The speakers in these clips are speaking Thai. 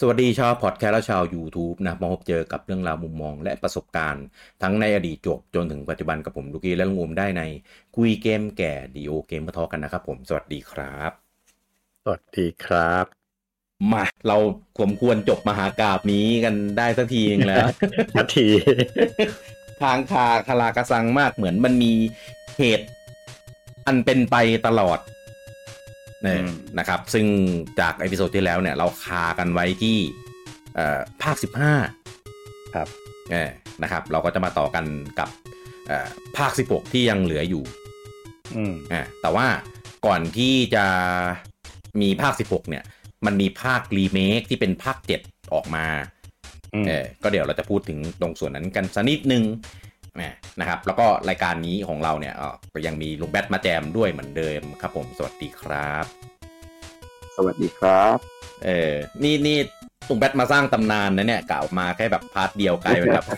สวัสดีชาวพอดแคสต์และชาว YouTube นะมาพบเจอกับเรื่องราวมุมมองและประสบการณ์ทั้งในอดีตจบจนถึงปัจจุบันกับผมลูกี้และลุงอมได้ในคุยเกมแก่ดีโอเกมมาทอกันนะครับผมสวัสดีครับสวัสดีครับมาเราสมควรจบมหากาพย์นี้กันได้สักทีนึงแล้วนาทีทางคาลากระซังมากเหมือนมันมีเหตุอันเป็นไปตลอดนะครับซึ่งจากเอพิโซดที่แล้วเนี่ยเราคากันไว้ที่ภาค15 ครับนะครับเราก็จะมาต่อกันกับภาค16ที่ยังเหลืออยู่แต่ว่าก่อนที่จะมีภาค16เนี่ยมันมีภาครีเมคที่เป็นภาค7ออกมาก็เดี๋ยวเราจะพูดถึงตรงส่วนนั้นกันสักนิดนึงนะครับแล้วก็รายการนี้ของเราเนี่ยก็ยังมีลุงแบทมาแจมด้วยเหมือนเดิมครับผมสวัสดีครับสวัสดีครับนี่ลุงแบทมาสร้างตำนานนะเนี่ยกล่าวมาแค่แบบพาร์ทเดียวกลายเป็นแบบ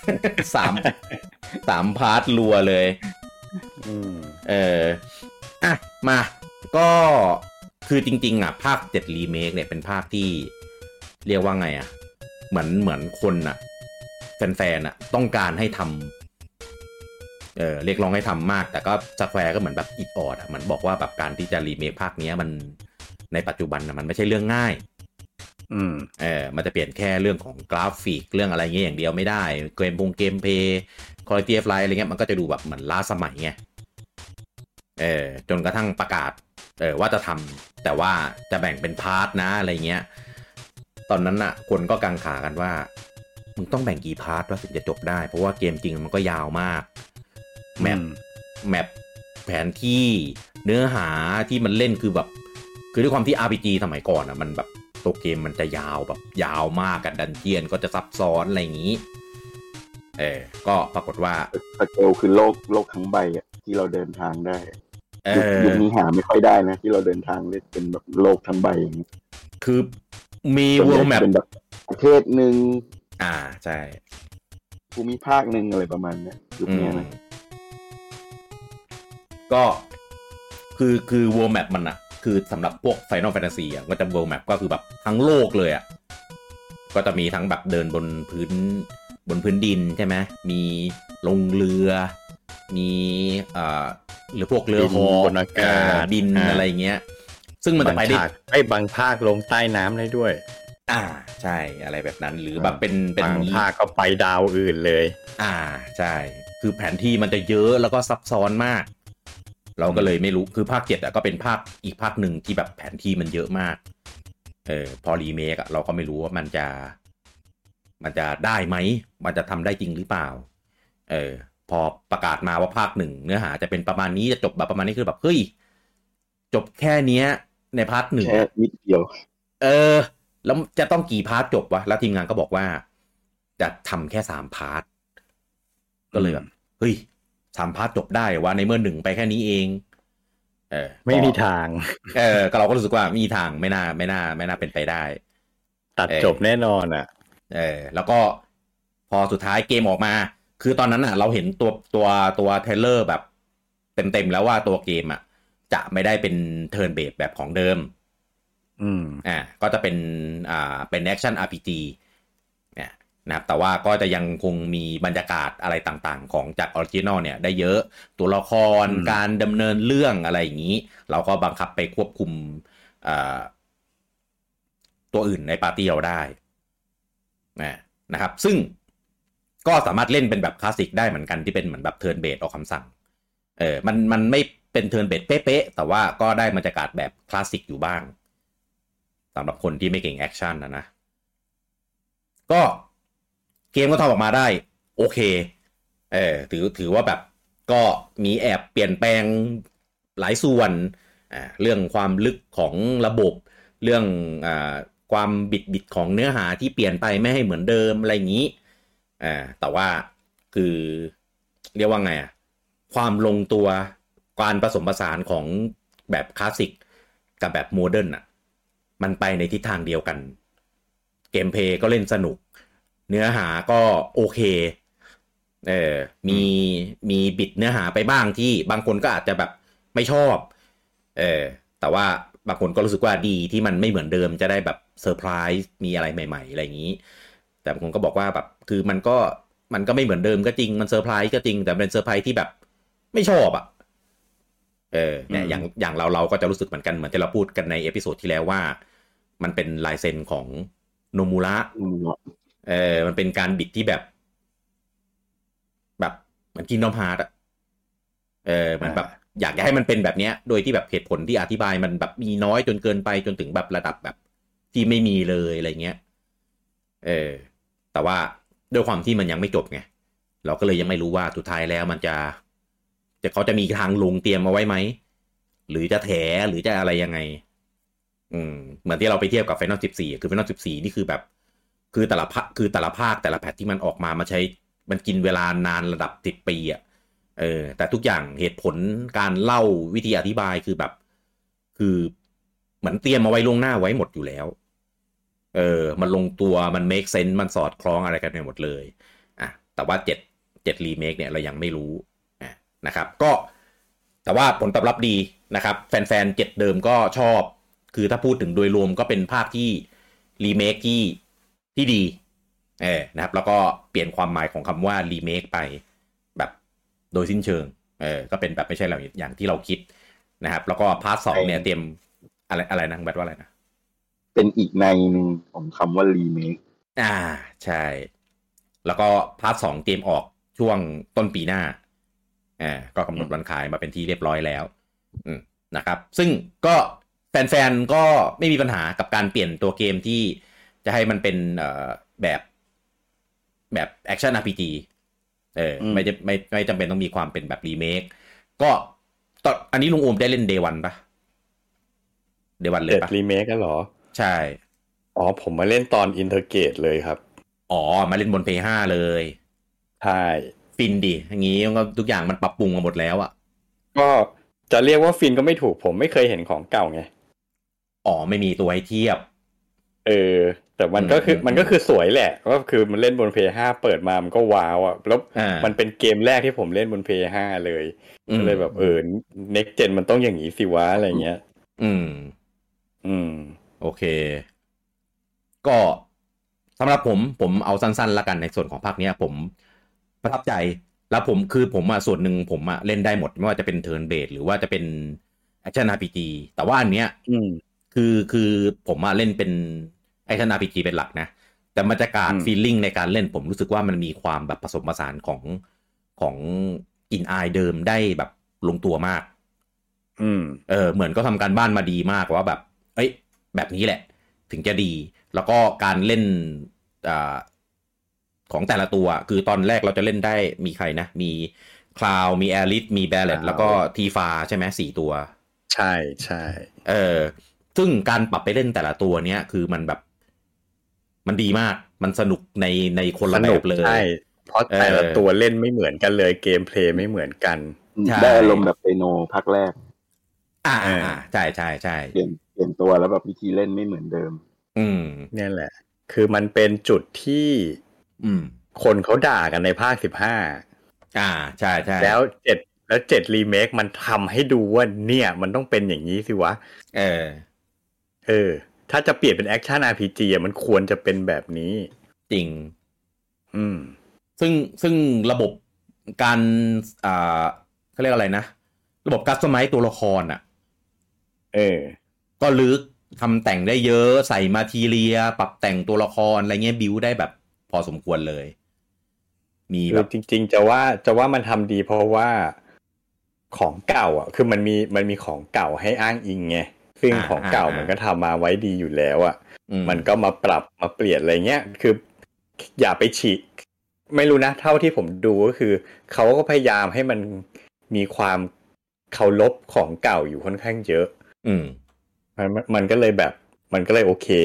3พาร์ทรัวเลยมาก็คือจริงๆภาค7รีเมคเนี่ยเป็นภาคที่เรียกว่าไงเหมือนคนแฟนๆต้องการให้ทำเรียกร้องให้ทำมากแต่ก็สแควร์ก็เหมือนแบบอิดออดเหมือนบอกว่าแบบการที่จะรีเมคภาคนี้มันในปัจจุบันมันไม่ใช่เรื่องง่ายมันจะเปลี่ยนแค่เรื่องของกราฟิกเรื่องอะไรเงี้ยอย่างเดียวไม่ได้เกมเพย์ควอลิตี้ออฟไลฟ์อะไรเงี้ยมันก็จะดูแบบเหมือนล้าสมัยไงจนกระทั่งประกาศว่าจะทำแต่ว่าจะแบ่งเป็นพาร์ทนะอะไรเงี้ยตอนนั้นคนก็กังขากันว่ามึงต้องแบ่งกี่พาร์ทว่าถึงจะจบได้เพราะว่าเกมจริงมันก็ยาวมากแมปแผนที่เนื้อหาที่มันเล่นคือแบบคือด้วยความที่ RPG สมัยก่อนมันแบบตัวเกมมันจะยาวแบบยาวมากกันดันเจียนก็จะซับซ้อนอะไรอย่างนี้ก็ปรากฏว่าสเกลคือโลกทั้งใบที่เราเดินทางได้ยุคนี้หาไม่ค่อยได้นะที่เราเดินทางเล่นเป็นแบบโลกทั้งใบอย่างนี้คือมีเวิลด์แมปเป็นแบบประเทศหนึ่งใช่ภูมิภาคหนึ่งอะไรประมาณนี้ยุคนี้นะก็คือ world map มันคือสำหรับพวก Final Fantasy ก็จะ world map ก็คือแบบทั้งโลกเลยก็จะมีทั้งแบบเดินบนพื้นดินใช่ไหมมีลงเรือมีหรือพวกเรือฮอบนอากาศดินอะไรเงี้ยซึ่งมันจะไปได้บางภาคลงใต้น้ำได้ด้วยใช่อะไรแบบนั้นหรือแบบเป็นบางภาคก็ไปดาวอื่นเลยใช่คือแผนที่มันจะเยอะแล้วก็ซับซ้อนมากเราก็เลยไม่รู้คือภาค7ก็เป็นอีกภาคหนึ่งที่แบบแผนที่มันเยอะมากพอรีเมคเราก็ไม่รู้ว่ามันจะได้ไหมมันจะทำได้จริงหรือเปล่าพอประกาศมาว่าภาค1เนื้อหาจะเป็นประมาณนี้จะจบแบบประมาณนี้คือแบบเฮ้ยจบแค่เนี้ยในพาร์ท1 แค่นิดเดียวแล้วจะต้องกี่พาร์ทจบวะแล้วทีมงานก็บอกว่าจะทำแค่3พาร์ทก็เลยแบบเฮ้ย3พาร์ทจบได้ว่าในเมื่อ1ไปแค่นี้เองไม่มีทางก็เราก็รู้สึกว่ามีทางไม่น่าเป็นไปได้ตัดจบแน่นอนแล้วก็พอสุดท้ายเกมออกมาคือตอนนั้นเราเห็นตัวเทรลเลอร์แบบเต็มแล้วว่าตัวเกมจะไม่ได้เป็นเทิร์นเบสแบบของเดิมก็จะเป็นแอคชั่น RPG เนี่ยนะครับแต่ว่าก็จะยังคงมีบรรยากาศอะไรต่างๆของจากออริจินอลเนี่ยได้เยอะตัวละครการดำเนินเรื่องอะไรอย่างนี้เราก็บังคับไปควบคุมตัวอื่นในปาร์ตี้เราได้นะครับซึ่งก็สามารถเล่นเป็นแบบคลาสสิกได้เหมือนกันที่เป็นเหมือนแบบเทิร์นเบสออกคำสั่งมันไม่เป็นเทิร์นเบสเป๊ะๆแต่ว่าก็ได้บรรยากาศแบบคลาสสิกอยู่บ้างสำหรับคนที่ไม่เก่งแอคชั่นนะก็เกมก็ทำออกมาได้โอเคถือว่าแบบก็มีแอบเปลี่ยนแปลงหลายส่วนเรื่องความลึกของระบบเรื่องความบิดของเนื้อหาที่เปลี่ยนไปไม่ให้เหมือนเดิมอะไรอย่างนี้แต่ว่าคือเรียกว่าไงความลงตัวการผสมผสานของแบบคลาสสิกกับแบบโมเดิร์นมันไปในทิศทางเดียวกันเกมเพลย์ก็เล่นสนุกเนื้อหาก็โอเคมีบิดเนื้อหาไปบ้างที่บางคนก็อาจจะแบบไม่ชอบแต่ว่าบางคนก็รู้สึกว่าดีที่มันไม่เหมือนเดิมจะได้แบบเซอร์ไพรส์มีอะไรใหม่ๆอะไรอย่างนี้แต่บางคนก็บอกว่าแบบคือมันก็ไม่เหมือนเดิมก็จริงมันเซอร์ไพรส์ก็จริงแต่เป็นเซอร์ไพรส์ที่แบบไม่ชอบอ่ะเนี่ยอย่างเราก็จะรู้สึกเหมือนกันเหมือนที่เราพูดกันในเอพิโซดที่แล้วว่ามันเป็นลายเซ็นของโนมุระมันเป็นการบิดที่แบบเหมือนKingdom Heartsอ่ะมันแบบอยากให้มันเป็นแบบเนี้ยโดยที่แบบเหตุผลที่อธิบายมันแบบมีน้อยจนเกินไปจนถึงแบบระดับแบบที่ไม่มีเลยอะไรเงี้ยแต่ว่าด้วยความที่มันยังไม่จบไงเราก็เลยยังไม่รู้ว่าสุดท้ายแล้วมันจะเขาจะมีทางลงเตรียมเอาไว้ไหมหรือจะแถหรือจะอะไรยังไงเหมือนที่เราไปเทียบกับ Final 14คือ Final 14นี่คือแบบคือแต่ละภาคแต่ละแพทที่มันออกมาใช้มันกินเวลานานระดับ10 ปีอ่ะแต่ทุกอย่างเหตุผลการเล่าวิธีอธิบายคือแบบคือเหมือนเตรียมเอาไว้ล่วงหน้าไว้หมดอยู่แล้วมันลงตัวมัน make sense มันสอดคล้องอะไรกันไปหมดเลยแต่ว่า7รีเมคเนี่ยเรายังไม่รู้นะครับก็แต่ว่าผลตอบรับดีนะครับแฟนๆ7เดิมก็ชอบคือถ้าพูดถึงโดยรวมก็เป็นภาคที่รีเมคที่ดีนะครับแล้วก็เปลี่ยนความหมายของคำว่ารีเมคไปแบบโดยสิ้นเชิงก็เป็นแบบไม่ใช่อย่างที่เราคิดนะครับแล้วก็พาร์ท 2เนี่ยเตรียมอะไรนะแบบว่าอะไรนะเป็นอีกในนึงของคำว่ารีเมคใช่แล้วก็พาร์ท 2เตรียมออกช่วงต้นปีหน้าก็กำหนดวันขายมาเป็นที่เรียบร้อยแล้วนะครับซึ่งก็แฟนๆก็ไม่มีปัญหากับการเปลี่ยนตัวเกมที่จะให้มันเป็นแบบแอคชั่น RPG ไม่จำเป็นต้องมีความเป็นแบบรีเมคก็ตอนอันนี้ลุงโอมได้เล่น Day 1 ป่ะ Day 1เลยป่ะรีเมคกันเหรอใช่ผมมาเล่นตอนอินเทอร์เกตเลยครับมาเล่นบน PS5 เลยใช่ฟินดิอย่างงี้ก็ทุกอย่างมันปรับปรุงมาหมดแล้วอ่ะก็จะเรียกว่าฟินก็ไม่ถูกผมไม่เคยเห็นของเก่าไงไม่มีตัวให้เทียบแต่มันก็คือสวยแหละก็คือมันเล่นบน PS5 เปิดมามันก็ว้าวอ่ะแล้วมันเป็นเกมแรกที่ผมเล่นบน PS5 เลยก็เลยแบบnext gen มันต้องอย่างนี้สิวะอะไรเงี้ยโอเคก็สำหรับผมเอาสั้นๆละกันในส่วนของภาคนี้ผมประทับใจแล้วผมส่วนหนึ่งผมเล่นได้หมดไม่ว่าจะเป็น turn based หรือว่าจะเป็น action RPG แต่ว่าอันเนี้ยคือผมเล่นเป็นaction RPG เป็นหลักนะแต่บรรยากาศ feeling ในการเล่นผมรู้สึกว่ามันมีความแบบผสมผสานของอินอายเดิมได้แบบลงตัวมากเหมือนก็ทำการบ้านมาดีมากว่าแบบแบบนี้แหละถึงจะดีแล้วก็การเล่นของแต่ละตัวคือตอนแรกเราจะเล่นได้มีใครนะมีคลาวมีแอริสมีแบลเลตแล้วก็ทีฟาใช่ไหม4ตัวใช่ใช่ซึ่งการปรับไปเล่นแต่ละตัวเนี้ยคือมันแบบมันดีมากมันสนุกในคนละแบบเลยใช่เพราะแต่ละตัวเล่นไม่เหมือนกันเลยเกมเพลย์ไม่เหมือนกันได้อารมณ์แบบเปโนภาคแรกใช่ใช่ใช่เปลี่ยนตัวแล้วแบบวิธีเล่นไม่เหมือนเดิมเนี่ยแหละคือมันเป็นจุดที่คนเขาด่ากันในภาค15 ใช่ใช่แล้ว7รีเมคมันทำให้ดูว่าเนี่ยมันต้องเป็นอย่างนี้สิวะถ้าจะเปลี่ยนเป็นแอคชั่น RPG มันควรจะเป็นแบบนี้จริงซึ่งระบบการเขาเรียกอะไรนะระบบคัสตอมไมซ์ตัวละครก็ลึกทำแต่งได้เยอะใส่มาทีเรียปรับแต่งตัวละครอะไรเงี้ยบิวได้แบบพอสมควรเลยมีแบบจริงๆจะว่ามันทำดีเพราะว่าของเก่าคือมันมีของเก่าให้อ้างอิงไงซึ่งของเก่ามันก็ทำมาไว้ดีอยู่แล้วมันก็มาปรับมาเปลี่ยนอะไรเงี้ยคืออย่าไปฉีกไม่รู้นะเท่าที่ผมดูก็คือเขาก็พยายามให้มันมีความเคารพของเก่าอยู่ค่อนข้างเยอะมันก็เลยแบบมันก็เลยโอเค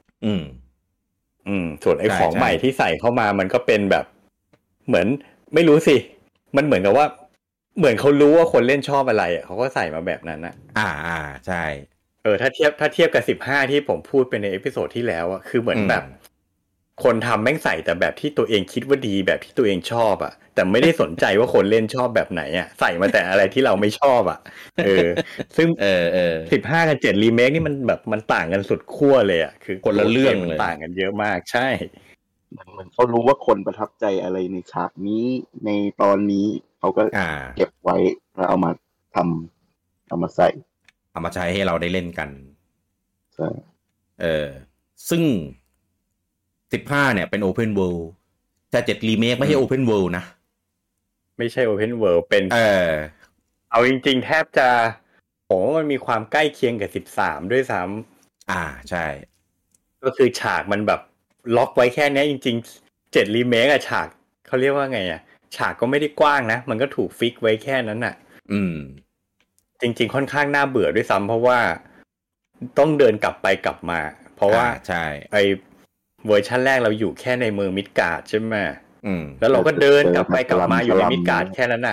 ส่วนไอ้ของใหม่ที่ใส่เข้ามามันก็เป็นแบบเหมือนไม่รู้สิมันเหมือนกับว่าเหมือนเขารู้ว่าคนเล่นชอบอะไรเขาก็ใส่มาแบบนั้นใช่ถ้าเทียบกับ15ที่ผมพูดไปในเอพิโซดที่แล้วคือเหมือนแบบคนทำแม่งใส่แต่แบบที่ตัวเองคิดว่าดีแบบที่ตัวเองชอบอ่ะแต่ไม่ได้สนใจว่าคนเล่นชอบแบบไหนอ่ะใส่มาแต่อะไรที่เราไม่ชอบอ่ะซึ่ง15กับ7รีเมคนี่มันแบบมันต่างกันสุดขั้วเลยอ่ะคือคนละเรื่องเลยต่างกันเยอะมากใช่มันเขารู้ว่าคนประทับใจอะไรในฉากนี้ในตอนนี้เขาก็เก็บไว้แล้วเอามาทำเอามาใส่เอามาใช้ให้เราได้เล่นกันใช่ซึ่ง15เนี่ยเป็น Open World แต่7 Remake ไม่ใช่ Open World นะไม่ใช่ Open World เป็นเอาจริงๆแทบจะผมว่ามันมีความใกล้เคียงกับ13ด้วยซ้ำใช่ก็คือฉากมันแบบล็อกไว้แค่นี้จริงๆ7 Remake ฉากเขาเรียกว่าไงฉากก็ไม่ได้กว้างนะมันก็ถูกฟิกไว้แค่นั้นน่ะจริงๆค่อนข้างน่าเบื่อด้วยซ้ำเพราะว่าต้องเดินกลับไปกลับมาเพราะว่าใช่ไอเวอร์ชันแรกเราอยู่แค่ในเมืองมิดการ์ดใช่ไหมแล้วเราก็เดินกลับไปกลับมาอยู่ในมิดการ์ดแค่นั้นน่ะ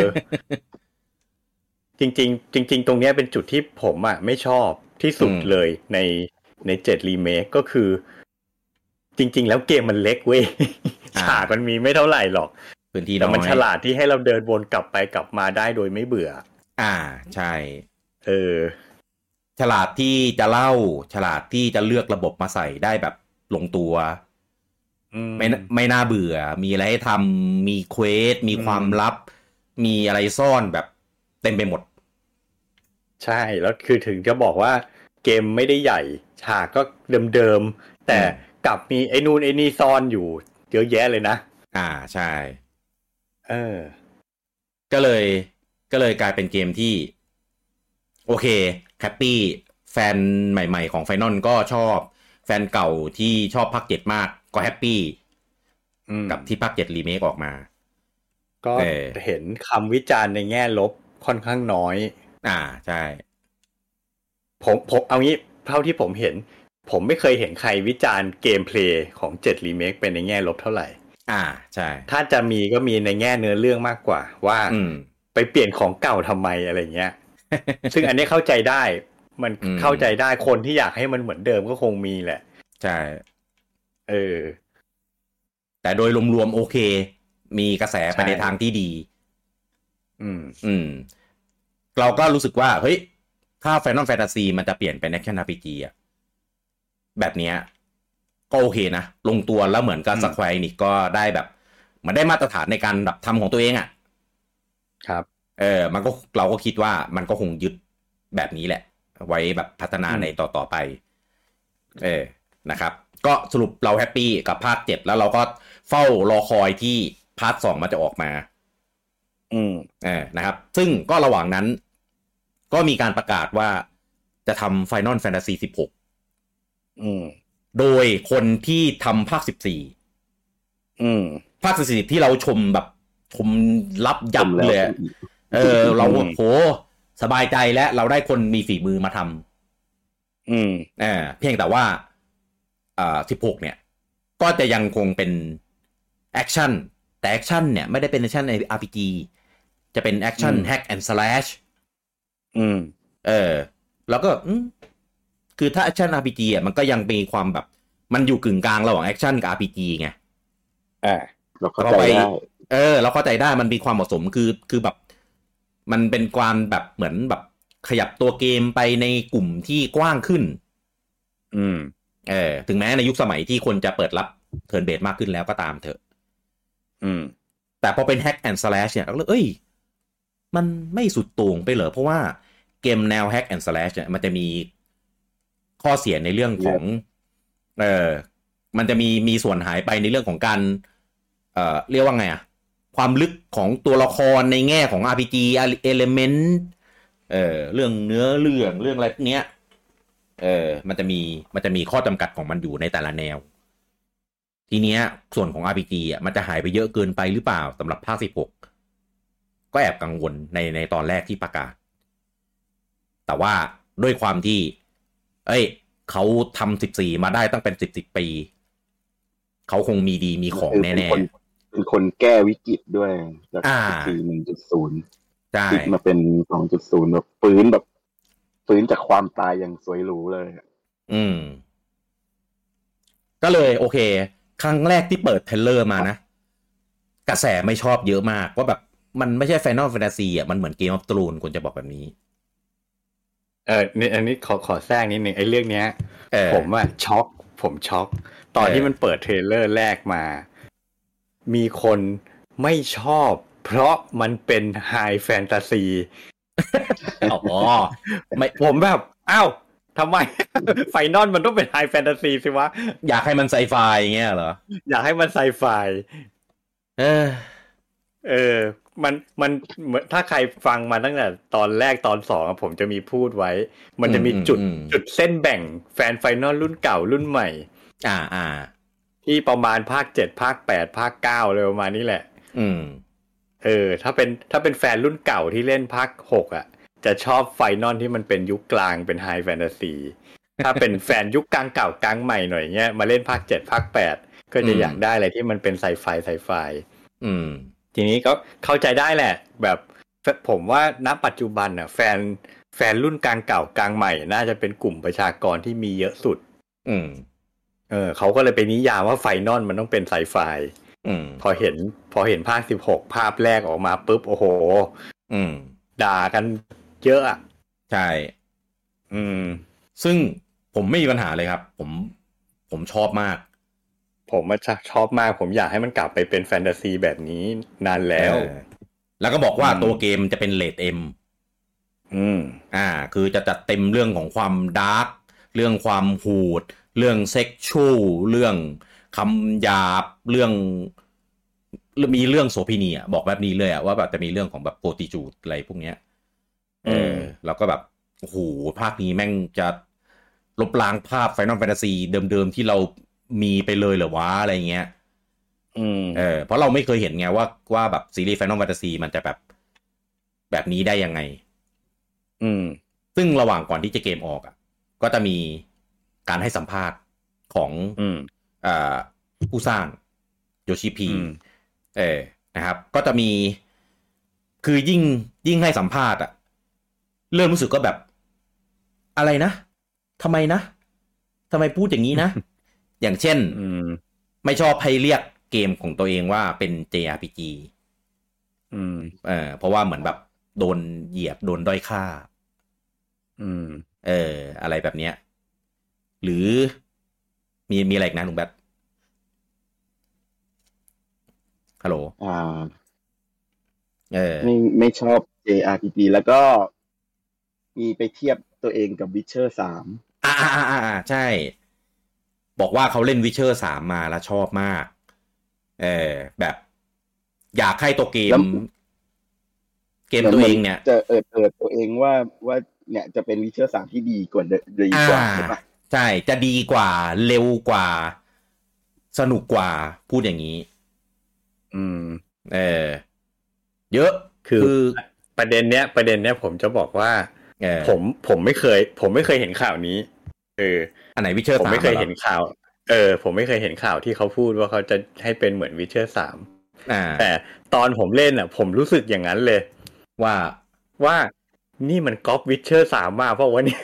จริงตรงนี้เป็นจุดที่ผมไม่ชอบที่สุดเลยใน7 Remake ก็คือจริงๆแล้วเกมมันเล็กเว้ยฉากมันมีไม่เท่าไหร่หรอกพื้นที่น้อยแต่มันฉลาดที่ให้เราเดินวนกลับไปกลับมาได้โดยไม่เบื่อใช่ฉลาดที่จะเล่าฉลาดที่จะเลือกระบบมาใส่ได้แบบลงตัวไม่น่าเบื่อมีอะไรให้ทำมีเควสมีความลับมีอะไรซ่อนแบบเต็มไปหมดใช่แล้วคือถึงจะบอกว่าเกมไม่ได้ใหญ่ฉากก็เดิมๆแต่กลับมีไอ้นู่นไอ้นี่ซ่อนอยู่เยอะแยะเลยนะใช่ก็เลยกลายเป็นเกมที่โอเคแฮปปี้แฟนใหม่ๆของ Final ก็ชอบแฟนเก่าที่ชอบภาค7มากก็แฮปปี้กับที่ภาค7รีเมคออกมาก็เห็นคำวิจารณ์ในแง่ลบค่อนข้างน้อยใช่ผมเอางี้เท่าที่ผมเห็นผมไม่เคยเห็นใครวิจารณ์เกมเพลย์ของ7รีเมคเป็นในแง่ลบเท่าไหร่ใช่ถ้าจะมีก็มีในแง่เนื้อเรื่องมากกว่าว่าไปเปลี่ยนของเก่าทำไมอะไรเงี้ย ซึ่งอันนี้เข้าใจได้มันเข้าใจได้คนที่อยากให้มันเหมือนเดิมก็คงมีแหละใช่แต่โดยรวมๆโอเคมีกระแสไปในทางที่ดีเราก็รู้สึกว่าเฮ้ยถ้า Final Fantasy มันจะเปลี่ยนเป็น Action RPG แบบนี้ก็โอเคนะลงตัวแล้วเหมือนกับ Square Enix ก็ได้แบบมันได้มาตรฐานในการแบบทำของตัวเองครับมันก็เราก็คิดว่ามันก็คงยึดแบบนี้แหละไว้แบบพัฒนาในต่อไปนะครับก็สรุปเราแฮปปี้กับภาค7แล้วเราก็เฝ้ารอคอยที่พาร์ท2มันจะออกมานะครับซึ่งก็ระหว่างนั้นก็มีการประกาศว่าจะทำ Final Fantasy 16โดยคนที่ทำภาค14ภาค14ที่เราชมแบบชมรับยับเลยเราโหสบายใจแล้วเราได้คนมีฝีมือมาทำเพียงแต่ว่า16เนี่ยก็จะยังคงเป็นแอคชั่นแต่แอคชั่นเนี่ยไม่ได้เป็นแอคชั่นใน RPG จะเป็นแอคชั่นแฮกแอนด์สแลชแล้วก็คือถ้าแอคชั่น RPG มันก็ยังมีความแบบมันอยู่กึ่งกลางระหว่างแอคชั่นกับ RPG ไงเราเข้าใจได้เราเข้าใจได้มันมีความเหมาะสมคือแบบมันเป็นความแบบเหมือนแบบขยับตัวเกมไปในกลุ่มที่กว้างขึ้นถึงแม้ในยุคสมัยที่คนจะเปิดรับเทิร์นเบสมากขึ้นแล้วก็ตามเถอะแต่พอเป็นแฮกแอนด์สแลชเนี่ยเราเอ้ยมันไม่สุดโต่งไปเหรอเพราะว่าเกมแนวแฮกแอนด์สแลชเนี่ยมันจะมีข้อเสียในเรื่องของมันจะมีส่วนหายไปในเรื่องของการเรียกว่าไงความลึกของตัวละครในแง่ของ RPG element เรื่องเนื้อเรื่องอะไรพวกเนี้ยมันจะมีข้อจำกัดของมันอยู่ในแต่ละแนวทีเนี้ยส่วนของ RPG มันจะหายไปเยอะเกินไปหรือเปล่าสำหรับภาค16ก็แอบกังวลในตอนแรกที่ประกาศแต่ว่าด้วยความที่เขาทำ14มาได้ตั้งเป็น10 ปีเขาคงมีดีมีของแน่ๆเป็นคนแก้วิกฤตด้วยจาก 1.0 ใช่มาเป็น 2.0 แบบฟื้นจากความตายอย่างสวยหรูเลยก็เลยโอเคครั้งแรกที่เปิดเทรลเลอร์มานะกระแสไม่ชอบเยอะมากว่าแบบมันไม่ใช่ Final Fantasy อ่ะมันเหมือน Game of Thrones ควรจะบอกแบบนี้นี่อันนี้ขอแทรกนิดนึงไอ้เรื่องเนี้ยผมว่าผมช็อกตอนที่มันเปิดเทรลเลอร์แรกมามีคนไม่ชอบเพราะมันเป็นไฮแฟนตาซีอ๋อไม่ผมแบบอ้าวทำไมไฟนอลมันต้องเป็นไฮแฟนตาซีสิวะอยากให้มันไซไฟอย่างเงี้ยเหรออยากให้มันไซไฟมันถ้าใครฟังมาตั้งแต่ตอนแรกตอน2ผมจะมีพูดไว้มันจะมีจุดเส้นแบ่งแฟนไฟนอลรุ่นเก่ารุ่นใหม่ที่ประมาณภาค7ภาค8ภาค9เลยประมาณนี้แหละถ้าเป็นแฟนรุ่นเก่าที่เล่นภาค6อ่ะจะชอบไฟนอลที่มันเป็นยุคกลางเป็นไฮแฟนตาซีถ้าเป็นแฟนยุคกลางเก่ากลางใหม่หน่อยเงี้ยมาเล่นภาค7ภาค8ก็จะอยากได้อะไรที่มันเป็นไซไฟทีนี้ก็เข้าใจได้แหละแบบผมว่าณปัจจุบันน่ะแฟนรุ่นกลางเก่ากลางใหม่น่าจะเป็นกลุ่มประชากรที่มีเยอะสุดเขาก็เลยไปนิยามว่าไฟนอลมันต้องเป็นไซไฟพอเห็นภาค16ภาพแรกออกมาปุ๊บโอ้โหด่ากันเยอะอ่ะใช่ซึ่งผมไม่มีปัญหาเลยครับผมชอบมากผมชอบมากผมอยากให้มันกลับไปเป็นแฟนตาซีแบบนี้นานแล้วแล้วก็บอกว่าตัวเกมจะเป็นเรท M คือจะจัดเต็มเรื่องของความดาร์กเรื่องความโหดเรื่องเซ็กชวลเรื่องคำหยาบเรื่องมีเรื่องโสเภณีอ่ะบอกแบบนี้เลยอ่ะว่าแบบจะมีเรื่องของแบบโปรติจูดอะไรพวกเนี้ยแล้วก็แบบโอ้โหภาคนี้แม่งจะลบล้างภาพ Final Fantasy เดิมๆที่เรามีไปเลยเหรอวะอะไรเงี้ยเพราะเราไม่เคยเห็นไงว่าแบบซีรีส์ Final Fantasy มันจะแบบนี้ได้ยังไงซึ่งระหว่างก่อนที่จะเกมออกอ่ะก็จะมีการให้สัมภาษณ์ของผู้สร้างโยชิพีนะครับก็จะมีคือยิ่งให้สัมภาษณ์อ่ะเริ่มรู้สึกก็แบบอะไรนะทำไมพูดอย่างนี้นะ อย่างเช่นไม่ชอบให้เรียกเกมของตัวเองว่าเป็น JRPG เพราะว่าเหมือนแบบโดนเหยียบโดนด้อยค่าอะไรแบบเนี้ยหรือมีอะไรอีกนะลุงแบทฮัลโหลไม่ชอบ JRPG แล้วก็มีไปเทียบตัวเองกับ Witcher 3 ใช่บอกว่าเขาเล่น Witcher 3มาแล้วชอบมากแบบอยากให้ตัวเกมตัวเองเนี่ยจะตัวเองว่าเนี่ยจะเป็น Witcher 3ที่ดีกว่าใช่ปะใช่จะดีกว่าเร็วกว่าสนุกกว่าพูดอย่างนี้เยอะคือประเด็นเนี้ยผมจะบอกว่าผมไม่เคยเห็นข่าวนี้อันไหน Witcher 3 ผมไม่เคยเห็นข่าวผมไม่เคยเห็นข่าวที่เขาพูดว่าเขาจะให้เป็นเหมือน Witcher 3แต่ตอนผมเล่นอ่ะผมรู้สึกอย่างนั้นเลยว่านี่มันก๊อป Witcher 3มาเพราะว่านี่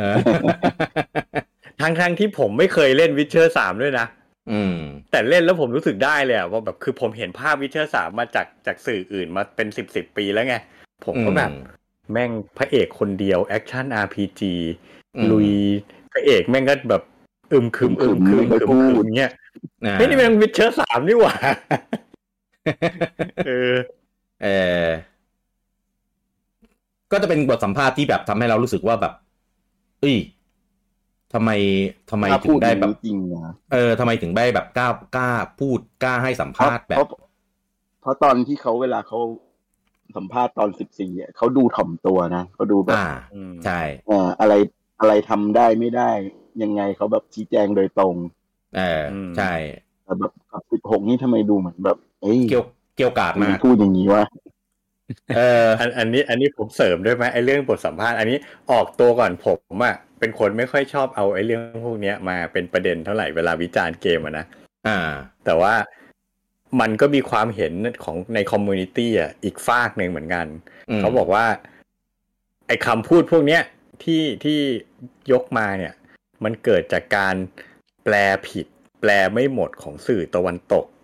ทั้งที่ผมไม่เคยเล่น Witcher 3ด้วยนะแต่เล่นแล้วผมรู้สึกได้เลยว่าแบบคือผมเห็นภาพ Witcher 3มาจากสื่ออื่นมาเป็น10 ปีแล้วไงผมก็แบบแม่งพระเอกคนเดียวแอคชั่น RPG ลุยพระเอกแม่งก็แบบคึมเงี้ยไม่นี่มัน Witcher 3นี่หว่าก็จะเป็นบทสัมภาษณ์ที่แบบทำให้เรารู้สึกว่าแบบทำไมถึงได้แบบจริงทำไมถึงได้แบบกล้าพูดกล้าให้สัมภาษณ์แบบเพราะตอนที่เวลาเขาสัมภาษณ์ตอน14อ่ะเขาดูถ่อมตัวนะเขาดูแบบใช่อะไรทำได้ไม่ได้ยังไงเขาแบบชี้แจงโดยตรงใช่แต่แบบกับ16นี่ทำไมดูเหมือนแบบเกี่ยวกาดมากพูดอย่างนี้วะอันนี้ผมเสริมด้วยไหมไอ้เรื่องบทสัมภาษณ์อันนี้ออกตัวก่อนผมอ่ะเป็นคนไม่ค่อยชอบเอาไอ้เรื่องพวกนี้มาเป็นประเด็นเท่าไหร่เวลาวิจารณ์เกมนะแต่ว่ามันก็มีความเห็นของในคอมมูนิตี้อ่ะอีกฝากหนึ่งเหมือนกันเขาบอกว่าไอ้คำพูดพวกเนี้ยที่ยกมาเนี่ยมันเกิดจากการแปลผิดแปลไม่หมดของสื่อตะวันตก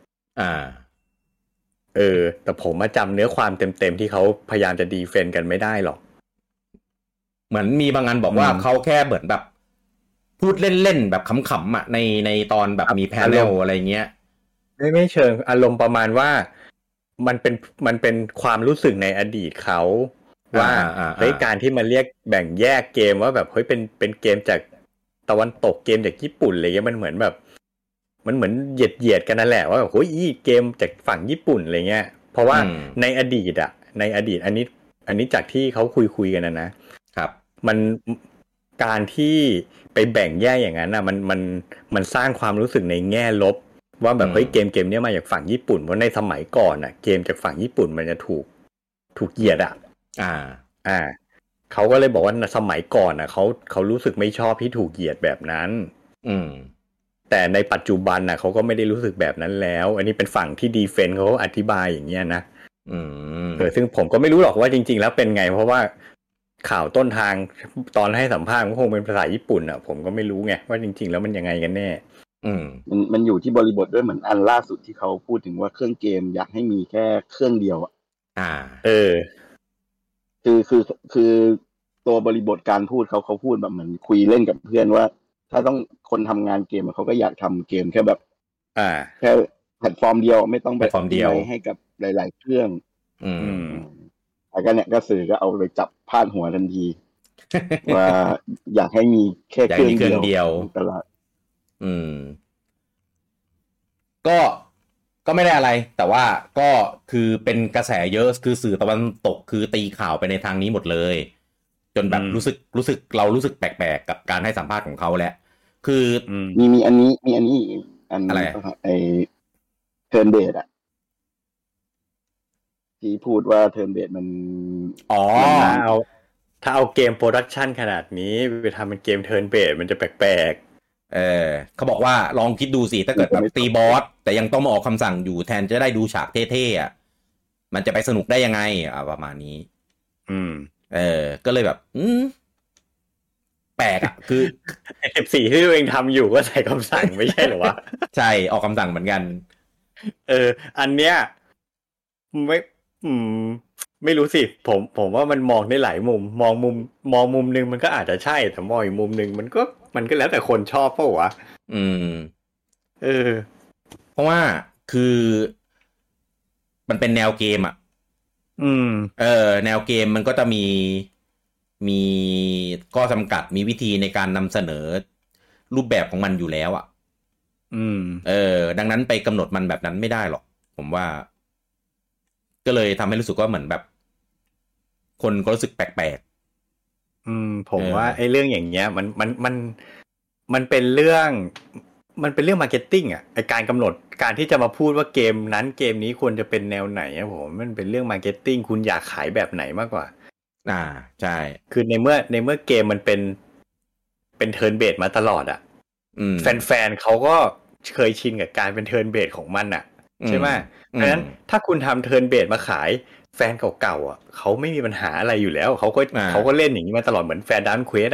แต่ผมมาจำเนื้อความเต็มๆที่เขาพยายามจะดีเฟนต์กันไม่ได้หรอกเหมือนมีบางอันบอกว่าเขาแค่เหมือนแบบพูดเล่นๆแบบขำๆอ่ะในตอนแบบมีแพนเนลอะไรเงี้ยไม่เชิงอารมณ์ประมาณว่ามันเป็นความรู้สึกในอดีตเขาว่าการที่มันเรียกแบ่งแยกเกมว่าแบบเฮ้ยเป็นเกมจากตะวันตกเกมจากญี่ปุ่นอะไรเงี้ยมันเหมือนแบบมันเหมือนเหยียดกันนั่นแหละว่าแบบเฮ้ยเกมจากฝั่งญี่ปุ่นอะไรเงี้ยเพราะว่าในอดีตอันนี้จากที่เขาคุยกันนะครับการที่ไปแบ่งแยกอย่างนั้นมันสร้างความรู้สึกในแง่ลบว่าแบบเฮ้ยเกมนี้มาจากฝั่งญี่ปุ่นเพราะในสมัยก่อนเกมจากฝั่งญี่ปุ่นมันจะถูกเหยียดเขาก็เลยบอกว่าสมัยก่อนเขารู้สึกไม่ชอบที่ถูกเหยียดแบบนั้นแต่ในปัจจุบันเขาก็ไม่ได้รู้สึกแบบนั้นแล้วอันนี้เป็นฝั่งที่ดีเฟนส์เขาอธิบายอย่างเงี้ยนะซึ่งผมก็ไม่รู้หรอกว่าจริงๆแล้วเป็นไงเพราะว่าข่าวต้นทางตอนให้สัมภาษณ์ก็คงเป็นภาษาญี่ปุ่นผมก็ไม่รู้ไงว่าจริงๆแล้วมันยังไงกันแน่มันอยู่ที่บริบทด้วยเหมือนอันล่าสุดที่เขาพูดถึงว่าเครื่องเกมอยากให้มีแค่เครื่องเดียวคือตัวบริบทการพูดเขาพูดแบบเหมือนคุยเล่นกับเพื่อนว่าถ้าต้องคนทำงานเกมเขาก็อยากทำเกมแค่แบบแค่แพลตฟอร์มเดียวไม่ต้องแบบให้กับหลายๆเครื่องแล้วก็เนี่ยก็สื่อก็เอาไปจับพาดหัวทันทีว่าอยากให้มีแค่เครื่องเดียวตลาดก็ไม่ได้อะไรแต่ว่าก็คือเป็นกระแสเยอะคือสื่อตะวันตกคือตีข่าวไปในทางนี้หมดเลยจนแบบรู้สึกเรารู้สึกแปลกๆกับการให้สัมภาษณ์ของเขาแหละคือมีอันนี้อะไรไอเทิร์นเบสที่พูดว่าเทิร์นเบสมันถ้าเอาเกมโปรดักชันขนาดนี้ไปทำเป็นเกมเทิร์นเบสมันจะแปลกเขาบอกว่าลองคิดดูสิถ้าเกิดแบบตีบอสแต่ยังต้องมาออกคำสั่งอยู่แทนจะได้ดูฉากเท่ๆมันจะไปสนุกได้ยังไงประมาณนี้ก็เลยแบบแปลกคือ 14ที่ตัวเองทำอยู่ก็ใส่คำสั่งไม่ใช่หรอวะใช่ออกคำสั่งเหมือนกันอันเนี้ยไม่รู้สิผมว่ามันมองได้หลายมุมมองมุมนึงมันก็อาจจะใช่แต่มองอีกมุมนึงมันก็แล้วแต่คนชอบเปล่าวะเพราะว่าคือมันเป็นแนวเกมแนวเกมมันก็จะมีข้อจำกัดมีวิธีในการนำเสนอรูปแบบของมันอยู่แล้วดังนั้นไปกำหนดมันแบบนั้นไม่ได้หรอกผมว่าก็เลยทำให้รู้สึกว่าเหมือนแบบคนก็รู้สึกแปลกผมว่าไอ้เรื่องอย่างเงี้ยมันเป็นเรื่องมาร์เก็ตติ้งไอ้การกำหนดการที่จะมาพูดว่าเกมนั้นเกมนี้ควรจะเป็นแนวไหนผมมันเป็นเรื่องมาร์เก็ตติ้งคุณอยากขายแบบไหนมากกว่าใช่คือในเมื่อเกมมันเป็นเทิร์นเบสมาตลอดแฟนๆเขาก็เคยชินกับการเป็นเทิร์นเบสของมันใช่ไหมเพราะฉะนั้นถ้าคุณทำเทิร์นเบสมาขายแฟนเก่าๆเขาไม่มีปัญหาอะไรอยู่แล้วเขาก็เล่นอย่างนี้มาตลอดเหมือนแฟนดันเควส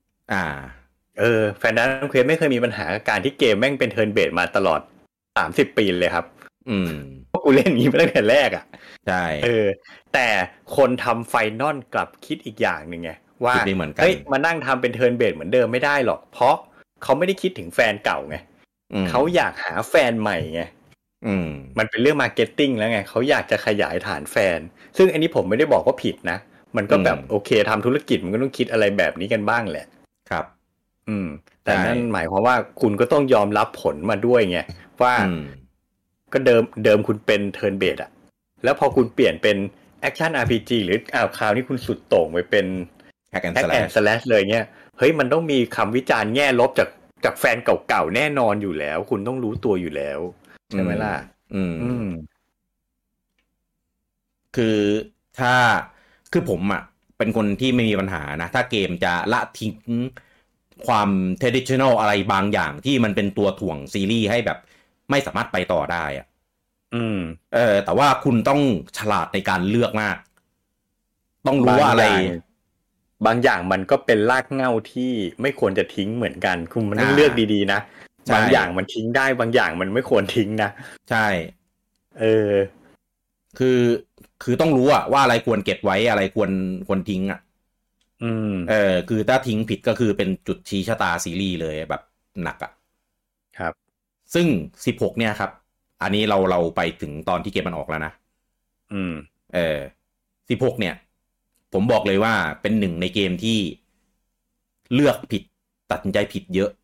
แฟนดันเควสไม่เคยมีปัญหากับการที่เกมแม่งเป็นเทิร์นเบสมาตลอด30 ปีเลยครับเพราะกูเล่นอย่างนี้มาตั้งแต่แรกใช่แต่คนทำไฟนอลกลับคิดอีกอย่างนึงไงว่าเฮ้ยมานั่งทำเป็นเทิร์นเบสเหมือนเดิมไม่ได้หรอกเพราะเขาไม่ได้คิดถึงแฟนเก่าไงเขาอยากหาแฟนใหม่ไงมันเป็นเรื่องมาร์เก็ตติ้งแล้วไงเขาอยากจะขยายฐานแฟนซึ่งอันนี้ผมไม่ได้บอกว่าผิดนะมันก็แบบโอเคทำธุรกิจมันก็ต้องคิดอะไรแบบนี้กันบ้างแหละครับแต่นั่นหมายความว่าคุณก็ต้องยอมรับผลมาด้วยไงว่าก็เดิมคุณเป็นเทิร์นเบสแล้วพอคุณเปลี่ยนเป็นแอคชั่น RPG หรือคราวนี้คุณสุดโต่งไปเป็นแฮกแอนด์สแลชเลยเงี้ยเฮ้ยมันต้องมีคำวิจารณ์แง่ลบจากแฟนเก่าๆแน่นอนอยู่แล้วคุณต้องรู้ตัวอยู่แล้วใช่ไหมล่ะคือผมเป็นคนที่ไม่มีปัญหานะถ้าเกมจะละทิ้งความ traditional อะไรบางอย่างที่มันเป็นตัวถ่วงซีรีส์ให้แบบไม่สามารถไปต่อได้แต่ว่าคุณต้องฉลาดในการเลือกมากต้องรู้ว่าอะไรบางอย่างมันก็เป็นรากเหง้าที่ไม่ควรจะทิ้งเหมือนกันคุณมันต้องเลือกดีๆนะบางอย่างมันทิ้งได้บางอย่างมันไม่ควรทิ้งนะใช่คือต้องรู้อะว่าอะไรควรเก็บไว้อะไรควรทิ้งอะคือถ้าทิ้งผิดก็คือเป็นจุดชี้ชะตาซีรีส์เลยแบบหนักอะครับซึ่ง16เนี่ยครับอันนี้เราไปถึงตอนที่เกมมันออกแล้วนะ16เนี่ยผมบอกเลยว่าเป็นหนึ่งในเกมที่เลือกผิดตัดสินใจผิดเยอะ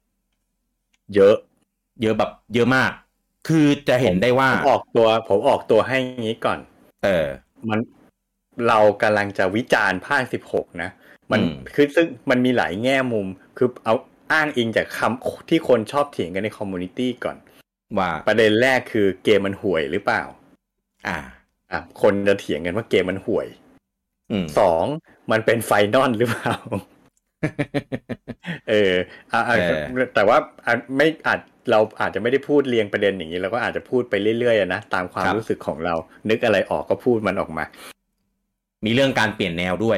แบบเยอะมากคือจะเห็นได้ว่าผมออกตัวให้งี้ก่อนมันเรากำลังจะวิจารณ์ภาค16นะมันคือซึ่งมันมีหลายแง่มุมคือเอาอ้างอิงจากคำที่คนชอบเถียงกันในคอมมูนิตี้ก่อนว่าประเด็นแรกคือเกมมันห่วยหรือเปล่าคนจะเถียงกันว่าเกมมันห่วย2มันเป็นไฟนอลหรือเปล่าแต่ว่าไม่เราอาจจะไม่ได้พูดเรียงประเด็นอย่างนี้เราก็อาจจะพูดไปเรื่อยๆนะตามความรู้สึกของเรานึกอะไรออกก็พูดมันออกมามีเรื่องการเปลี่ยนแนวด้วย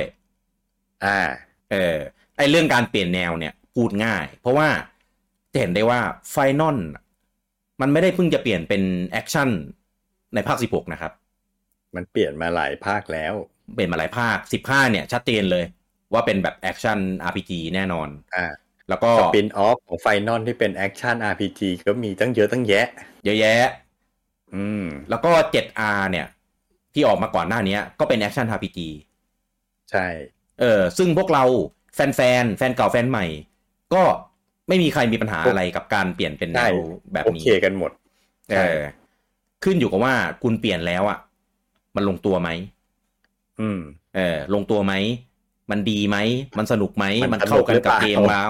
ไอเรื่องการเปลี่ยนแนวเนี่ยพูดง่ายเพราะว่าจะเห็นได้ว่าไฟนอลมันไม่ได้เพิ่งจะเปลี่ยนเป็นแอคชั่นในภาค16นะครับมันเปลี่ยนมาหลายภาคแล้วเปลี่ยนมาหลายภาค15เนี่ยชัดเจนเลยว่าเป็นแบบแอคชั่น RPG แน่นอนแล้วก็สปินออฟของไฟนอลที่เป็นแอคชั่น RPG ก็มีตั้งเยอะตั้งแยะแล้วก็ 7R เนี่ยที่ออกมาก่อนหน้านี้ก็เป็นแอคชั่น RPG ใช่ซึ่งพวกเราแฟนเก่าแฟนใหม่ก็ไม่มีใครมีปัญหาอะไรกับการเปลี่ยนเป็นแนวแบบนี้โอเคกันหมดขึ้นอยู่กับว่าคุณเปลี่ยนแล้วอ่ะมันลงตัวไหมลงตัวไหมมันดีไหมมันสนุกไหมมันเข้ากันกับเกมแล้ว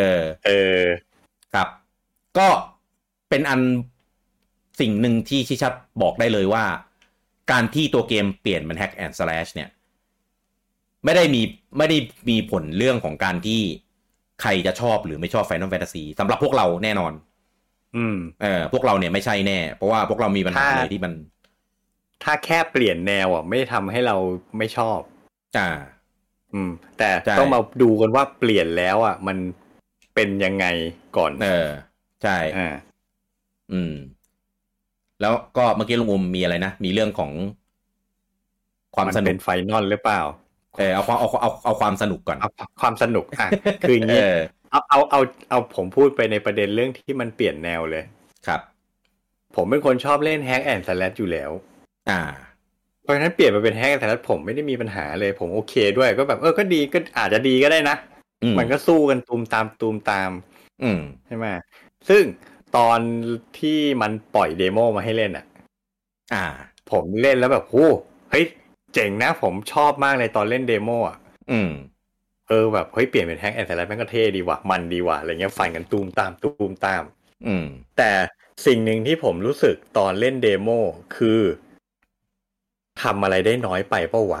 ครับก็เป็นสิ่งหนึ่งที่ชิชัดบอกได้เลยว่าการที่ตัวเกมเปลี่ยนมันแฮกแอนด์สแลชเนี่ยไม่ได้มีผลเรื่องของการที่ใครจะชอบหรือไม่ชอบ Final Fantasy สำหรับพวกเราแน่นอนพวกเราเนี่ยไม่ใช่แน่เพราะว่าพวกเรามีปัญหาเลยที่มันถ้าแค่เปลี่ยนแนวอ่ะไม่ทำให้เราไม่ชอบแต่ต้องมาดูกันว่าเปลี่ยนแล้วอ่ะมันเป็นยังไงก่อนใช่แล้วก็เมื่อกี้ลุงอุมมีอะไรนะมีเรื่องของความสนุกเป็นไฟนอลหรือเปล่าเอาความสนุกก่อนเอาความสนุกคืออย่างนี้เอาผมพูดไปในประเด็นเรื่องที่มันเปลี่ยนแนวเลยครับผมเป็นคนชอบเล่นแฮกแอนด์สแลชอยู่แล้วเพราะฉะนั้นเปลี่ยนมาเป็นแฮกแอนด์สแลชผมไม่ได้มีปัญหาเลยผมโอเคด้วยก็แบบก็ดีก็อาจจะดีก็ได้นะมันก็สู้กันตูมตามใช่ไหมซึ่งตอนที่มันปล่อยเดโมมาให้เล่นผมเล่นแล้วแบบเฮ้ยเจ๋งนะผมชอบมากเลยตอนเล่นเดโมแบบเฮ้ยเปลี่ยนเป็นแฮกแอนด์สแลชมันก็เท่ดีว่ะมันดีว่ะอะไรเงี้ยฟันกันตูมตามแต่สิ่งหนึ่งที่ผมรู้สึกตอนเล่นเดโมคือทำอะไรได้น้อยไปเปล่าวะ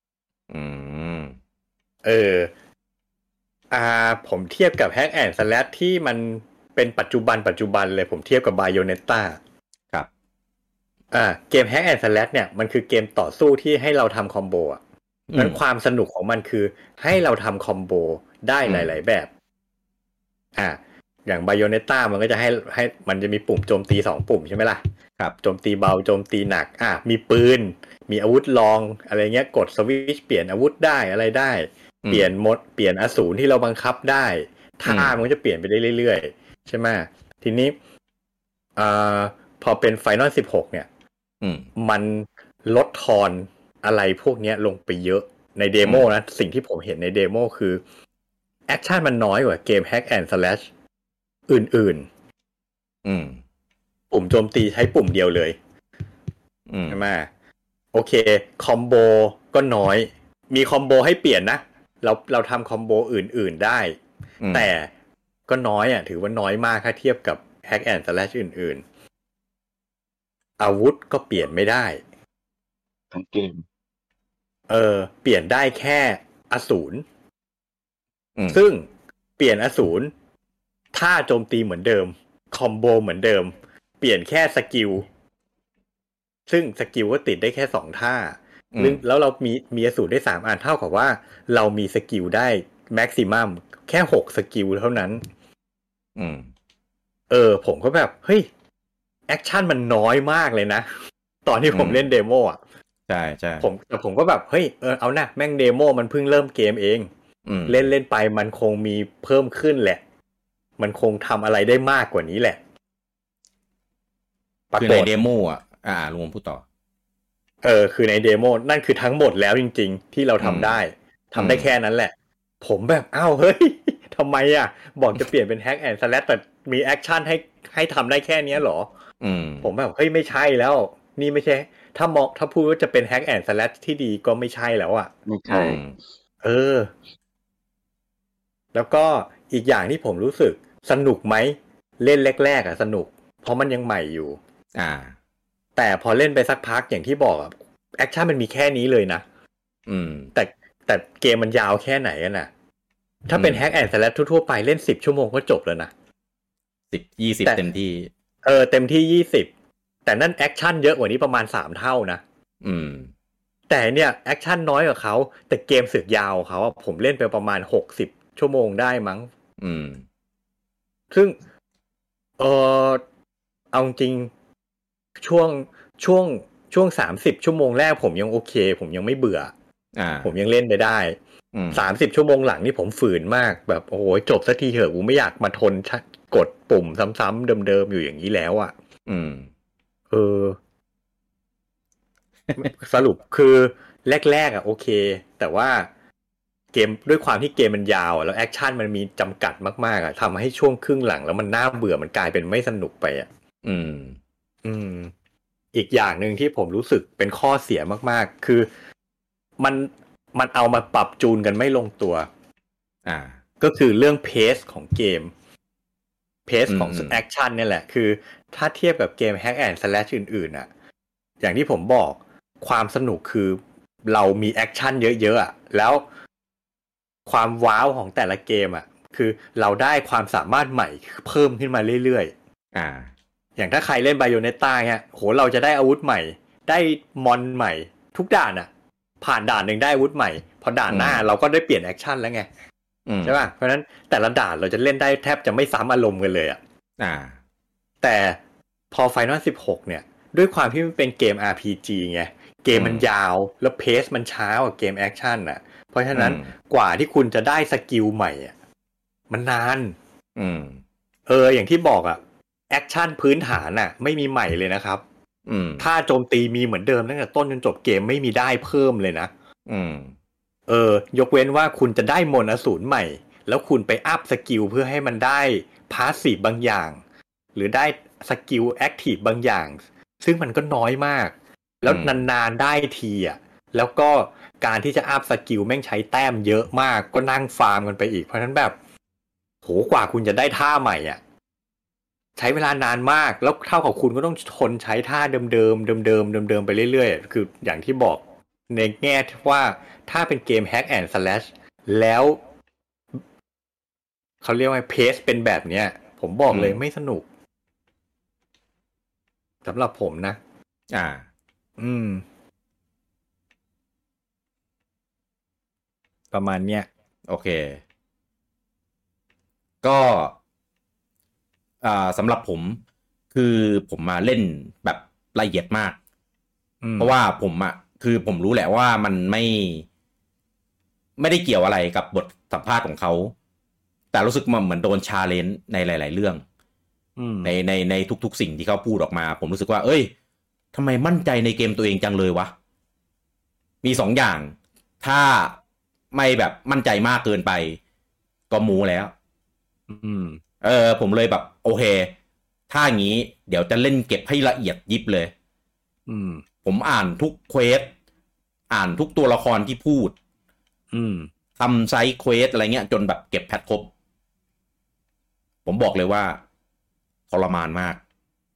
ผมเทียบกับแฮกแอนด์สแลชที่มันเป็นปัจจุบันเลยผมเทียบกับบายโอเนต้าครับเกมแฮกแอนด์สแลชเนี่ยมันคือเกมต่อสู้ที่ให้เราทำคอมโบนั้นความสนุกของมันคือให้เราทำคอมโบได้หลายๆแบบอย่างบายโอเนต้ามันก็จะให้มันจะมีปุ่มโจมตี2ปุ่มใช่ไหมล่ะครับโจมตีเบาโจมตีหนักมีปืนมีอาวุธรองอะไรเงี้ยกดสวิตช์เปลี่ยนอาวุธได้อะไรได้เปลี่ยนอสูรที่เราบังคับได้ท่ามันก็จะเปลี่ยนไปได้เรื่อยๆใช่ไหมทีนี้พอเป็น Final 16เนี่ยมันลดทอนอะไรพวกนี้ลงไปเยอะในเดโมนะสิ่งที่ผมเห็นในเดโมคือแอคชั่นมันน้อยกว่าเกม Hack and Slash อื่นปุ่มโจมตีใช้ปุ่มเดียวเลยใช่ไหมโอเคคอมโบก็น้อยมีคอมโบให้เปลี่ยนนะเราทำคอมโบอื่นๆได้แต่ก็น้อยถือว่าน้อยมากถ้าเทียบกับ Hack and Slash อื่นๆอาวุธก็เปลี่ยนไม่ได้ทั้งเกมเปลี่ยนได้แค่อสูรซึ่งเปลี่ยนอสูรท่าโจมตีเหมือนเดิมคอมโบเหมือนเดิมเปลี่ยนแค่สกิลซึ่งสกิลก็ติดได้แค่2ท่าแล้วเรามีอสูรได้3อันเท่ากับว่าเรามีสกิลได้แม็กซิมัมแค่6สกิลเท่านั้นผมก็แบบเฮ้ยแอคชั่นมันน้อยมากเลยนะตอนที่ผมเล่นเดโมอ่ะใช่ใช่ผมก็แบบเฮ้ยเอานะแม่งเดโมมันเพิ่งเริ่มเกมเองเล่นไปมันคงมีเพิ่มขึ้นแหละมันคงทำอะไรได้มากกว่านี้แหละคือในเดโมอ่ะลุงพูดต่อคือในเดโมนั่นคือทั้งหมดแล้วจริงๆที่เราทำได้แค่นั้นแหละผมแบบอ้าวเฮ้ยทำไมอ่ะบอกจะเปลี่ยนเป็นแฮกแอนด์สแลชแต่มีแอคชั่นให้ทำได้แค่นี้หรอผมแบบเฮ้ยไม่ใช่แล้วนี่ไม่ใช่ถ้าพูดว่าจะเป็นแฮกแอนด์สแลชที่ดีก็ไม่ใช่แล้วอ่ะไม่ใช่แล้วก็อีกอย่างที่ผมรู้สึกสนุกไหมเล่นแรกๆอ่ะสนุกเพราะมันยังใหม่อยู่แต่พอเล่นไปสักพักอย่างที่บอกอ่ะแอคชั่นมันมีแค่นี้เลยนะแต่เกมมันยาวแค่ไหนกันน่ะถ้าเป็นแฮกแอนด์สแลชทั่วๆไปเล่น10 ชั่วโมงก็จบแล้วนะ 10-20เต็มที่เต็มที่20แต่นั่นแอคชั่นเยอะกว่านี้ประมาณ3 เท่านะแต่เนี่ยแอคชั่นน้อยกว่าเขาแต่เกมสึกยาวเขาผมเล่นไปประมาณ60 ชั่วโมงได้มั้งซึ่งเอาจริงช่วง30 ชั่วโมงแรกผมยังโอเคผมยังไม่เบื่อผมยังเล่นไปได้30 ชั่วโมงหลังนี่ผมฝืนมากแบบโอ้โหจบสักทีเถอะกูไม่อยากมาทนกดปุ่มซ้ำๆเดิมๆอยู่อย่างนี้แล้วอ่ะสรุปคือแรกๆโอเคแต่ว่าเกมด้วยความที่เกมมันยาวแล้วแอคชั่นมันมีจำกัดมากๆทำให้ช่วงครึ่งหลังแล้วมันน่าเบื่อมันกลายเป็นไม่สนุกไปอีกอย่างหนึ่งที่ผมรู้สึกเป็นข้อเสียมากๆคือมันเอามาปรับจูนกันไม่ลงตัวก็คือเรื่องเพสของเกมเพสของแอคชั่นนี่แหละคือถ้าเทียบกับเกมแฮกแอนด์สแลชอื่นๆอย่างที่ผมบอกความสนุกคือเรามีแอคชั่นเยอะๆแล้วความว้าวของแต่ละเกมคือเราได้ความสามารถใหม่เพิ่มขึ้นมาเรื่อยๆอย่างถ้าใครเล่นไบโอเนต้าเนี่ยโหเราจะได้อาวุธใหม่ได้มอนใหม่ทุกด่านผ่านด่านหนึ่งได้อาวุธใหม่พอด่านหน้าเราก็ได้เปลี่ยนแอคชั่นแล้วไงใช่ป่ะเพราะฉะนั้นแต่ละด่านเราจะเล่นได้แทบจะไม่ซ้ำอารมณ์กันเลยแต่พอ Final 16เนี่ยด้วยความที่มันเป็นเกม RPG ไงเกมมันยาวแล้วเพสมันช้ากว่าเกมแอคชั่นเพราะฉะนั้นกว่าที่คุณจะได้สกิลใหม่มันนานอย่างที่บอกแอคชั่นพื้นฐานไม่มีใหม่เลยนะครับถ้าโจมตีมีเหมือนเดิมตั้งแต่ต้นจนจบเกมไม่มีได้เพิ่มเลยนะยกเว้นว่าคุณจะได้มนต์อสูรใหม่แล้วคุณไปอัพสกิลเพื่อให้มันได้พาสซีฟบางอย่างหรือได้สกิลแอคทีฟบางอย่างซึ่งมันก็น้อยมากแล้วนานๆได้ทีแล้วก็การที่จะอัพสกิลแม่งใช้แต้มเยอะมากก็นั่งฟาร์มกันไปอีกเพราะฉะนั้นแบบโหกว่าคุณจะได้ท่าใหม่ใช้เวลานานมากแล้วเท่ากับคุณก็ต้องทนใช้ท่าเดิมๆไปเรื่อยๆคืออย่างที่บอกในแง่ว่าถ้าเป็นเกม Hack and Slash แล้วเขาเรียกว่าเพสเป็นแบบเนี้ยผมบอกเลยไม่สนุกสำหรับผมนะประมาณเนี้ยโอเคก็สำหรับผมคือผมมาเล่นแบบละเอียดมากเพราะว่าผมคือผมรู้แหละว่ามันไม่ได้เกี่ยวอะไรกับบทสัมภาษณ์ของเขาแต่รู้สึกมันเหมือนโดนชาเลนจ์ในหลายๆเรื่องในทุกๆสิ่งที่เขาพูดออกมาผมรู้สึกว่าเอ้ยทำไมมั่นใจในเกมตัวเองจังเลยวะมี2 อย่างถ้าไม่แบบมั่นใจมากเกินไปก็มูแล้วผมเลยแบบโอเคถ้างี้เดี๋ยวจะเล่นเก็บให้ละเอียดยิบเลยผมอ่านทุกเควสอ่านทุกตัวละครที่พูดทำไซด์เควสอะไรเงี้ยจนแบบเก็บแพทครบผมบอกเลยว่าทรมานมาก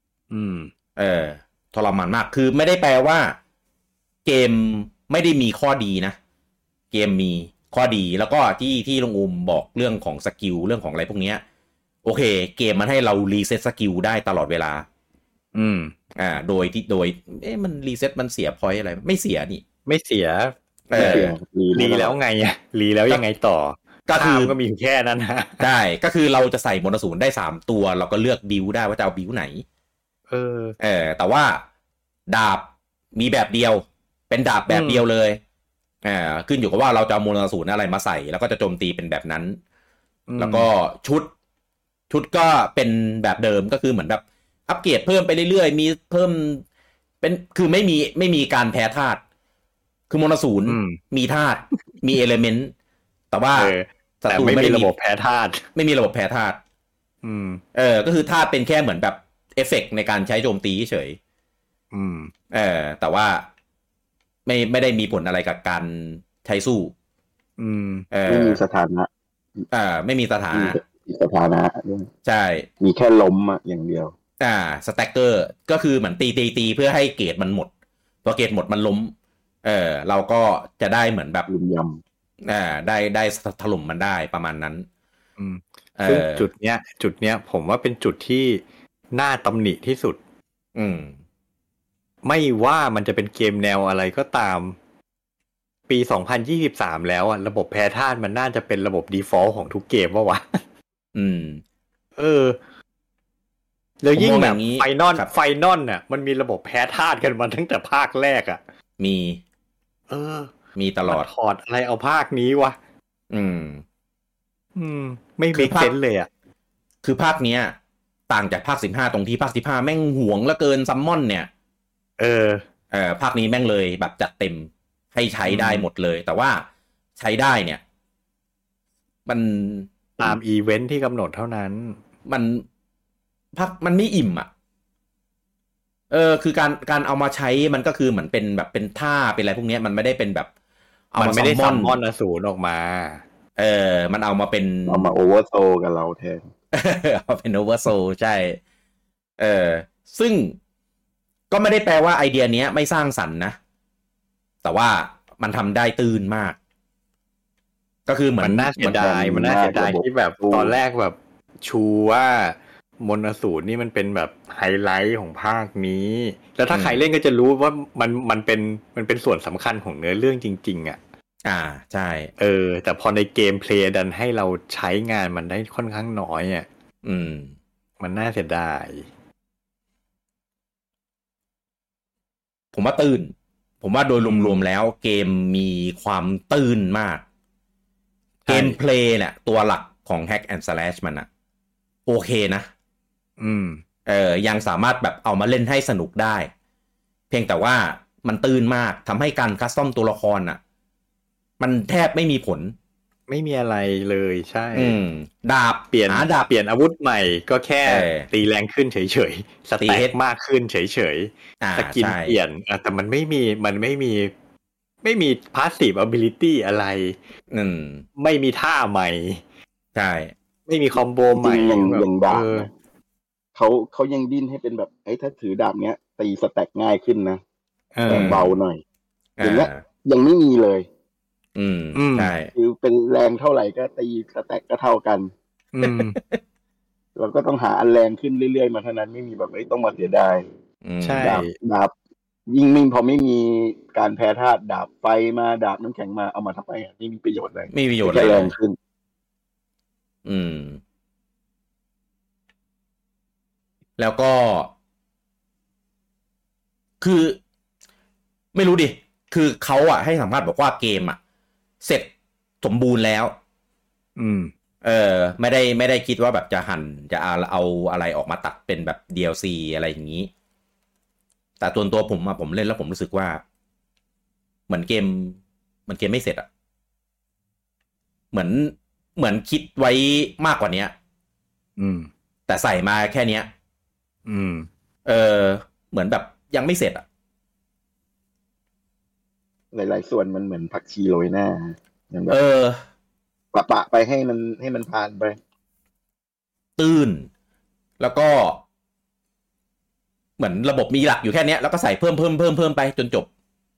ทรมานมากคือไม่ได้แปลว่าเกมไม่ได้มีข้อดีนะเกมมีข้อดีแล้วก็ที่ลุงอูมบอกเรื่องของสกิลเรื่องของอะไรพวกนี้โอเคเกมมันให้เรารีเซ็ตสกิลได้ตลอดเวลาโดยมันรีเซ็ตมันเสียพอยต์อะไรไม่เสียนี่ไม่เสียรีแล้วไงรีแล้วยังไงต่อก็คือก็มีแค่นั้นนะได้ก็คือเราจะใส่มนต์ศูนย์ได้3ตัวเราก็เลือกบิวได้ว่าจะเอาบิวไหนแต่ว่าดาบมีแบบเดียวเป็นดาบแบบเดียวเลยขึ้นอยู่กับว่าเราจะเอามนต์ศูนย์อะไรมาใส่แล้วก็จะโจมตีเป็นแบบนั้นแล้วก็ชุดก็เป็นแบบเดิมก็คือเหมือนแบบอัปเกรดเพิ่มไปเรื่อยๆมีเพิ่มเป็นคือไม่มีการแพ้ธาตุคือมนต์ศูนย์มีธาตุมีเอลิเมนต์แต่ว่าแต่ไม่มีระบบแพ้ธาตุไม่มีระบบแพ้ธาตุก็คือธาตุเป็นแค่เหมือนแบบเอฟเฟกต์ในการใช้โจมตีเฉยแต่ว่าไม่ได้มีผลอะไรกับการใช้สู้ไม่มีสถานะไม่มีสถานะใช่มีแค่ล้มอย่างเดียวสแต็กเกอร์ก็คือเหมือนตีเพื่อให้เกรดมันหมดพอเกรดหมดมันล้มเราก็จะได้เหมือนแบบลุมยำได้ถล่มมันได้ประมาณนั้นซึ่งจุดเนี้ยผมว่าเป็นจุดที่น่าตำหนิที่สุดไม่ว่ามันจะเป็นเกมแนวอะไรก็ตามปี2023แล้วระบบแพ้ธาตุมันน่าจะเป็นระบบ default ของทุกเกมวะแล้วยิ่งแบบไฟนอลน่ะมันมีระบบแพ้ธาตุกันมาตั้งแต่ภาคแรกมีตลอดถอดอะไรเอาภาคนี้วะไม่เมคเซนส์เลยคือภาคเนี้ยต่างจากภาค15ตรงที่ภาค15แม่งห่วงเหลือเกินซัมมอนเนี่ยภาคนี้แม่งเลยแบบจัดเต็มให้ใช้ได้หมดเลยแต่ว่าใช้ได้เนี่ยมันตามอีเวนท์ที่กำหนดเท่านั้นมันไม่อิ่มคือการเอามาใช้มันก็คือเหมือนเป็นแบบเป็นท่าเป็นอะไรพวกนี้มันไม่ได้เป็นแบบมันไม่ได้ซัมมอนอสูรออกมามันเอามาเป็นเอามาโอเวอร์โซกับเราแทนเอาเป็นโอเวอร์โซใช่ซึ่งก็ไม่ได้แปลว่าไอเดียนี้ไม่สร้างสรรค์นะแต่ว่ามันทำได้ตื่นมากก็คือเหมือนน่าเสียดายที่แบบตอนแรกแบบชูว่ามนต์อสูรนี่มันเป็นแบบไฮไลท์ของภาคนี้แล้วถ้าใครเล่นก็จะรู้ว่ามันเป็นส่วนสำคัญของเนื้อเรื่องจริงใช่แต่พอในเกมเพลย์ดันให้เราใช้งานมันได้ค่อนข้างน้อยมันน่าเสียดายผมว่าตื่นผมว่าโดยรวมๆแล้วเกมมีความตื่นมากเกมเพลย์เนี่ยตัวหลักของ Hack and Slash มันโอเคนะยังสามารถแบบเอามาเล่นให้สนุกได้เพียงแต่ว่ามันตื่นมากทำให้การคัสตอมตัวละครมันแทบไม่มีผลไม่มีอะไรเลยใช่ดาบเปลี่ยนอาวุธใหม่ก็แค่ตีแรงขึ้นเฉยๆสเตตมากขึ้นเฉยๆสกินเปลี่ยนแต่มันไม่มีพาสซีฟอะบิลิตี้อะไรไม่มีท่าใหม่ใช่ไม่มีคอมโบใหม่อย่างดาบเขายังดิ้นให้เป็นแบบถ้าถือดาบเนี้ยตีสแต็กง่ายขึ้นนะแต่เบาหน่อยอย่างเงี้ยยังไม่มีเลยใช่คือเป็นแรงเท่าไหร่ก็ตีสแต็กก็เท่ากันเราก็ต้องหาอันแรงขึ้นเรื่อยๆมาเท่านั้นไม่มีแบบต้องมาเสียดายใช่ดาบยิ่งพอไม่มีการแพ้ธาตุดาบไฟมาดาบน้ำแข็งมาเอามาทำไมไม่มีประโยชน์เลยไม่มีประโยชน์เลยแรงขึ้นแล้วก็คือไม่รู้ดิคือเขาให้สัมภาษณ์บอกว่าเกมเสร็จสมบูรณ์แล้วไม่ได้คิดว่าแบบจะหั่นจะเอาอะไรออกมาตัดเป็นแบบ DLC อะไรอย่างนี้แต่ตัวผมเล่นแล้วผมรู้สึกว่าเหมือนเกมไม่เสร็จเหมือนคิดไว้มากกว่านี้แต่ใส่มาแค่เนี้ยเหมือนแบบยังไม่เสร็จหลายๆส่วนมันเหมือนผักชีโรยหน้าอย่างแบบปะไปให้มันผ่านไปตื่นแล้วก็เหมือนระบบมีหลักอยู่แค่นี้แล้วก็ใส่เพิ่มไปจนจบ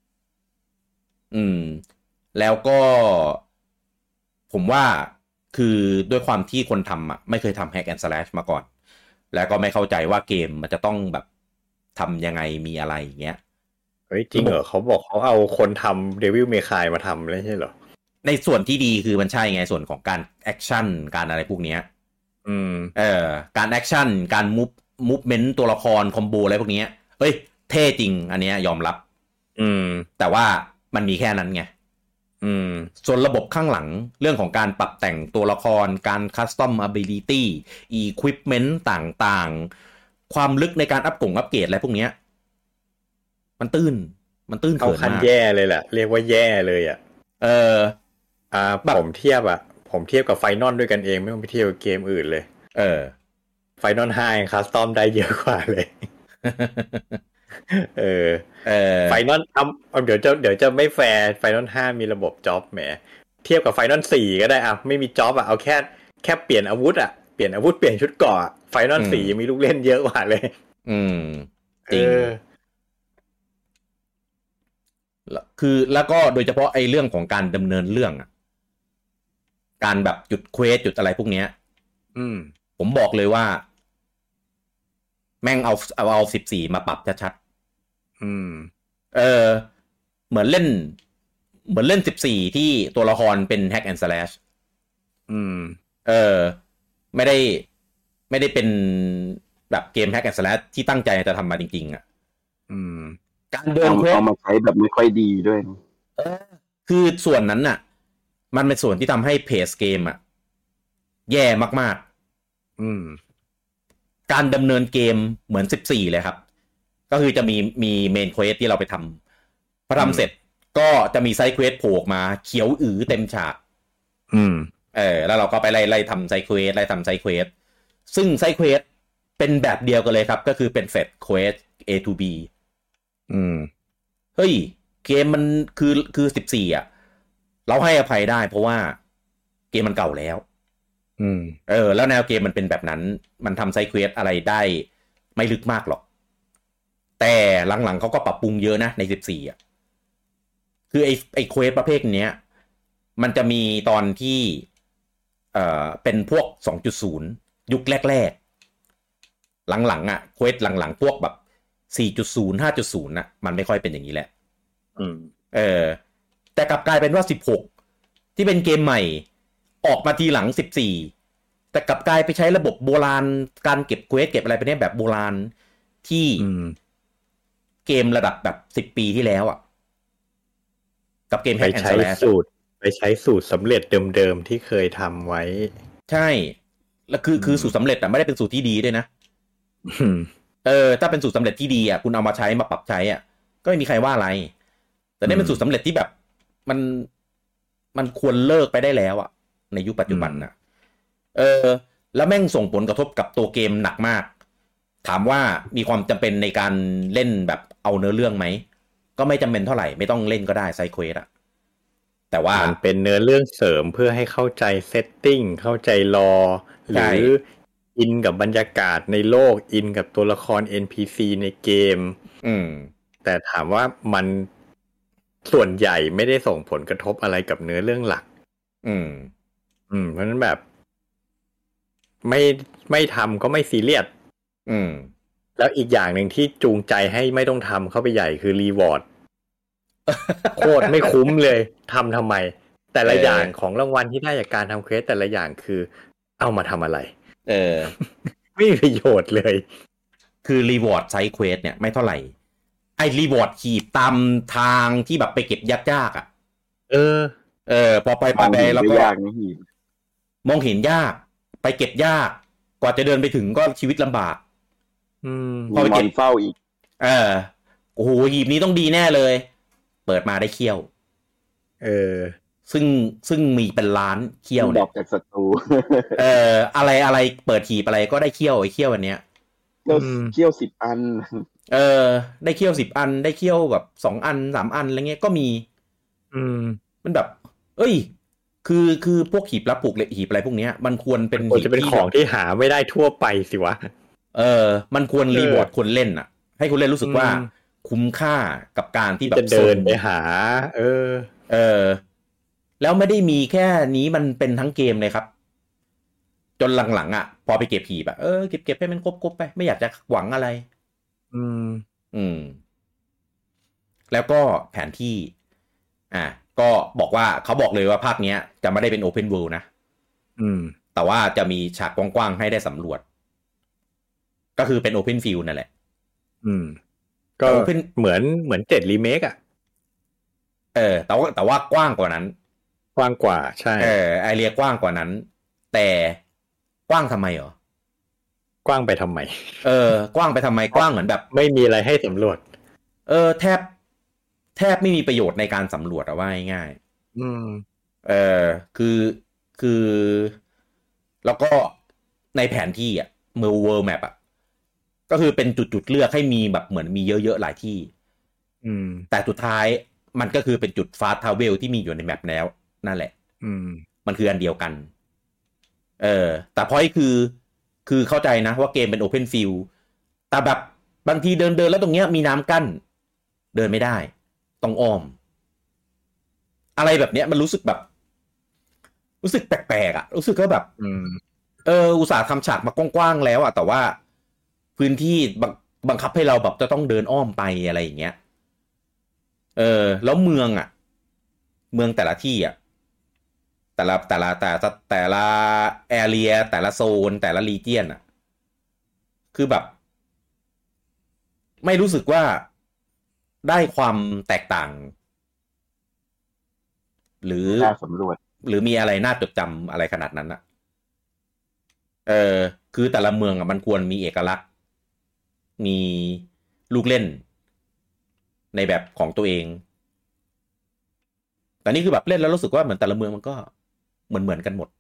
แล้วก็ผมว่าคือด้วยความที่คนทำไม่เคยทำ Hack and Slash มาก่อนแล้วก็ไม่เข้าใจว่าเกมมันจะต้องแบบทำยังไงมีอะไรอย่างเงี้ยเฮ้ยจริงเหรอเขาบอกเขาเอาคนทำ Devil May Cry มาทำเลยใช่เหรอในส่วนที่ดีคือมันใช่ไงส่วนของการแอคชั่นการอะไรพวกเนี้ยการแอคชั่นการมูฟเมนต์ตัวละครคอมโบอะไรพวกนี้เฮ้ยเท่จริงอันเนี้ยยอมรับแต่ว่ามันมีแค่นั้นไงส่วนระบบข้างหลังเรื่องของการปรับแต่งตัวละครการคัสตอม ability equipment ต่างๆความลึกในการอัปเกรดอะไรพวกเนี้ยมันตื้นเขินมากเอาขั้นแย่เลยแหละเรียกว่าแย่เลยอ่ะผมเทียบกับไฟนอลด้วยกันเองไม่ต้องไปเทียบกับเกมอื่นเลยไฟนอล5คัสตอมได้เยอะกว่าเลยไฟนอลเดี๋ยวจะไม่แฟร์ไฟนอล5มีระบบจ็อบแหมเทียบกับไฟนอล4ก็ได้อ่ะไม่มีจ็อบอ่ะเอาแค่เปลี่ยนอาวุธอ่ะเปลี่ยนชุดเกราะไฟนอล4ยังมีลูกเล่นเยอะกว่าเลยจริงคือแล้วก็โดยเฉพาะไอ้เรื่องของการดำเนินเรื่องอ่ะการแบบจุดเควสจุดอะไรพวกเนี้ยผมบอกเลยว่าแม่งเอา14มาปรับชัดๆเหมือนเล่น14ที่ตัวละครเป็นแฮกแอนด์สแลชไม่ได้เป็นแบบเกมแฮกแอนด์สแลชที่ตั้งใจจะทำมาจริงๆอ่ะการเดินเควสเอามาใช้แบบไม่ค่อยดีด้วยคือส่วนนั้นน่ะมันเป็นส่วนที่ทำให้เพจเกมอ่ะแย่มากๆการดำเนินเกมเหมือน14เลยครับก็คือจะมีเมนเควสที่เราไปทำพอทำเสร็จก็จะมีไซด์เควสโผล่มาเขียวเต็มฉากแล้วเราก็ไปไล่ทำไซด์เควสซึ่งไซด์เควสเป็นแบบเดียวกันเลยครับก็คือเป็นเฟสเควส A to B เฮ้ยเกมมันคือ14อ่ะเราให้อภัยได้เพราะว่าเกมมันเก่าแล้วแล้วแนวเกมมันเป็นแบบนั้นมันทำไซด์เควสอะไรได้ไม่ลึกมากหรอกแต่หลังๆเขาก็ปรับปรุงเยอะนะใน14อ่ะคือไอ้เควสประเภทเนี้ยมันจะมีตอนที่เป็นพวก 2.0 ยุคแรกๆหลังๆอ่ะเควสหลังๆพวกแบบ 4.0 5.0 น่ะมันไม่ค่อยเป็นอย่างนี้แหละแต่กลับกลายเป็นว่า16ที่เป็นเกมใหม่ออกมาทีหลัง14แต่กลับกลายไปใช้ระบบโบราณการเก็บเควสเก็บอะไรไปเนี่ยแบบโบราณที่เกมระดับแบบ10ปีที่แล้วอ่ะกับเกมแฮกแอนด์สแลชไปใช้สูตรสำเร็จเดิมๆที่เคยทำไว้ใช่แล้วคือสูตรสำเร็จอ่ะไม่ได้เป็นสูตรที่ดีด้วยนะถ้าเป็นสูตรสำเร็จที่ดีอ่ะคุณเอามาใช้มาปรับใช้อ่ะก็ไม่มีใครว่าอะไรแต่นี่เป็นสูตรสำเร็จที่แบบมันควรเลิกไปได้แล้วอ่ะในยุคปัจจุบันน่ะแล้วแม่งส่งผลกระทบกับตัวเกมหนักมากถามว่ามีความจำเป็นในการเล่นแบบเอาเนื้อเรื่องไหมก็ไม่จำเป็นเท่าไหร่ไม่ต้องเล่นก็ได้ไซด์เควสอ่ะแต่ว่ามันเป็นเนื้อเรื่องเสริมเพื่อให้เข้าใจเซตติ้งเข้าใจลอหรืออินกับบรรยากาศในโลกอินกับตัวละคร NPC ในเกมแต่ถามว่ามันส่วนใหญ่ไม่ได้ส่งผลกระทบอะไรกับเนื้อเรื่องหลักเพราะฉะนั้นแบบไม่ทำก็ไม่ซีเรียสแล้วอีกอย่างหนึ่งที่จูงใจให้ไม่ต้องทำเข้าไปใหญ่คือรีวอร์ดโคตรไม่คุ้มเลยทำไมแต่ละอย่างของรางวัลที่ได้จากการทำเควสแต่ละอย่างคือเอามาทำอะไรไม่มีประโยชน์เลยคือรีวอร์ดไซด์เควสเนี่ยไม่เท่าไหร่ไอ้รีวอร์ดขีบตามทางที่แบบไปเก็บยากๆอ่ะพอไปแล้วก็มองเห็นยากไปเก็บยากกว่าจะเดินไปถึงก็ชีวิตลำบากพอไปเก็บเฝ้าอีกโอ้โหหีบนี้ต้องดีแน่เลยเปิดมาได้เคี้ยวซึ่งมีเป็นล้านเคี้ยวเนี่ยดอกจากศัตรูอะไรเปิดหีบอะไรก็ได้เคี้ยวไอ้เคี้ยวอันเนี้ยเคี้ยว10 อันได้เคี้ยว10 อันได้เคี้ยวแบบ2 อัน3 อันอะไรเงี้ยก็มีมันแบบเอ้ยคือพวกหีบรับปลูกหีบอะไรพวกเนี้ยมันควรเป็นหีบจะเป็นของที่หาไม่ได้ทั่วไปสิวะมันควรรีวอร์ดคนเล่นอ่ะให้คนเล่นรู้สึกว่าคุ้มค่ากับการที่แบบจะเดินไปหาแล้วไม่ได้มีแค่นี้มันเป็นทั้งเกมเลยครับจนหลังๆอ่ะพอไปเก็บหีบอ่ะเก็บให้มันครบไปไม่อยากจะหวังอะไรแล้วก็แผนที่ก็บอกว่าเขาบอกเลยว่าภาคเนี้ยจะไม่ได้เป็น Open World นะแต่ว่าจะมีฉากกว้างๆให้ได้สำรวจก็คือเป็น Open Field นั่นแหละก็เหมือน7รีเมคอ่ะแต่ว่ากว้างกว่านั้นกว้างกว่าใช่ไอเรียกว้างกว่านั้นแต่กว้างทำไมเหรอกว้างไปทำไมกว้างไปทำไมกว้างเหมือนแบบไม่มีอะไรให้สำรวจแทบไม่มีประโยชน์ในการสำรวจอะว่าง่ายคือแล้วก็ในแผนที่อ่ะเมื่อ World Map อ่ะก็คือเป็นจุดเลือกให้มีแบบเหมือนมีเยอะๆหลายที่แต่สุดท้ายมันก็คือเป็นจุด Fast Travel ที่มีอยู่ในแมปแล้วนั่นแหละมันคืออันเดียวกันแต่พอยคือเข้าใจนะว่าเกมเป็น Open Field แต่แบบบางทีเดินแล้วตรงเนี้ยมีน้ำกั้นเดินไม่ได้ต้องอ้อมอะไรแบบเนี้ยมันรู้สึกแปลกๆอ่ะรู้สึกก็แบบอุตส่าห์ทำฉากมากว้างๆแล้วอ่ะแต่ว่าพื้นที่บังคับให้เราแบบจะต้องเดินอ้อมไปอะไรอย่างเงี้ยแล้วเมืองแต่ละที่อ่ะแต่ละแอเรียแต่ละโซนแต่ละรีเจียนอ่ะคือแบบไม่รู้สึกว่าได้ความแตกต่างหรือน่าสำรวจหรือมีอะไรน่าจดจำอะไรขนาดนั้นอะคือแต่ละเมืองอะมันควรมีเอกลักษณ์มีลูกเล่นในแบบของตัวเองแต่นี่คือแบบเล่นแล้วรู้สึกว่าเหมือนแต่ละเมืองมันก็เหมือนกันหมด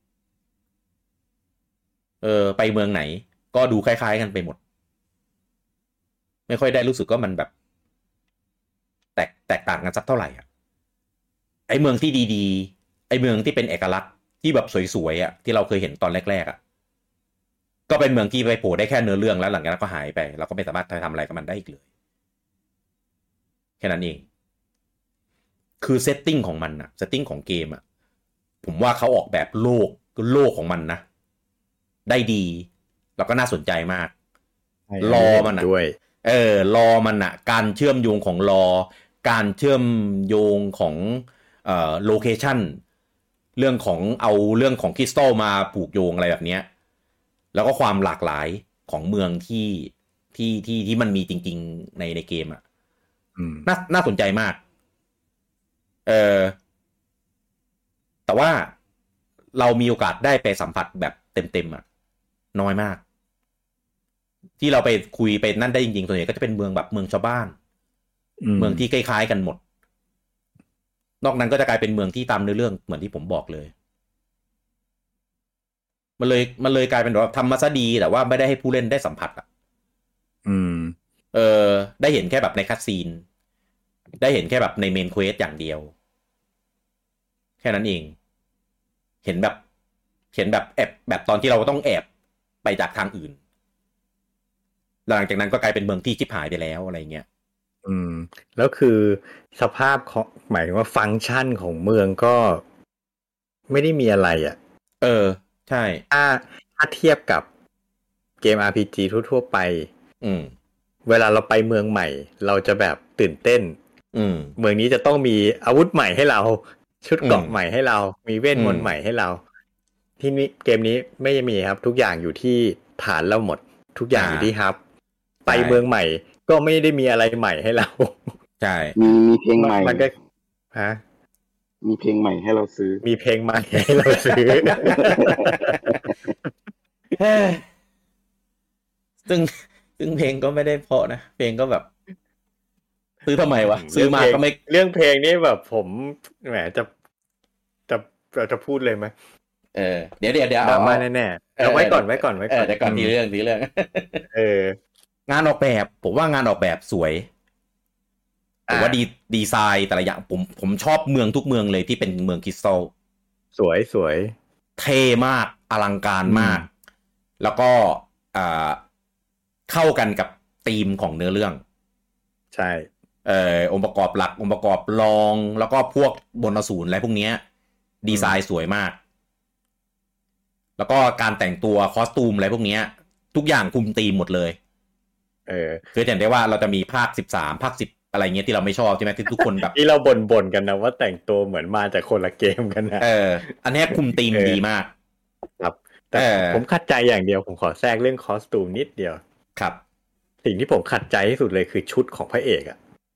ไปเมืองไหนก็ดูคล้ายๆกันไปหมดไม่ค่อยได้รู้สึกว่ามันแบบแตกต่างกันสักเท่าไหร่อ่ะไอเมืองที่ดีๆไอเมืองที่เป็นเอกลักษณ์ที่แบบสวยๆอ่ะที่เราเคยเห็นตอนแรกๆอ่ะก็เป็นเมืองที่ไปโผล่ได้แค่เนื้อเรื่องแล้วหลังจากนั้นก็หายไปเราก็ไม่สามารถทำอะไรกับมันได้อีกเลยแค่นั้นเองคือเซตติ้งของมันอะเซตติ้งของเกมอะผมว่าเขาออกแบบโลกของมันนะได้ดีแล้วก็น่าสนใจมากรอมันอะด้วยรอมันอะการเชื่อมโยงของการเชื่อมโยงของโลเคชั่นเรื่องของเอาเรื่องของคริสตัลมาผูกโยงอะไรแบบเนี้ยแล้วก็ความหลากหลายของเมืองที่มันมีจริงๆในเกมอะน่าสนใจมากแต่ว่าเรามีโอกาสได้ไปสัมผัสแบบเต็มๆอ่ะน้อยมากที่เราไปคุยไปนั่นได้จริงๆส่วนใหญ่ก็จะเป็นเมืองแบบเมืองชาวบ้านเมืองที่คล้ายๆกันหมดนอกนั้นก็จะกลายเป็นเมืองที่ตามเนื้อเรื่องเหมือนที่ผมบอกเลยมันเลยกลายเป็นว่าทำมาซะดีแต่ว่าไม่ได้ให้ผู้เล่นได้สัมผัสอ่ะได้เห็นแค่แบบในคัสซีนได้เห็นแค่แบบในเมนเควสอย่างเดียวแค่นั้นเองเห็นแบบแอบแบบตอนที่เราต้องแอบไปจากทางอื่นหลังจากนั้นก็กลายเป็นเมืองที่ชิบหายไปแล้วอะไรเงี้ยแล้วคือสภาพของหมายถึงว่าฟังก์ชันของเมืองก็ไม่ได้มีอะไรอ่ะใช่ถ้าเทียบกับเกม RPG ทั่วๆไปเวลาเราไปเมืองใหม่เราจะแบบตื่นเต้นเมืองนี้จะต้องมีอาวุธใหม่ให้เราชุดเกราะใหม่ให้เรามีเวทมนต์ใหม่ให้เราที่นี่เกมนี้ไม่มีครับทุกอย่างอยู่ที่ฐานเราหมดทุกอย่างอยู่ที่ฮับไปเมืองใหม่ก็ไม่ได้มีอะไรใหม่ให้เราใช่มีเพลงใหม่มันก็มีเพลงใหม่ให้เราซื้อมีเพลงใหม่ให้เราซื้อซึ่งเพลงก็ไม่ได้เพราะนะเพลงก็แบบซื้อทำไมวะซื้อมาก็ไม่เรื่องเพลงนี่แบบผมแหมจะพูดเลยไหมเดี๋ยวเอามาแน่ๆเอาไว้ก่อนเดี๋ยวก่อนทีเรื่องงานออกแบบผมว่างานออกแบบสวยผมว่าดีไซน์แต่ละอย่างผมชอบเมืองทุกเมืองเลยที่เป็นเมืองคริสตัลสวยเท่มากอลังการมากแล้วก็เข้ากันกับธีมของเนื้อเรื่องใช่องค์ประกอบหลักองค์ประกอบรองแล้วก็พวกบนอสูรอะไรพวกนี้ดีไซน์สวยมากแล้วก็การแต่งตัวคอสตูมอะไรพวกนี้ทุกอย่างคุมธีมหมดเลยคือเห็นได้ว่าเราจะมีภาค13ภาคอะไรเงี้ยที่เราไม่ชอบใช่ไหมที่ทุกคนแบบที่เราบ่นกันนะว่าแต่งตัวเหมือนมาจากคนละเกมกันนะอันนี้คุมธีมดีมากครับแต่ผมขัดใจอย่างเดียวผมขอแทรกเรื่องคอสตูมนิดเดียวครับสิ่งที่ผมขัดใจที่สุดเลยคือชุดของพระเอก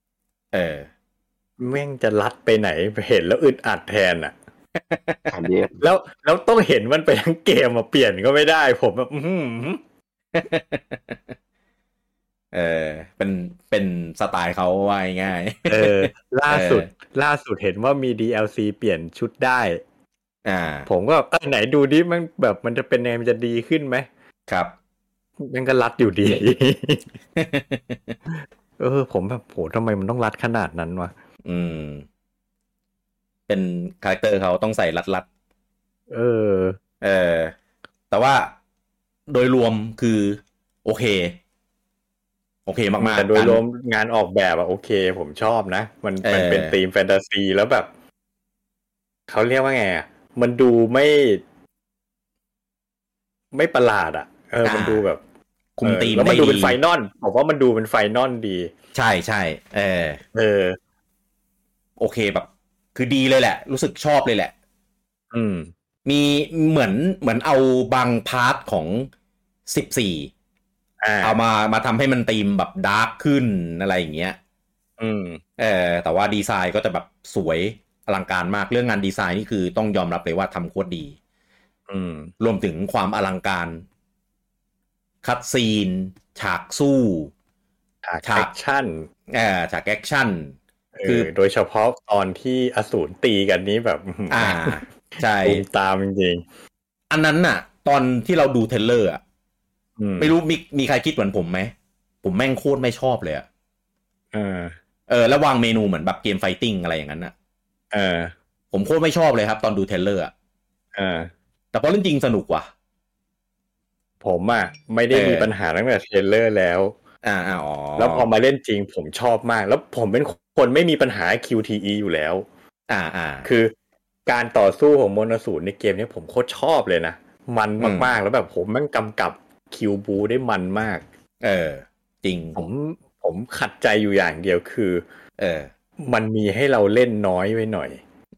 แม่งจะรัดไปไหนเห็นแล้วอึดอัดแทนแล้วต้องเห็นมันไปทั้งเกมมาเปลี่ยนก็ไม่ได้ผมแบบเป็นสไตล์เขาว่าง่ายล่าสุดเห็นว่ามี DLC เปลี่ยนชุดได้ผมก็ไหนดูดิมันแบบมันจะเป็นไงมันจะดีขึ้นไหมครับมันก็รัดอยู่ดี ผมแบบโหทำไมมันต้องรัดขนาดนั้นวะเป็นคาแรคเตอร์เขาต้องใส่รัดแต่ว่าโดยรวมคือโอเคมากๆแต่โดยรวมงานออกแบบโอเคผมชอบนะมันเป็นธีมแฟนตาซีแล้วแบบเขาเรียกว่าไงมันดูไม่ประหลาดมันดูแบบคุมธีมแล้วมันดูเป็นไฟนอลผมว่ามันดูเป็นไฟนอลดีใช่โอเคแบบคือดีเลยแหละรู้สึกชอบเลยแหละมีเหมือนเอาบางพาร์ทของ14เอามาทำให้มันธีมแบบดาร์กขึ้นอะไรอย่างเงี้ยแต่ว่าดีไซน์ก็จะแบบสวยอลังการมากเรื่องงานดีไซน์นี่คือต้องยอมรับเลยว่าทำโคตรดีรวมถึงความอลังการคัตซีนฉากสู้ฉากแอคชั่นฉากแอคชั่นคือโดยเฉพาะตอนที่อสูรตีกันนี้แบบใช่ตามจริงๆอันนั้นน่ะตอนที่เราดูเทรลเลอร์ไม่รู้มีใครคิดเหมือนผมไหมผมแม่งโคตรไม่ชอบเลยแล้ววางเมนูเหมือนแบบเกมไฟติ้งอะไรอย่างนั้นน่ะผมโคตรไม่ชอบเลยครับตอนดูเทรลเลอร์แต่พอเล่นจริงสนุกว่ะผมไม่ได้มีปัญหาตั้งแต่เทรลเลอร์แล้วแล้วพอมาเล่นจริงผมชอบมากแล้วผมเป็นคนไม่มีปัญหา QTE อยู่แล้วคือการต่อสู้ของมนต์อสูรในเกมนี้ผมโคตรชอบเลยนะมันมากๆแล้วแบบผมแม่งกำกับคิวบูได้มันมากจริงผมขัดใจอยู่อย่างเดียวคือมันมีให้เราเล่นน้อยไว้หน่อย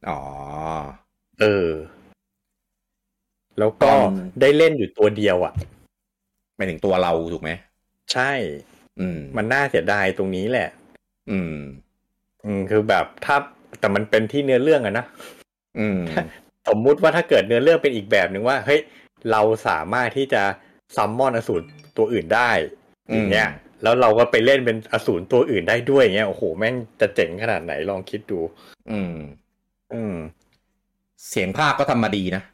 แล้วก็ได้เล่นอยู่ตัวเดียวหมายถึงตัวเราถูกไหมใช่มันน่าเสียดายตรงนี้แหละคือแบบถ้าแต่มันเป็นที่เนื้อเรื่องนะสมมุติว่าถ้าเกิดเนื้อเรื่องเป็นอีกแบบหนึ่งว่าเฮ้ยเราสามารถที่จะซัมมอนอสูรตัวอื่นได้อย่างเงี้ยแล้วเราก็ไปเล่นเป็นอสูรตัวอื่นได้ด้วยอย่างเงี้ยโอ้โหแม่งจะเจ๋งขนาดไหนลองคิดดูเสียงภาคก็ทำมาดีนะ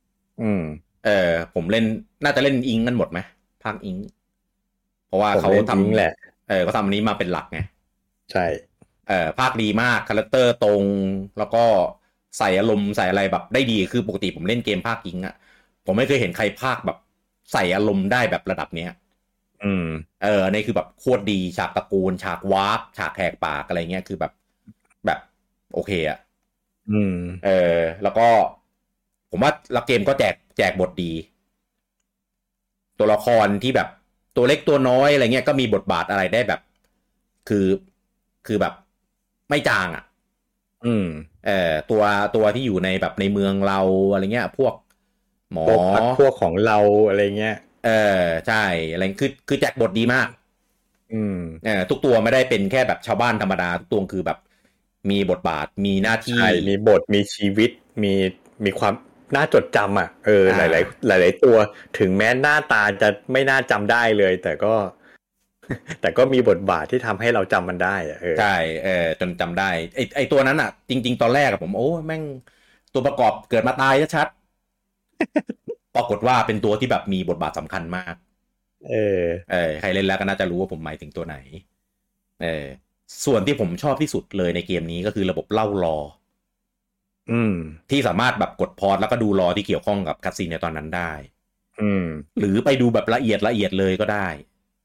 ผมเล่นน่าจะเล่นอิงกันหมดไหมภาคอิงเพราะว่าเขาทำแหละเขาทำอันนี้มาเป็นหลักไงใช่ภาคดีมากคาแรคเตอร์ตรงแล้วก็ใส่อารมณ์ใส่อะไรแบบได้ดีคือปกติผมเล่นเกมภาคอิงผมไม่เคยเห็นใครภาคแบบใส่อารมณ์ได้แบบระดับเนี้ยนี่คือแบบโคตรดีฉากตะโกนฉากวาร์ปฉากแหกปากอะไรเงี้ยคือแบบโอเคแล้วก็ผมว่าเกมก็แจกบทดีตัวละครที่แบบตัวเล็กตัวน้อยอะไรเงี้ยก็มีบทบาทอะไรได้แบบคือแบบไม่จางตัวที่อยู่ในแบบในเมืองเราอะไรเงี้ยพวกหมอพวกของเราอะไรเงี้ยใช่อะไรคือแจกบทดีมากทุกตัวไม่ได้เป็นแค่แบบชาวบ้านธรรมดาทุกตัวคือแบบมีบทบาทมีหน้าที่มีบทมีชีวิตมีความน่าจดจำหลายตัวถึงแม้หน้าตาจะไม่น่าจำได้เลยแต่ก็มีบทบาทที่ทำให้เราจำมันได้ใช่จนจำได้ไอตัวนั้นจริงๆตอนแรกผมโอ้แม่งตัวประกอบเกิดมาตายชัดปรากฏว่าเป็นตัวที่แบบมีบทบาทสำคัญมากใครเล่นแล้วก็น่าจะรู้ว่าผมหมายถึงตัวไหนส่วนที่ผมชอบที่สุดเลยในเกมนี้ก็คือระบบเล่ารอที่สามารถแบบกดพอสแล้วก็ดูรอที่เกี่ยวข้องกับคัสซีนในตอนนั้นได้หรือไปดูแบบละเอียดเลยก็ได้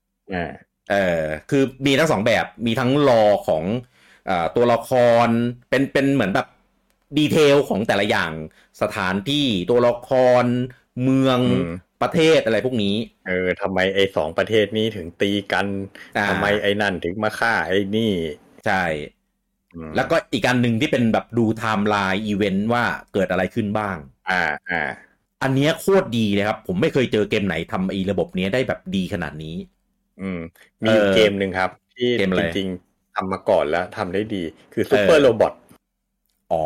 คือมีทั้งสองแบบมีทั้งรอของตัวละครเป็นเหมือนแบบดีเทลของแต่ละอย่างสถานที่ตัวละครเมืองประเทศอะไรพวกนี้ทำไมไอ้2ประเทศนี้ถึงตีกันทำไมไอ้นั่นถึงมาฆ่าไอ้นี่ใช่แล้วก็อีกการหนึ่งที่เป็นแบบดูไทม์ไลน์อีเวนต์ว่าเกิดอะไรขึ้นบ้างอันเนี้ยโคตรดีเลยครับผมไม่เคยเจอเกมไหนทำไอ้ระบบนี้ได้แบบดีขนาดนี้มีเกมหนึ่งครับที่จริงๆทำมาก่อนแล้วทำได้ดีคือซูเปอร์โรบอทอ๋อ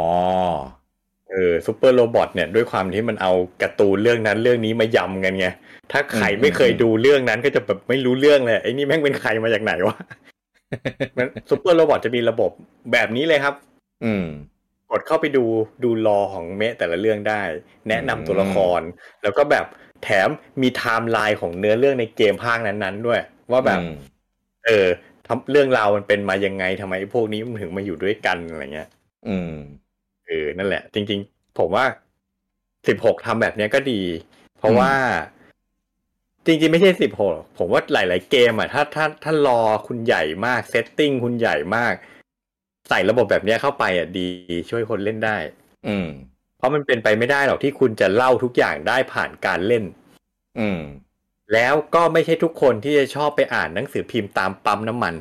ซูเปอร์โรบอทเนี่ยด้วยความที่มันเอาการ์ตูนเรื่องนั้นเรื่องนี้มายำกันไงถ้าใครไม่เคยดูเรื่องนั้นก็จะแบบไม่รู้เรื่องเลยไอ้นี่แม่งเป็นใครมาจากไหนวะมันซูเปอร์โรบอทจะมีระบบแบบนี้เลยครับกดเข้าไปดูลอของเมะแต่ละเรื่องได้แนะนำตัวละครแล้วก็แบบแถมมีไทม์ไลน์ของเนื้อเรื่องในเกมภาคนั้นๆด้วยว่าแบบเรื่องราวมันเป็นมายังไงทำไมพวกนี้มันถึงมาอยู่ด้วยกันอะไรเงี้ยนั่นแหละจริงๆผมว่า16ทำแบบนี้ก็ดีเพราะว่าจริงๆไม่ใช่16ผมว่าหลายๆเกมอ่ะถ้ารอคุณใหญ่มากเซตติ้งคุณใหญ่มากใส่ระบบแบบนี้เข้าไปอ่ะดีช่วยคนเล่นได้เพราะมันเป็นไปไม่ได้หรอกที่คุณจะเล่าทุกอย่างได้ผ่านการเล่นแล้วก็ไม่ใช่ทุกคนที่จะชอบไปอ่านหนังสือพิมพ์ตามปั๊มน้ำมัน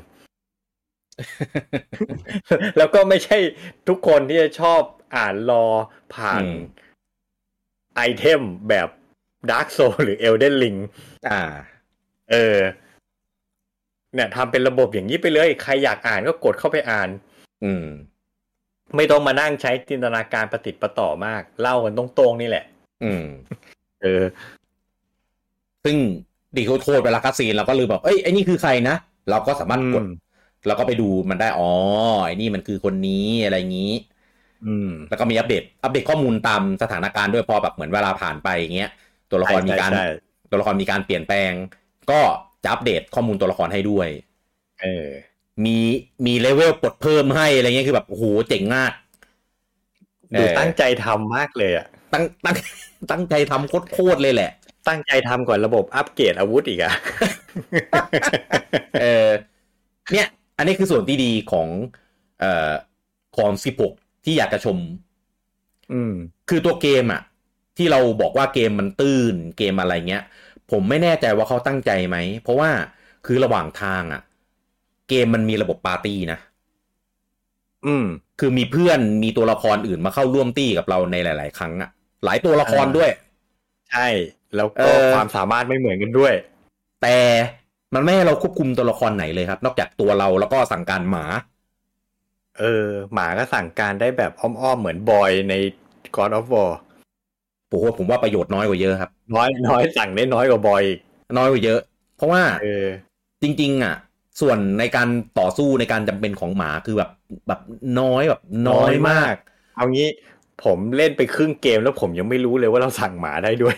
แล้วก็ไม่ใช่ทุกคนที่จะชอบอ่านรอผ่านไอเทมแบบ Dark Soul หรือ Elden Ring เนี่ยทำเป็นระบบอย่างนี้ไปเลยใครอยากอ่านก็กดเข้าไปอ่านไม่ต้องมานั่งใช้จินตนาการประติดประต่อมากเล่ากันตรงๆนี่แหละซึ่งดีโทษเวลาคัสซีนเราก็ลืมแบบเอ้ยไอ้นี่คือใครนะเราก็สามารถกดเราก็ไปดูมันได้อ๋อไอ้นี่มันคือคนนี้อะไรอย่างนี้แล้วก็มีอัปเดตข้อมูลตามสถานการณ์ด้วยพอแบบเหมือนเวลาผ่านไปอย่างเงี้ยตัวละครมีการเปลี่ยนแปลงก็จะอัปเดตข้อมูลตัวละครให้ด้วยมีเลเวลปลดเพิ่มให้อะไรเงี้ยคือแบบโอ้โหเจ๋งมากดูตั้งใจทำมากเลยอ่ะตั้งใจทำโคตรเลยแหละตั้งใจทำก่อนระบบอัปเกรดอาวุธอีกอ่ะเนี่ยอันนี้คือส่วนที่ดีของ16ที่อยากจะชมคือตัวเกมอ่ะที่เราบอกว่าเกมมันตื้นเกมอะไรเงี้ยผมไม่แน่ใจว่าเขาตั้งใจไหมเพราะว่าคือระหว่างทางอ่ะเกมมันมีระบบปาร์ตี้นะคือมีเพื่อนมีตัวละครอื่นมาเข้าร่วมตี้กับเราในหลายๆครั้งอ่ะหลายตัวละครด้วยใช่แล้วก็ความสามารถไม่เหมือนกันด้วยแต่มันไม่ให้เราควบคุมตัวละครไหนเลยครับนอกจากตัวเราแล้วก็สั่งการหมาหมาก็สั่งการได้แบบอ้อมๆเหมือนบอยใน God of War ผมว่าประโยชน์น้อยกว่าเยอะครับน้อยสั่งได้น้อยกว่าบอยน้อยกว่าเยอะเพราะว่าจริงๆอ่ะส่วนในการต่อสู้ในการจำเป็นของหมาคือแบบน้อยแบบน้อยมากเอางี้ผมเล่นไปครึ่งเกมแล้วผมยังไม่รู้เลยว่าเราสั่งหมาได้ด้วย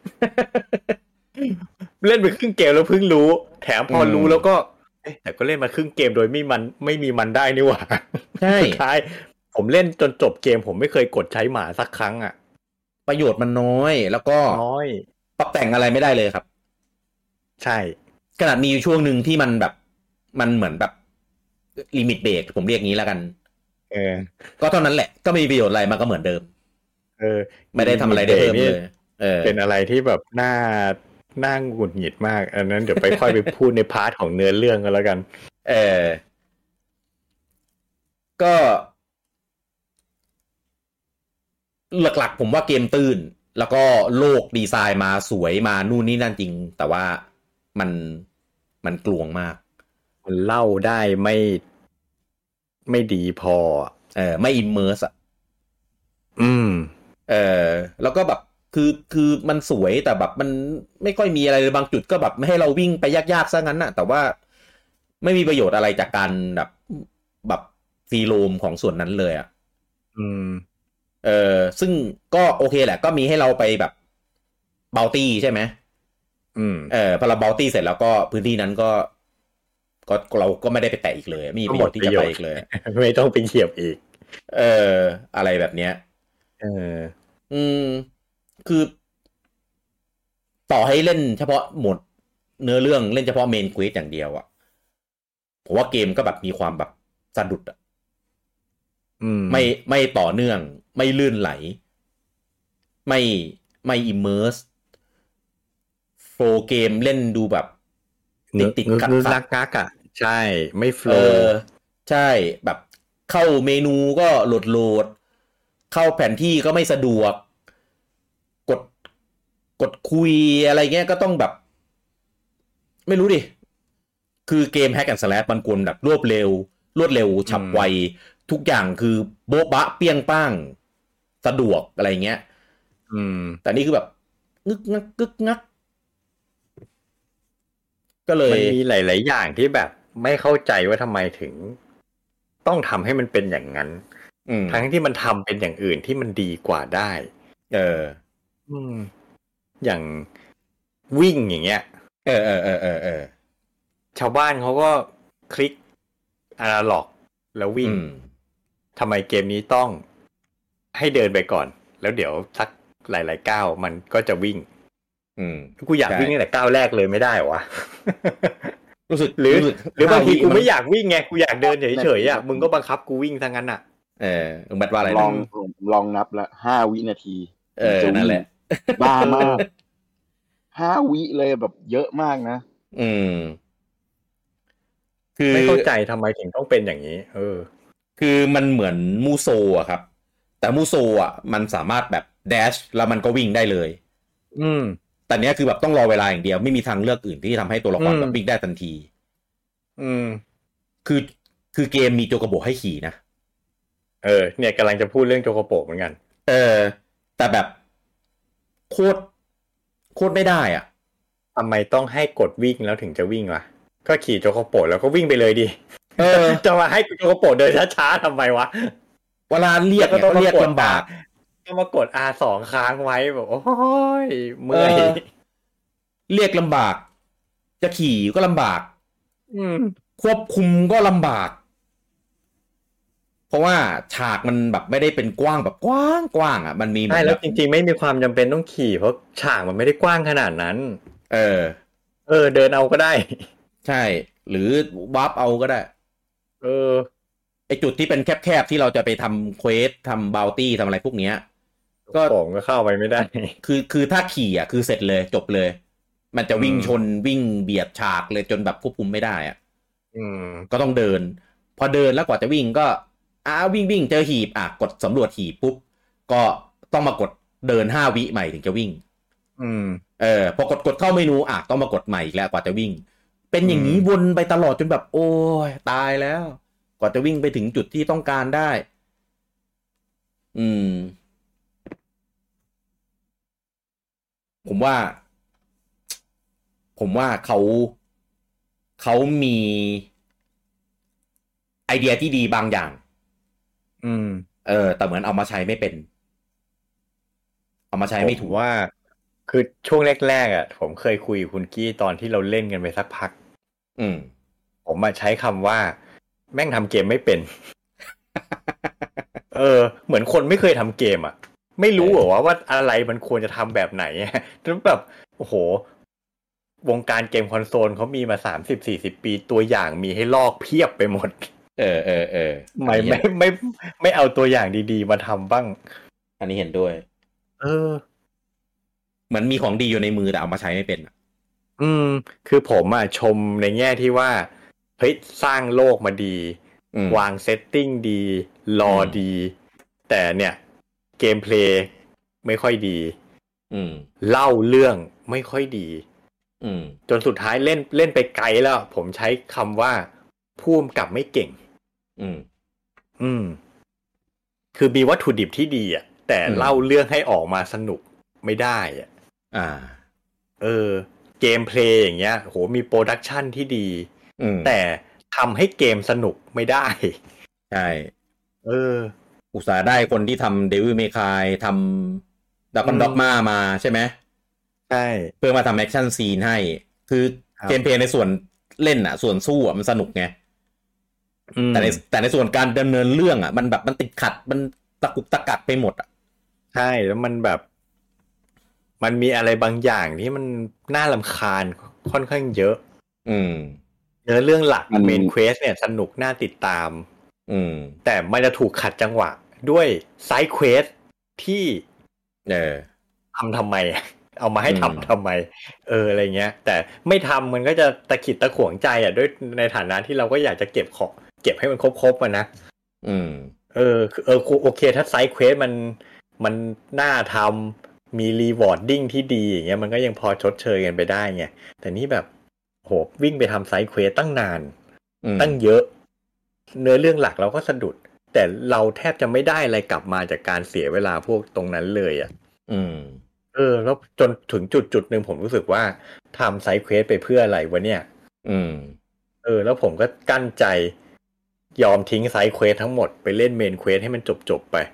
เล่นไปครึ่งเกมแล้วเพิ่งรู้แถมพอรู้แล้วก็แต่ก็เล่นมาครึ่งเกมโดยไม่มีมันได้นี่หว่าใช่สุดท้ายผมเล่นจนจบเกมผมไม่เคยกดใช้หมาสักครั้งอ่ะประโยชน์มันน้อยแล้วก็น้อยปรับแต่งอะไรไม่ได้เลยครับใช่ขนาดมีช่วงหนึ่งที่มันแบบมันเหมือนแบบลิมิตเบรกผมเรียกงี้แล้วกันก็เท่านั้นแหละก็ไม่มีประโยชน์อะไรมันก็เหมือนเดิมไม่ได้ทำอะไรได้เพิ่มเลยเป็นอะไรที่แบบน่าหงุดหงิดมากอันนั้นเดี๋ยวไปค่อยไปพูดในพาร์ทของเนื้อเรื่องกันแล้วกันก็หลักๆผมว่าเกมตื้นแล้วก็โลกดีไซน์มาสวยมานู่นนี่นั่นจริงแต่ว่ามันกลวงมากมันเล่าได้ไม่ดีพอไม่อิมเมอร์สแล้วก็แบบคือมันสวยแต่แบบมันไม่ค่อยมีอะไรเลยบางจุดก็แบบไม่ให้เราวิ่งไปยากๆซะงั้นน่ะแต่ว่าไม่มีประโยชน์อะไรจากการแบบฟรีโรมของส่วนนั้นเลยอ่ะซึ่งก็โอเคแหละก็มีให้เราไปแบบบัลตี้ใช่ไหมพอเราบัลตี้เสร็จแล้วก็พื้นที่นั้นก็เราก็ไม่ได้ไปแตะอีกเลยไม่มีประโยชน์ที่จะไปอีกเลยไม่ต้องไปเหยียบอีกอะไรแบบเนี้ยคือต่อให้เล่นเฉพาะหมดเนื้อเรื่องเล่นเฉพาะเมนเควสอย่างเดียวอ่ะผมว่าเกมก็แบบมีความแบบสะดุดอ่ะไม่ต่อเนื่องไม่ลื่นไหลไม่อิมเมอร์สโฟล์เกมเล่นดูแบบติดกักอ่ะใช่ไม่โฟล์ใช่แบบเข้าเมนูก็โหลดเข้าแผนที่ก็ไม่สะดวกกดคุยอะไรเงี้ยก็ต้องแบบไม่รู้ดิคือเกม Hack and Slash มันกวนแบบรวดเร็วฉับไวทุกอย่างคือโบ๊ะบะเปี้ยงป้างสะดวกอะไรเงี้ยแต่นี่คือแบบงึกงักกึกงักก็เลยมันมีหลายๆอย่างที่แบบไม่เข้าใจว่าทำไมถึงต้องทำให้มันเป็นอย่างนั้นทั้งที่มันทำเป็นอย่างอื่นที่มันดีกว่าได้อย่างวิ่งอย่างเงี้ยชาวบ้านเขาก็คลิกอนาล็อกแล้ววิ่งทำไมเกมนี้ต้องให้เดินไปก่อนแล้วเดี๋ยวสักหลายๆก้าวมันก็จะวิ่งกูอยากวิ่งตั้งแต่ก้าวแรกเลยไม่ได้วะรู้สึกหรือบางทีกูไม่อยากวิ่งไงกูอยากเดินเฉยๆอ่ะมึงก็บังคับกูวิ่งซะงั้นอ่ะแบบว่าอะไรลองนับละ5 วินาทีนั่นแหละบ้ามาก5 วิเลยแบบเยอะมากนะคือไม่เข้าใจทำไมถึงต้องเป็นอย่างนี้คือมันเหมือนมูโซอะครับแต่มูโซอะมันสามารถแบบแดชแล้วมันก็วิ่งได้เลยแต่เนี้ยคือแบบต้องรอเวลาอย่างเดียวไม่มีทางเลือกอื่นที่ทำให้ตัวละครแบบวิ่งได้ทันทีคือเกมมีโจโกโบให้ขี่นะเนี่ยกำลังจะพูดเรื่องโจโกโบเหมือนกันแต่แบบโคตรไม่ได้อ่ะทำไมต้องให้กดวิ่งแล้วถึงจะวิ่งวะก็ขี่โจโกโบแล้วก็วิ่งไปเลยดิจะมาให้โจโกโบเดินช้าๆทำไมวะเวลาเรียกก็ต้องเรียกลำบากก็มากด R2 ค้างไว้แบบโอ้ยเมื่อยเรียกลำบากจะขี่ก็ลำบากควบคุมก็ลำบากเพราะว่าฉากมันแบบไม่ได้เป็นกว้างแบบกว้างอ่ะมันมีใช่แล้วจริงๆไม่มีความจำเป็นต้องขี่เพราะฉากมันไม่ได้กว้างขนาดนั้นเดินเอาก็ได้ใช่หรือวาร์ปเอาก็ได้ไอจุดที่เป็นแคบๆที่เราจะไปทำเควสทำบาวตี้ทำอะไรพวกเนี้ยก็ผมก็เข้าไปไม่ได้คือถ้าขี่อ่ะคือเสร็จเลยจบเลยมันจะวิ่งชนวิ่งเบียดฉากเลยจนแบบควบคุมไม่ได้อ่ะก็ต้องเดินพอเดินแล้วกว่าจะวิ่งก็วิ่งเจอหีบกดสำรวจหีบปุ๊บก็ต้องมากดเดิน5 วิใหม่ถึงจะวิ่งพอกดเข้าเมนูต้องมากดใหม่อีกแล้วกว่าจะวิ่งเป็นอย่างนี้วนไปตลอดจนแบบโอ้ยตายแล้วกว่าจะวิ่งไปถึงจุดที่ต้องการได้ผมว่าเขามีไอเดียที่ดีบางอย่างแต่เหมือนเอามาใช้ไม่เป็นเอามาใช้ไม่ถูกว่าคือช่วงแรกๆผมเคยคุยกับคุณกี้ตอนที่เราเล่นกันไปสักพักผมมาใช้คำว่าแม่งทำเกมไม่เป็นเหมือนคนไม่เคยทำเกมไม่รู้หรอว่าอะไรมันควรจะทำแบบไหนแล้วแบบโอ้โหวงการเกมคอนโซลเขามีมา 30-40 ปีตัวอย่างมีให้ลอกเพียบไปหมดไม่เอาตัวอย่างดีๆมาทำบ้างอันนี้เห็นด้วยเหมือนมีของดีอยู่ในมือแต่เอามาใช้ไม่เป็นคือผมชมในแง่ที่ว่าเฮ้ยสร้างโลกมาดีวางเซตติ้งดีรอดีแต่เนี่ยเกมเพลย์ไม่ค่อยดีเล่าเรื่องไม่ค่อยดีจนสุดท้ายเล่นไปไกลแล้วผมใช้คำว่าผู้กำกับไม่เก่งคือมีวัตถุดิบที่ดีแต่เล่าเรื่องให้ออกมาสนุกไม่ได้เกมเพลย์อย่างเงี้ยโหมีโปรดักชันที่ดีแต่ทำให้เกมสนุกไม่ได้ใช่อุตส่าห์ได้คนที่ทำ Devil May Cry ทำ Dragon Dogma มาใช่ไหมใช่เพื่อมาทำแอคชั่นซีนให้คือเกมเพลย์ในส่วนเล่นส่วนสู้มันสนุกไงแต่ในส่วนการดำเนินเรื่องมันแบบมันติดขัดมันตะกุกตะกักไปหมดใช่แล้วมันแบบมันมีอะไรบางอย่างที่มันน่ารำคาญค่อนข้างเยอะเนื้อเรื่องหลักเมนเควสเนี่ยสนุกน่าติดตามแต่มันจะถูกขัดจังหวะด้วยไซด์เควสที่ทำไมเอามาให้ทำไมอะไรเงี้ยแต่ไม่ทำมันก็จะตะขิดตะขวงใจด้วยในฐานะที่เราก็อยากจะเก็บของเก็บให้มันครบๆอ่ะนะโอเคถ้าไซด์เควสมันน่าทำมีรีวอร์ดดิ้งที่ดีอย่างเงี้ยมันก็ยังพอชดเชยกันไปได้ไงแต่นี่แบบโหวิ่งไปทำไซด์เควสตั้งนานตั้งเยอะเนื้อเรื่องหลักเราก็สะดุดแต่เราแทบจะไม่ได้อะไรกลับมาจากการเสียเวลาพวกตรงนั้นเลยอ่ะแล้วจนถึงจุดนึงผมรู้สึกว่าทำไซด์เควสไปเพื่ออะไรวะเนี่ยแล้วผมก็กั้นใจยอมทิ้งไซด์เควสทั้งหมดไปเล่นเมนเควสให้มันจบไป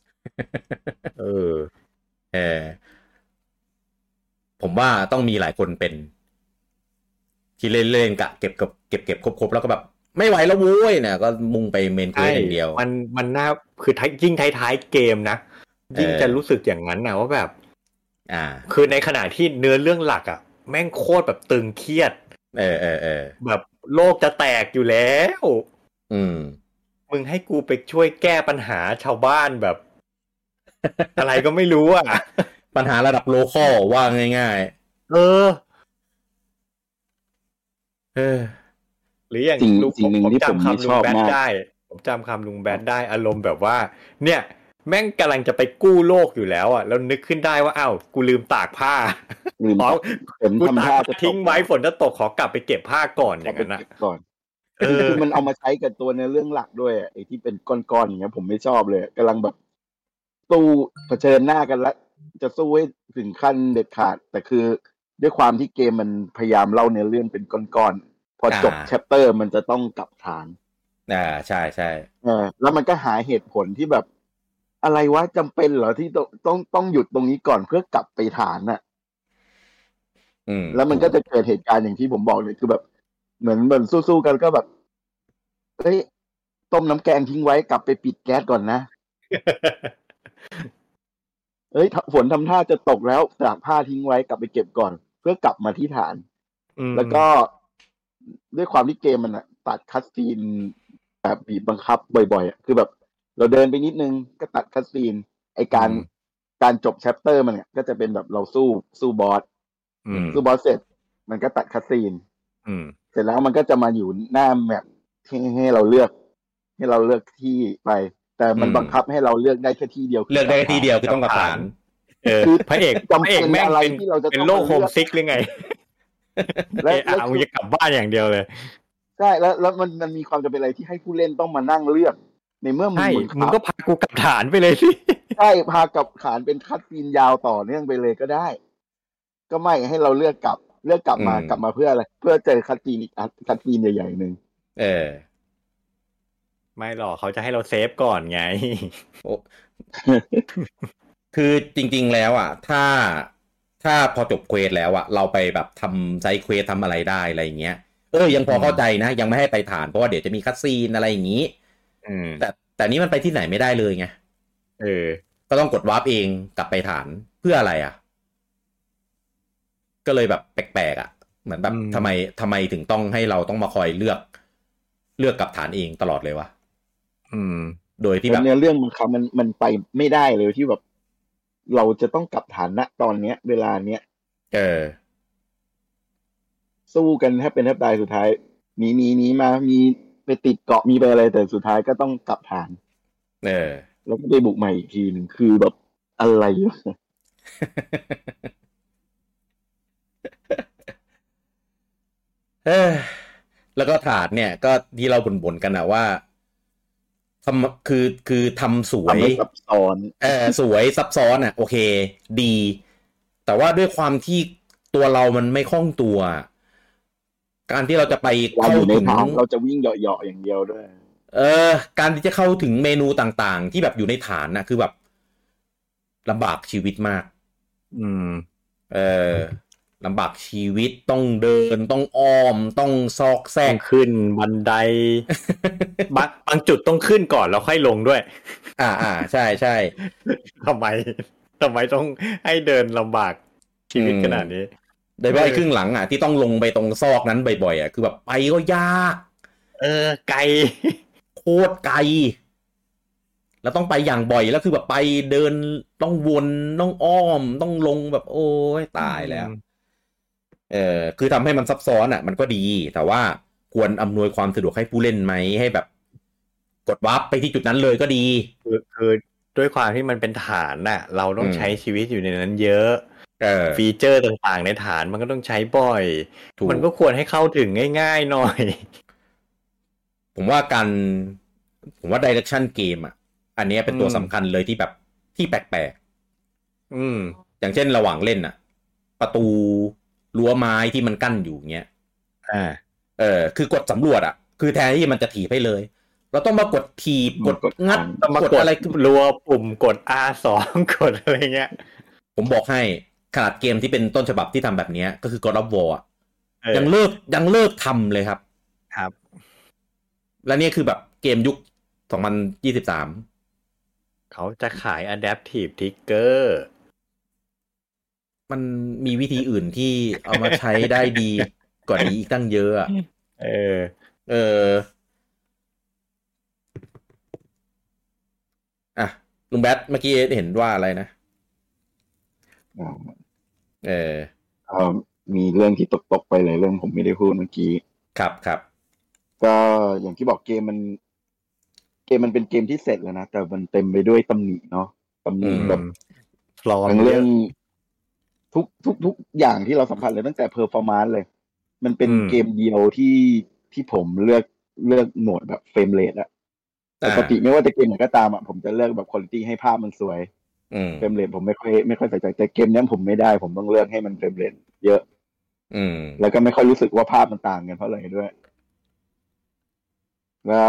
ผมว่าต้องมีหลายคนเป็นที่เล่นๆกะเก็บครบแล้วก็แบบไม่ไหวแล้วโว้ยเนี่ยก็มุ่งไปเมนเควสอย่างเดียวมันน่าคือยิ่งท้ายๆเกมนะยิ่งจะรู้สึกอย่างนั้นนะว่าแบบคือในขณะที่เนื้อเรื่องหลักอ่ะแม่งโคตรแบบตึงเครียดแบบโลกจะแตกอยู่แล้วมึงให้กูไปช่วยแก้ปัญหาชาวบ้านแบบอะไรก็ไม่รู้อ่ะปัญหาระดับโลคอลว่าง่ายๆหรืออย่างลุงผมจำคำลุงแบดได้ผมจำคำลุงแบดได้อารมณ์แบบว่าเนี่ยแม่งกำลังจะไปกู้โลกอยู่แล้วอ่ะแล้วนึกขึ้นได้ว่าอ้าวกูลืมตากผ้ากูตากทิ้งไว้ฝนจะตกขอกลับไปเก็บผ้าก่อนอย่างนั้นนะก่อนคือมันเอามาใช้กับตัวในเรื่องหลักด้วยไอ้ที่เป็นก้อนๆอย่างเงี้ยผมไม่ชอบเลยกำลังแบบตู้เผชิญหน้ากันแล้วจะสู้ให้ถึงขั้นเด็ดขาดแต่คือด้วยความที่เกมมันพยายามเล่าเนื้อเรื่องเป็นก้อนๆพอจบแชปเตอร์มันจะต้องกลับฐานใช่แล้วมันก็หาเหตุผลที่แบบอะไรวะจำเป็นเหรอที่ต้องหยุดตรงนี้ก่อนเพื่อกลับไปฐานน่ะแล้วมันก็จะเกิดเหตุการณ์อย่างที่ผมบอกเลยคือแบบเหมือนสู้ๆกันก็แบบเฮ้ยต้มน้ำแกงทิ้งไว้กลับไปปิดแก๊สก่อนนะเอ้ยฝนทำท่าจะตกแล้วตากผ้าทิ้งไว้กลับไปเก็บก่อนเพื่อกลับมาที่ฐานแล้วก็ด้วยความที่เกมมันตัดคัสซีนแบบบีบบังคับบ่อยๆคือแบบเราเดินไปนิดนึงก็ตัดคัสซีนไอการจบแชปเตอร์มันเนี่ยก็จะเป็นแบบเราสู้บอสเสร็จมันก็ตัดคัสซีนเสร็จแล้วมันก็จะมาอยู่หน้าแมปให้เราเลือกที่ไปแต่มันบังคับให้เราเลือกได้แค่ที่เดียวเลือกได้ที่เดียวคือต้องกลับฐานคือพระเอกแม่งเป็นโลกโฮมซิกหรือไงแล้วมึงจะกลับบ้านอย่างเดียวเลยใช่แล้วมันมีความจำเป็นอะไรที่ให้ผู้เล่นต้องมานั่งเลือกในเมื่อมึงก็พากูกลับฐานไปเลยสิใช่พากลับฐานเป็นคัดซีนยาวต่อเนื่องไปเลยก็ได้ก็ไม่ให้เราเลือกกลับมาเพื่ออะไรเพื่อเจอคัดซีนอีกคัดซีนใหญ่ๆนึงไม่หรอกเขาจะให้เราเซฟก่อนไงคือจริงๆแล้วถ้าพอจบเควสแล้วเราไปแบบทำไซด์เควสทำอะไรได้อะไรอย่างเงี้ยยังพอเข้าใจนะยังไม่ให้ไปฐานเพราะว่าเดี๋ยวจะมีคัตซีนอะไรอย่างงี้แต่นี้มันไปที่ไหนไม่ได้เลยไงก็ต้องกดวาร์ปเองกลับไปฐานเพื่ออะไรก็เลยแบบแปลกๆเหมือนแบบทำไมถึงต้องให้เราต้องมาคอยเลือกกลับฐานเองตลอดเลยวะโดยที่แบบเนื้อเรื่องมันไปไม่ได้เลยที่แบบเราจะต้องกลับฐานณตอนเนี้ยเวลาเนี้ยสู้กันแทบเป็นแทบตายสุดท้ายหนีมามีไปติดเกาะมีไปอะไรแต่สุดท้ายก็ต้องกลับฐานแล้วก็ไปบุกใหม่อีกทีนึงคือแบบอะไรแล้วก็ฐานเนี่ยก็ที่เราบ่นกันว่าคือทำสวยซับซ้อนสวยซับซ้อนโอเคดีแต่ว่าด้วยความที่ตัวเรามันไม่คล่องตัวการที่เราจะไปเข้าถึงเราจะวิ่งเหาะๆอย่างเดียวด้วยการที่จะเข้าถึงเมนูต่างๆที่แบบอยู่ในฐานคือแบบลำบากชีวิตมากลำบากชีวิตต้องเดินต้องอ้อมต้องซอกแซกขึ้นบันได บางจุดต้องขึ้นก่อนแล้วค่อยลงด้วยใช่ทำไมต้องให้เดินลำบากชีวิตขนาดนี้โดยเฉพาะครึ่งหลังที่ต้องลงไปตรงซอกนั้นบ่อยๆคือแบบไปก็ยากไกลโคตรไกลแล้วต้องไปอย่างบ่อยแล้วคือแบบไปเดินต้องวนต้องอ้อมต้องลงแบบโอ้ยตายแล้วคือทำให้มันซับซ้อนมันก็ดีแต่ว่าควรอำนวยความสะดวกให้ผู้เล่นไหมให้แบบกดวาร์ปไปที่จุดนั้นเลยก็ดีคือด้วยความที่มันเป็นฐานน่ะเราต้องใช้ชีวิตอยู่ในนั้นเยอะฟีเจอร์ต่างๆในฐานมันก็ต้องใช้บ่อยมันก็ควรให้เข้าถึงง่ายๆหน่อยผมว่าdirection เกมอ่ะอันนี้เป็นตัวสำคัญเลยที่แบบที่แปลกๆอย่างเช่นระหว่างเล่นอ่ะประตูรั้วไม้ที่มันกั้นอยู่เงี้ยคือกดสำรวจอ่ะคือแทนที่มันจะถีบให้เลยเราต้องมากดถีบกดงัดมากดอะไรรัวปุ่มกด R2 กดอะไรเงี้ยผมบอกให้ขนาดเกมที่เป็นต้นฉบับที่ทำแบบนี้ก็คือ God of War ยังเลิกทำเลยครับและนี่คือแบบเกมยุค2023 เขาจะขาย Adaptive Trigger มันมีวิธีอื่นที่เอามาใช้ได้ดีกว่านี้อีกตั้งเยอะอ่ะลุงแบทเมื่อกี้เห็นว่าอะไรนะมีเรื่องที่ตกไปเลยเรื่องผมไม่ได้พูดเมื่อกี้ครับก็อย่างที่บอกเกมมันเป็นเกมที่เสร็จแล้วนะแต่มันเต็มไปด้วยตำหนิเนาะตำหนิแบบทั้งเรื่องทุกอย่างที่เราสัมผัสเลยตั้งแต่เพอร์ฟอร์มานซ์เลยมันเป็นเกมเดียวที่ผมเลือกโหมดแบบเฟรมเรทอะปกติไม่ว่าจะเกมไหนก็ตามอ่ะผมจะเลือกแบบคุณภาพให้ภาพมันสวยเฟรมเรทผมไม่ค่อยใส่ใจแต่เกมนี้ผมไม่ได้ผมต้องเลือกให้มันเฟรมเรทเยอะแล้วก็ไม่ค่อยรู้สึกว่าภาพมันต่างกันเท่าไหร่ด้วยแล้ว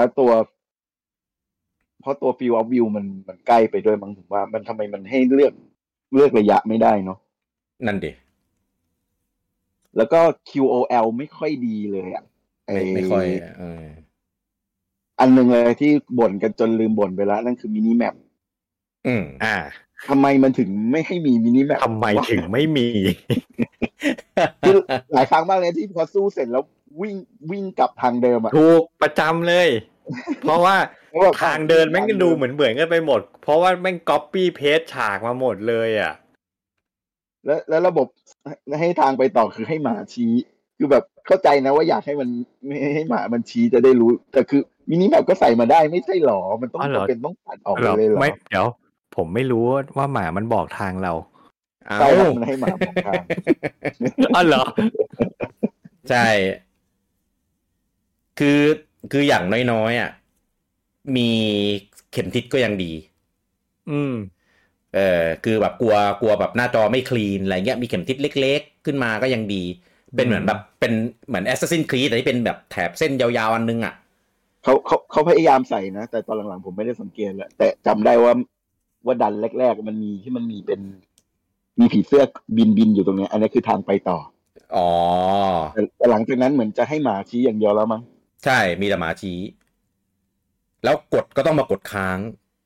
เพราะตัว Field of View มันใกล้ไปด้วยมั้งผมว่ามันทำไมมันให้เลือกระยะไม่ได้เนาะนั่นดิแล้วก็ QOL ไม่ค่อยดีเลยอ่ะไม่ค่อยอันนึงเลยที่บ่นกันจนลืมบ่นไปแล้วนั่นคือมินิแมปทำไมมันถึงไม่ให้มีมินิแมปทำไมถึงไม่มีคือหลายครั้งมากเลยที่พอสู้เสร็จแล้ววิ่งกลับทางเดิมอ่ะถูกประจำเลยเพราะว่าทางเดินแม่งก็ดูเหมือนกันไปหมดเพราะว่าแม่งก๊อปปี้เพจฉากมาหมดเลยอ่ะแล้วระบบให้ทางไปต่อคือให้หมาชี้คือแบบเข้าใจนะว่าอยากให้มันไม่ให้หมามันชี้จะได้รู้แต่คือมินิแมปก็ใส่มาได้ไม่ใช่หรอมันต้องเป็นต้องตัดออกเลยหรอไม่เดี๋ยวผมไม่รู้ว่าหมามันบอกทางเราใช่มันให้หมาบอกทางเหรอใช่คืออย่างน้อยๆอ่ะมีเข็มทิศก็ยังดีคือแบบกลัวแบบหน้าจอไม่คลีนอะไรเงี้ยมีเข็มทิศเล็กๆขึ้นมาก็ยังดีเป็นเหมือนแบบเป็นเหมือน Assassin's Creed แต่ที่เป็นแบบแถบเส้นยาวๆอันนึงอ่ะเขาพยายามใส่นะแต่ตอนหลังๆผมไม่ได้สังเกตแล้วแต่จำได้ว่าดันแรกๆมันมีที่มันมีผีเสื้อบินอยู่ตรงนี้อันนี้คือทางไปต่อแต่หลังจากนั้นเหมือนจะให้หมาชี้อย่างเดียวแล้วมั้งใช่มีแต่หมาชี้แล้วกดก็ต้องมากดค้าง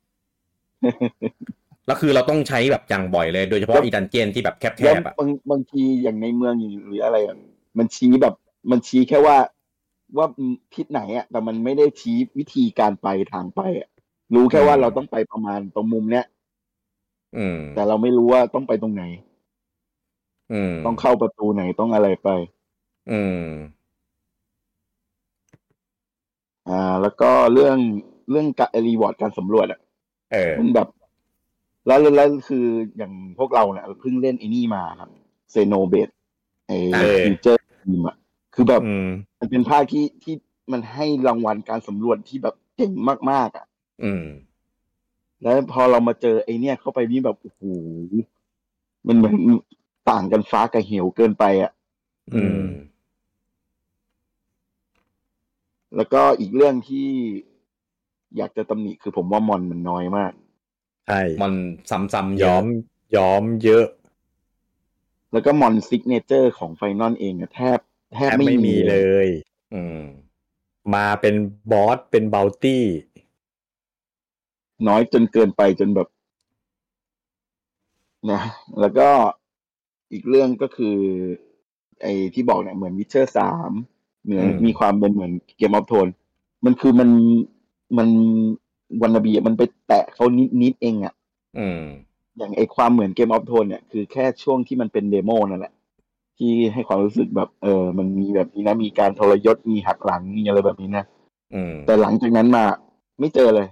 แล้วคือเราต้องใช้แบบอย่างบ่อยเลยโดยเฉพาะอีดันเจียนที่แบบแคบๆอ่ะบางทีอย่างในเมืองหรืออะไรมันชี้แบบมันชี้แค่ว่าทิศไหนอ่ะแต่มันไม่ได้ชี้วิธีการไปทางไปอ่ะรู้แค่ว่าเราต้องไปประมาณตรงมุมเนี้ยแต่เราไม่รู้ว่าต้องไปตรงไหนต้องเข้าประตูไหนต้องอะไรไปแล้วก็เรื่องการรีวอร์ดการสำรวจอ่ะมันแบบแล้วคืออย่างพวกเราเนี่ยเพิ่งเล่นไอ้นี่มาครับเซโนเบดฟิวเจอร์ทีมอ่ะคือแบบมันเป็นภาคที่มันให้รางวัลการสำรวจที่แบบเก่งมากๆอ่ะแล้วพอเรามาเจอไอ้เนี่ยเข้าไปนี่แบบโอ้โหมันเหมือนต่างกันฟ้ากับเหวเกินไปอ่ะแล้วก็อีกเรื่องที่อยากจะตำหนิคือผมว่ามอนมันน้อยมากใช่มอนซ้ำๆย้อมเยอะแล้วก็มอนซิกเนเจอร์ของไฟนอลเองอะแทบไม่มีเลยมาเป็นบอสเป็นบัลตี้น้อยจนเกินไปจนแบบนะแล้วก็อีกเรื่องก็คือไอ้ที่บอกเนี่ยเหมือนวิเชอร์3เหมือนมีความเป็นเหมือนเกมออฟโทนมันคือมันวันนาบีมันไปแตะเขานิดเองอ่ะอย่างไอ้ความเหมือนเกมออฟโทนเนี่ยคือแค่ช่วงที่มันเป็นเดโมนั่นแหละที่ให้ความรู้สึกแบบมันมีแบบนี้นะมีการทรยศมีหักหลังมีอะไรแบบนี้นะแต่หลังจากนั้นมาไม่เจอเลย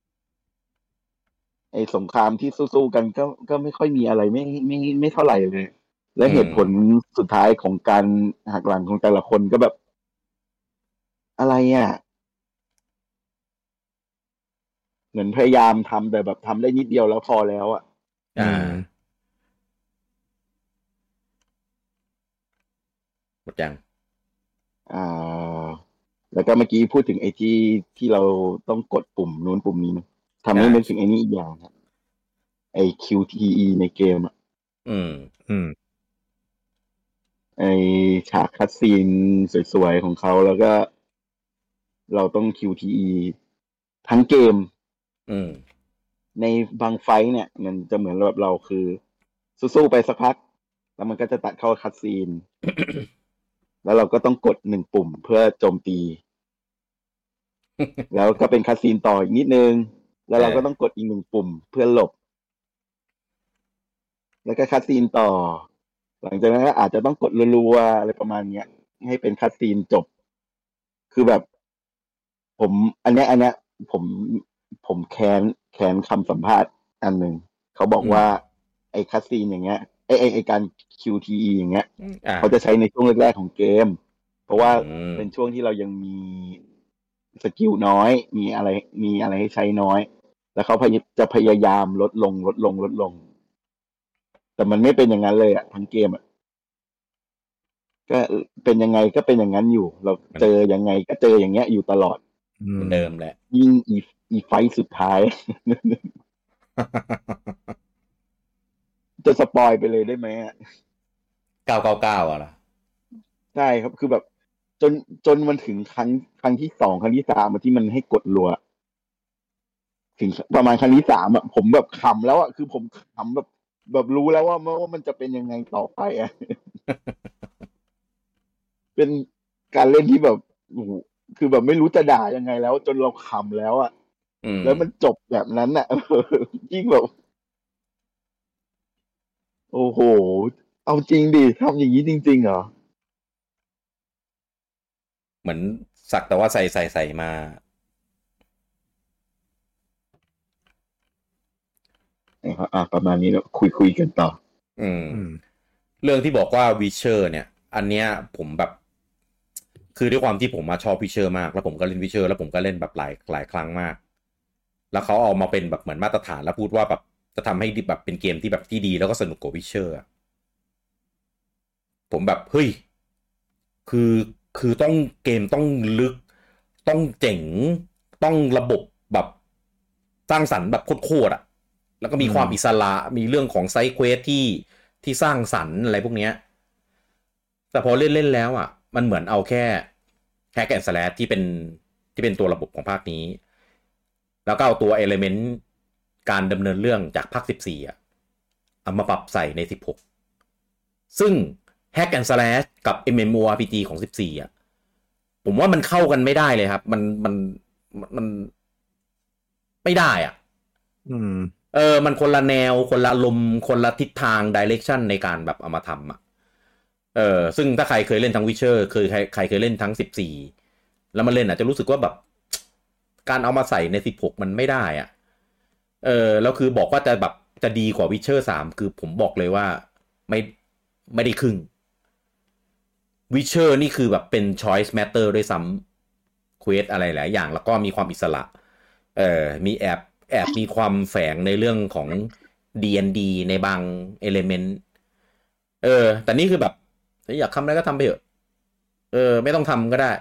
ไอ้สงครามที่สู้ๆกันก็ไม่ค่อยมีอะไรไม่เท่าไหร่เลยและเหตุผลสุดท้ายของการหักหลังของแต่ละคนก็แบบอะไรอ่ะเหมือนพยายามทำแต่แบบทำได้นิดเดียวแล้วพอแล้วอ่ะหมดยังแล้วก็เมื่อกี้พูดถึงไอ้ที่เราต้องกดปุ่มนู้นปุ่มนี้นะทำให้นึกถึงไอ้นี่อีกอย่างครับไอ้ QTE ในเกมอ่ะไอ้ฉากคัตซีนสวยๆของเขาแล้วก็เราต้อง QTE ทั้งเกมในบางไฟท์เนี่ยมันจะเหมือนแบบเราคือสู้ๆไปสักพักแล้วมันก็จะตัดเข้าคัตซีน แล้วเราก็ต้องกด1ปุ่มเพื่อโจมตี แล้วก็เป็นคัตซีนต่ออีกนิดนึงแล้วเราก็ต้องกดอีก1ปุ่มเพื่อหลบแล้วก็คัตซีนต่อหลังจากนั้นก็อาจจะต้องกดรัวๆอะไรประมาณเนี้ยให้เป็นคัตซีนจบคือแบบผมอันเนี้ยผมแค้นคำสัมภาษณ์อันหนึ่งเขาบอกว่าไอ้คัตซีนอย่างเงี้ยไอ้การ QTE อย่างเงี้ยเขาจะใช้ในช่วงแรกๆของเกมเพราะว่าเป็นช่วงที่เรายังมีสกิลน้อยมีอะไรให้ใช้น้อยแล้วเขาจะพยายามลดลงแต่มันไม่เป็นอย่างนั้นเลยอ่ะทั้งเกมอ่ะก็เป็นยังไงก็เป็นอย่างนั้นอยู่เราเจอยังไงก็เจออย่างเงี้ยอยู่ตลอดเดิมแหละยิ่งอีไฟสุดท้าย จะสปอยไปเลยได้ไหม 999อ่ะล่ะใช่ครับคือแบบจนมันถึงครั้งที่2ครั้งที่3ที่มันให้กดรัวถึงประมาณครั้งที่3อ่ะผมแบบขำแล้วอ่ะคือผมขำแบบรู้แล้วว่ามันจะเป็นยังไงต่อไปอ่ะ เป็นการเล่นที่แบบคือแบบไม่รู้จะด่ายังไงแล้วจนเราขำแล้วอ่ะแล้วมันจบแบบนั้นอ่ะยิ่งแบบโอ้โหเอาจริงดิทำอย่างนี้จริงๆเหรอเหมือนสักแต่ว่าใส่มาประมาณนี้แล้วคุยกันต่อเรื่องที่บอกว่าวิเชอร์เนี่ยอันเนี้ยผมแบบคือด้วยความที่ผมมาชอบวิเชอร์มากแล้วผมก็เล่นวิเชอร์แล้วผมก็เล่นแบบหลายครั้งมากแล้วเขาเอามาเป็นแบบเหมือนมาตรฐานแล้วพูดว่าแบบจะทำให้แบบเป็นเกมที่แบบที่ดีแล้วก็สนุกกว่าวิเชอร์ผมแบบเฮ้ยคือคือต้องเกมต้องลึกต้องเจ๋งต้องระบบแบบสร้างสรรค์แบบโคตรอ่ะแล้วก็มีความอิสระมีเรื่องของไซด์เควสที่สร้างสรรค์อะไรพวกเนี้ยแต่พอเล่นแล้วอ่ะมันเหมือนเอาแค่แฮกแอนด์สแลชที่เป็นตัวระบบของภาคนี้แล้วก็เอาตัวเอลิเมนต์การดำเนินเรื่องจากภาค14อ่ะเอามาปรับใส่ใน16ซึ่งHack and Slash กับ MMORPG ของ14อ่ะผมว่ามันเข้ากันไม่ได้เลยครับมันไม่ได้อ่ะมันคนละแนวคนละลมคนละทิศทาง direction ในการแบบเอามาทำอ่ะซึ่งถ้าใครเคยเล่นทั้ง Witcher ใครเคยเล่นทั้ง14แล้วมาเล่นอาจจะรู้สึกว่าแบบการเอามาใส่ใน16มันไม่ได้อ่ะแล้วคือบอกว่าจะแบบจะดีกว่า Witcher 3คือผมบอกเลยว่าไม่ได้ครึ่งวิเชอร์นี่คือแบบเป็น choice matter ด้วยซ้ำเควสอะไรหลายอย่างแล้วก็มีความอิสระมีแอบมีความแฝงในเรื่องของ D&D ในบาง element แต่นี่คือแบบอยากทำอะไรก็ทำไปเถอะไม่ต้องทำก็ได้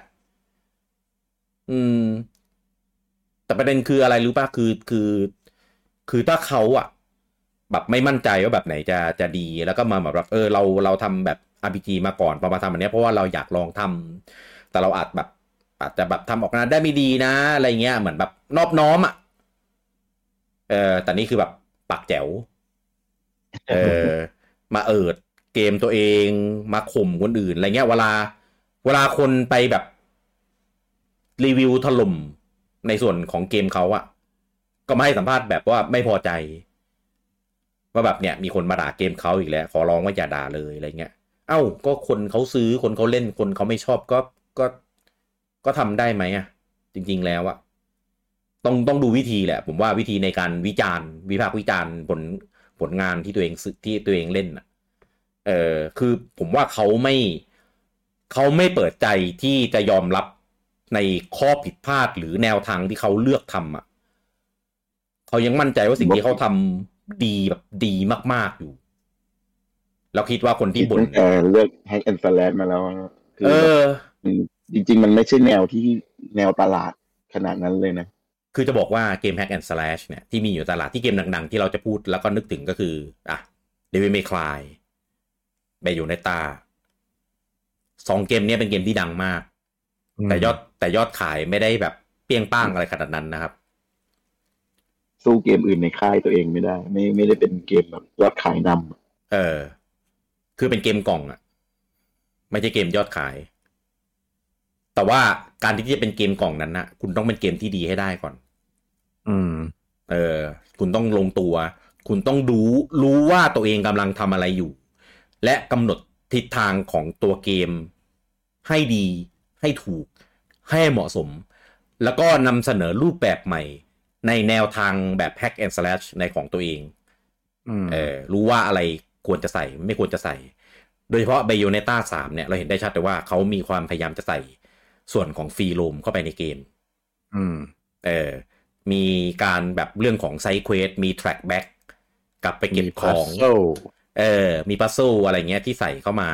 แต่ประเด็นคืออะไรรู้ป่ะคือถ้าเขาอะแบบไม่มั่นใจว่าแบบไหนจะดีแล้วก็มาแบบเราทำแบบ RPG มาก่อนพอมาทำอันนี้เพราะว่าเราอยากลองทำแต่เราอาจจะแบบทำออกมาได้ไม่ดีนะอะไรเงี้ยเหมือนแบบนอบน้อมอ่ะแต่นี่คือแบบปากแจ๋วมาเกมตัวเองมาข่มคนอื่นอะไรเงี้ยเวลาคนไปแบบรีวิวถล่มในส่วนของเกมเขาอะก็มาให้สัมภาษณ์แบบว่าไม่พอใจว่าแบบเนี่ยมีคนมาด่าเกมเขาอีกแล้วขอร้องว่าอย่าด่าเลยอะไรเงี้ยเอ้าก็คนเขาซื้อคนเขาเล่นคนเขาไม่ชอบก็ทำได้ไหมอ่ะจริงๆแล้วอ่ะต้องดูวิธีแหละผมว่าวิธีในการวิพากษ์วิจารณ์ผลงานที่ตัวเองเล่นอ่ะคือผมว่าเขาไม่เปิดใจที่จะยอมรับในข้อผิดพลาดหรือแนวทางที่เขาเลือกทำอ่ะเขายังมั่นใจว่าสิ่งที่เขาทำดีแบบดีมากๆอยู่เราคิดว่าคนที่บ่นเลือก Hack and Slash มาแล้วจริงๆมันไม่ใช่แนวตลาดขนาดนั้นเลยนะคือจะบอกว่าเกม Hack and Slash เนี่ยที่มีอยู่ตลาดที่เกมดังๆที่เราจะพูดแล้วก็นึกถึงก็คือDevil May Cry Bayonetta 2เกมนี้เป็นเกมที่ดังมากแต่ยอดขายไม่ได้แบบเปี้ยงป้างอะไรขนาดนั้นนะครับสู้เกมอื่นในค่ายตัวเองไม่ได้ไม่ได้เป็นเกมแบบยอดขายนำคือเป็นเกมกล่องอะไม่ใช่เกมยอดขายแต่ว่าการที่จะเป็นเกมกล่องนั้นนะคุณต้องเป็นเกมที่ดีให้ได้ก่อนคุณต้องลงตัวคุณต้องรู้ว่าตัวเองกำลังทำอะไรอยู่และกำหนดทิศทางของตัวเกมให้ดีให้ถูกให้เหมาะสมแล้วก็นำเสนอรูปแบบใหม่ในแนวทางแบบ Hack and Slash ในของตัวเองรู้ว่าอะไรควรจะใส่ไม่ควรจะใส่โดยเฉพาะ Bayonetta 3เนี่ยเราเห็นได้ชัดเลยว่าเขามีความพยายามจะใส่ส่วนของฟรีโรมเข้าไปในเกมมีการแบบเรื่องของไซด์เควสมีแทร็กแบ็กกลับไปเก็บของมีพัซเซิลอะไรเงี้ยที่ใส่เข้ามา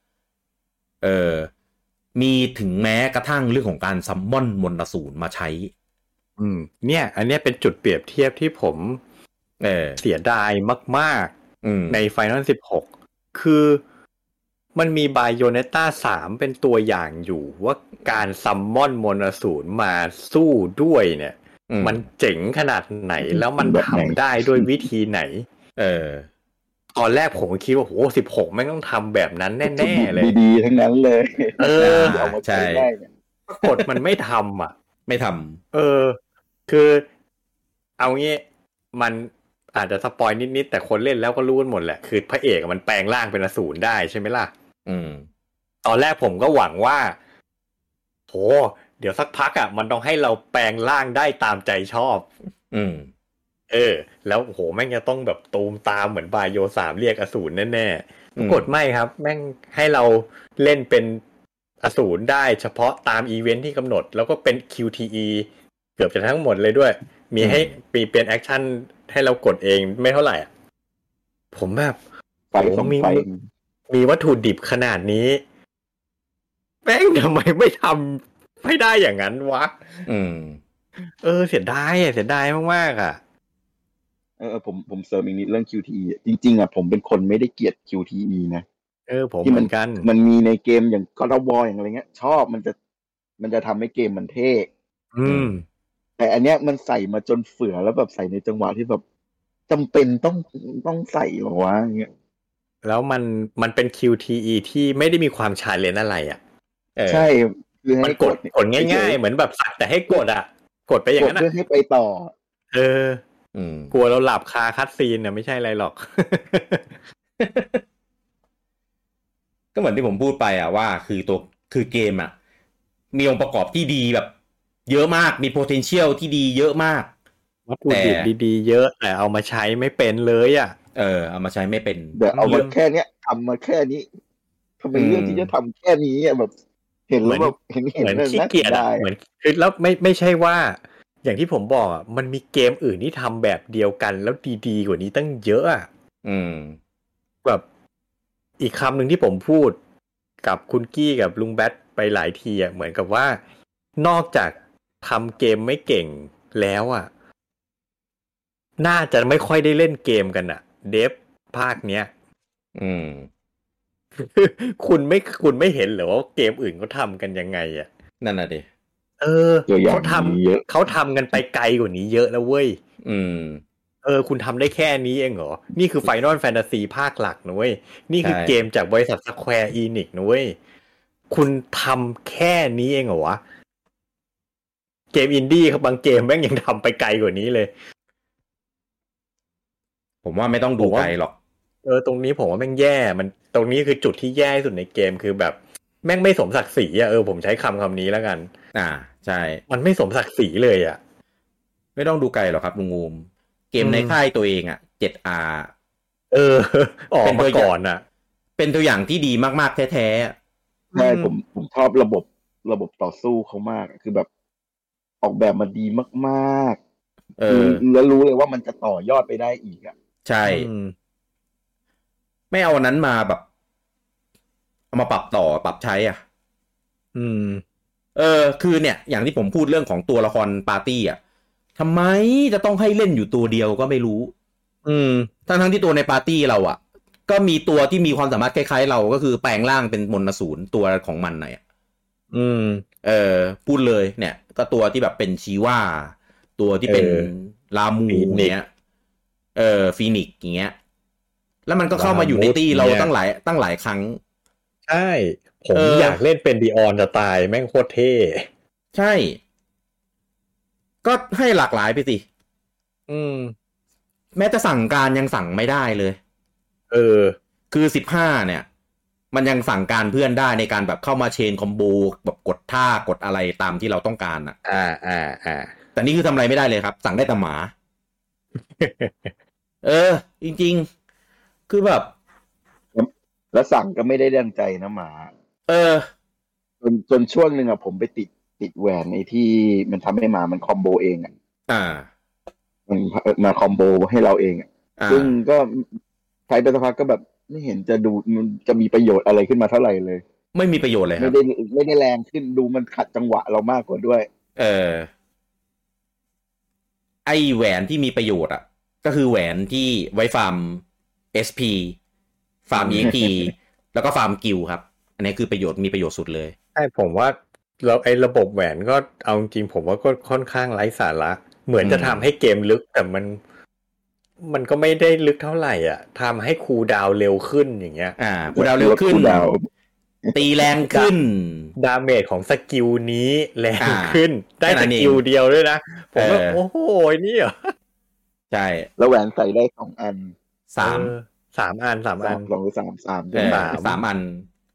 มีถึงแม้กระทั่งเรื่องของการซัมมอนมนต์อสูรมาใช้เนี่ยอันนี้เป็นจุดเปรียบเทียบที่ผมเสียดายมากๆใน Final 16คือมันมี Bayonetta 3เป็นตัวอย่างอยู่ว่าการซัมมอนมนต์อสูรมาสู้ด้วยเนี่ยมันเจ๋งขนาดไหนแล้วมันทำได้ด้วยวิธีไหนตอนแรกผมคิดว่าโห16แม่งต้องทำแบบนั้นแน่ๆเลยดีๆทั้งนั้นเลยใช่กดมันไม่ทำไม่ทำคือเอางี้มันอาจจะสปอยนิดๆแต่คนเล่นแล้วก็รู้กันหมดแหละคือพระเอกมันแปลงร่างเป็นอสูรได้ใช่ไหมล่ะตอนแรกผมก็หวังว่าโหเดี๋ยวสักพักมันต้องให้เราแปลงร่างได้ตามใจชอบแล้วโหแม่งจะต้องแบบตูมตามเหมือนบายโย3เรียกอสูรแน่ๆกดไม่ครับแม่งให้เราเล่นเป็นอสูรได้เฉพาะตามอีเวนท์ที่กำหนดแล้วก็เป็น QTE เกือบจะทั้งหมดเลยด้วยมีให้เป็นแอคชั่นให้เรากดเองไม่เท่าไหร่ผมแบบผมมีวัตถุดิบขนาดนี้แม่งทำไมไม่ทำไม่ได้อย่างนั้นวะเสียดายมากๆผมเสริมอีกนิดเรื่อง QTE จริงๆผมเป็นคนไม่ได้เกลียด QTE นะผมเหมือนกันมันมีในเกมอย่าง God of War อย่างอะไรเงี้ยชอบมันจะทำให้เกมมันเท่แต่อันเนี้ยมันใส่มาจนเฟื่อแล้วแบบใส่ในจังหวะที่แบบจำเป็นต้องใส่หรอวะอย่างเงี้ยแล้วมันเป็น QTE ที่ไม่ได้มีความชาเลนจ์อะไรใช่คือมันกดง่ายๆเหมือนแบบสักแต่ให้กดกดไปอย่างนั้นเพื่อให้ไปต่อกลัวเราหลับคาคัตซีนเนี่ยไม่ใช่อะไรหรอกก็เหมือนที่ผมพูดไปว่าคือเกมมีองค์ประกอบที่ดีแบบเยอะมากมี potential ที่ดีเยอะมากวัตถุดิบดีๆเยอะแต่เอามาใช้ไม่เป็นเลยเอามาใช้ไม่เป็นแต่เอามาแค่เนี้ยทำมาแค่นี้ทำไมเรื่องที่จะทำแค่นี้แบบเห็นแล้วแบบเห็นเหมือนขี้เกียจเหมือนคือแล้วไม่ใช่ว่าอย่างที่ผมบอกมันมีเกมอื่นที่ทำแบบเดียวกันแล้วดีๆกว่านี้ตั้งเยอะแบบอีกคำหนึ่งที่ผมพูดกับคุณกี้กับลุงแบทไปหลายทีเหมือนกับว่านอกจากทำเกมไม่เก่งแล้วน่าจะไม่ค่อยได้เล่นเกมกันเดฟภาคเนี้ยคุณไม่เห็นเหรอว่าเกมอื่นเขาทำกันยังไงนั่นน่ะดิเขาทำกันไปไกลกว่านี้เยอะแล้วเว้ยคุณทำได้แค่นี้เองเหรอนี่คือ Final Fantasy ภาคหลักนะเว้ยนี่คือเกมจากบริษัท Square Enix นะเว้ยคุณทำแค่นี้เองเหรอวะเกมอินดี้ครับบางเกมแม่งยังทำไปไกลกว่านี้เลยผมว่าไม่ต้องดูไกลหรอกตรงนี้ผมว่าแม่งแย่มันตรงนี้คือจุดที่แย่ที่สุดในเกมคือแบบแม่งไม่สมศักดิ์ศรีอ่ะผมใช้คำนี้แล้วกันใช่มันไม่สมศักดิ์ศรีเลยอ่ะไม่ต้องดูไกลหรอกครับลุงงูมเกมในค่ายตัวเองอ่ะ 7R ออกมาก่อนอ่ะเป็นตัวอย่างที่ดีมากๆแท้ๆใช่ผมชอบระบบต่อสู้เขามากคือแบบออกแบบมาดีมากๆแล้วรู้เลยว่ามันจะต่อยอดไปได้อีกอ่ะใช่ไม่เอานั้นมาแบบเอามาปรับต่อปรับใช้อ่ะคือเนี่ยอย่างที่ผมพูดเรื่องของตัวละครปาร์ตี้อ่ะทำไมจะต้องให้เล่นอยู่ตัวเดียวก็ไม่รู้ทั้งที่ตัวในปาร์ตี้เราอ่ะก็มีตัวที่มีความสามารถคล้ายๆเราก็คือแปลงร่างเป็นมนต์สูรตัวของมันหน่อยพูดเลยเนี่ยก็ตัวที่แบบเป็นชีว่าตัวที่เป็นลามูเนี้ยฟีนิกซ์อย่างเงี้ยแล้วมันก็เข้ามาอยู่ในตี้เราตั้งหลายครั้งใช่ผมอยากเล่นเป็นดีออนจะตายแม่งโคตรเท่ใช่ก็ให้หลากหลายไปสิแม้จะสั่งการยังสั่งไม่ได้เลยคือ15เนี่ยมันยังสั่งการเพื่อนได้ในการแบบเข้ามาเชนคอมโบแบบกดท่ากดอะไรตามที่เราต้องการอ่ะแต่นี่คือทำอะไรไม่ได้เลยครับสั่งได้แต่หมาจริงๆคือแบบแล้วสั่งก็ไม่ได้ดังใจนะหมาจนช่วงนึงอ่ะผมไปติดแหวนในที่มันทำให้หมามันคอมโบเองอ่ะมันมาคอมโบให้เราเองอ่ะซึ่งก็ใช้ไปสักพักก็แบบไม่เห็นจะมีประโยชน์อะไรขึ้นมาเท่าไหร่เลยไม่มีประโยชน์เลยครับไม่ได้แรงขึ้นดูมันขัดจังหวะเรามากกว่าด้วยไอแหวนที่มีประโยชน์อ่ะก็คือแหวนที่ไว้ฟาร์ม SP ฟาร์ม EXP แล้วก็ฟาร์มกิลครับอันนี้คือมีประโยชน์สุดเลยใช่ผมว่าแล้วไอ้ระบบแหวนก็เอาจริงผมว่าก็ค่อนข้างไร้สาระเหมือนจะทำให้เกมลึกแต่มันก็ไม่ได้ลึกเท่าไหร่อ่ะทำให้คูลดาวน์เร็วขึ้นอย่างเงี้ยคูลดาวน์เร็วขึ้นตีแรงขึ้นดาเมจของสกิลนี้แรงขึ้นได้สกิลเดียวด้วยนะผมว่าโอ้โหนี่เหรอใช่แล้วแหวนใส่ได้2 อัน 3 อัน3 อัน 2 หรือ 3 3 อัน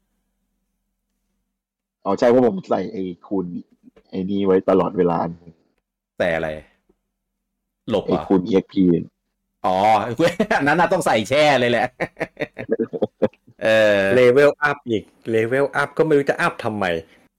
ใช่เพราะผมใส่ไอ้คูณไอ้นี่ไว้ตลอดเวลาแต่อะไรหลบไอ้คูณ EXP นั้นน่ะต้องใส่แช่เลยแหละเลเวลอัพอีกเลเวลอัพก็ไม่รู้จะอัพทำไม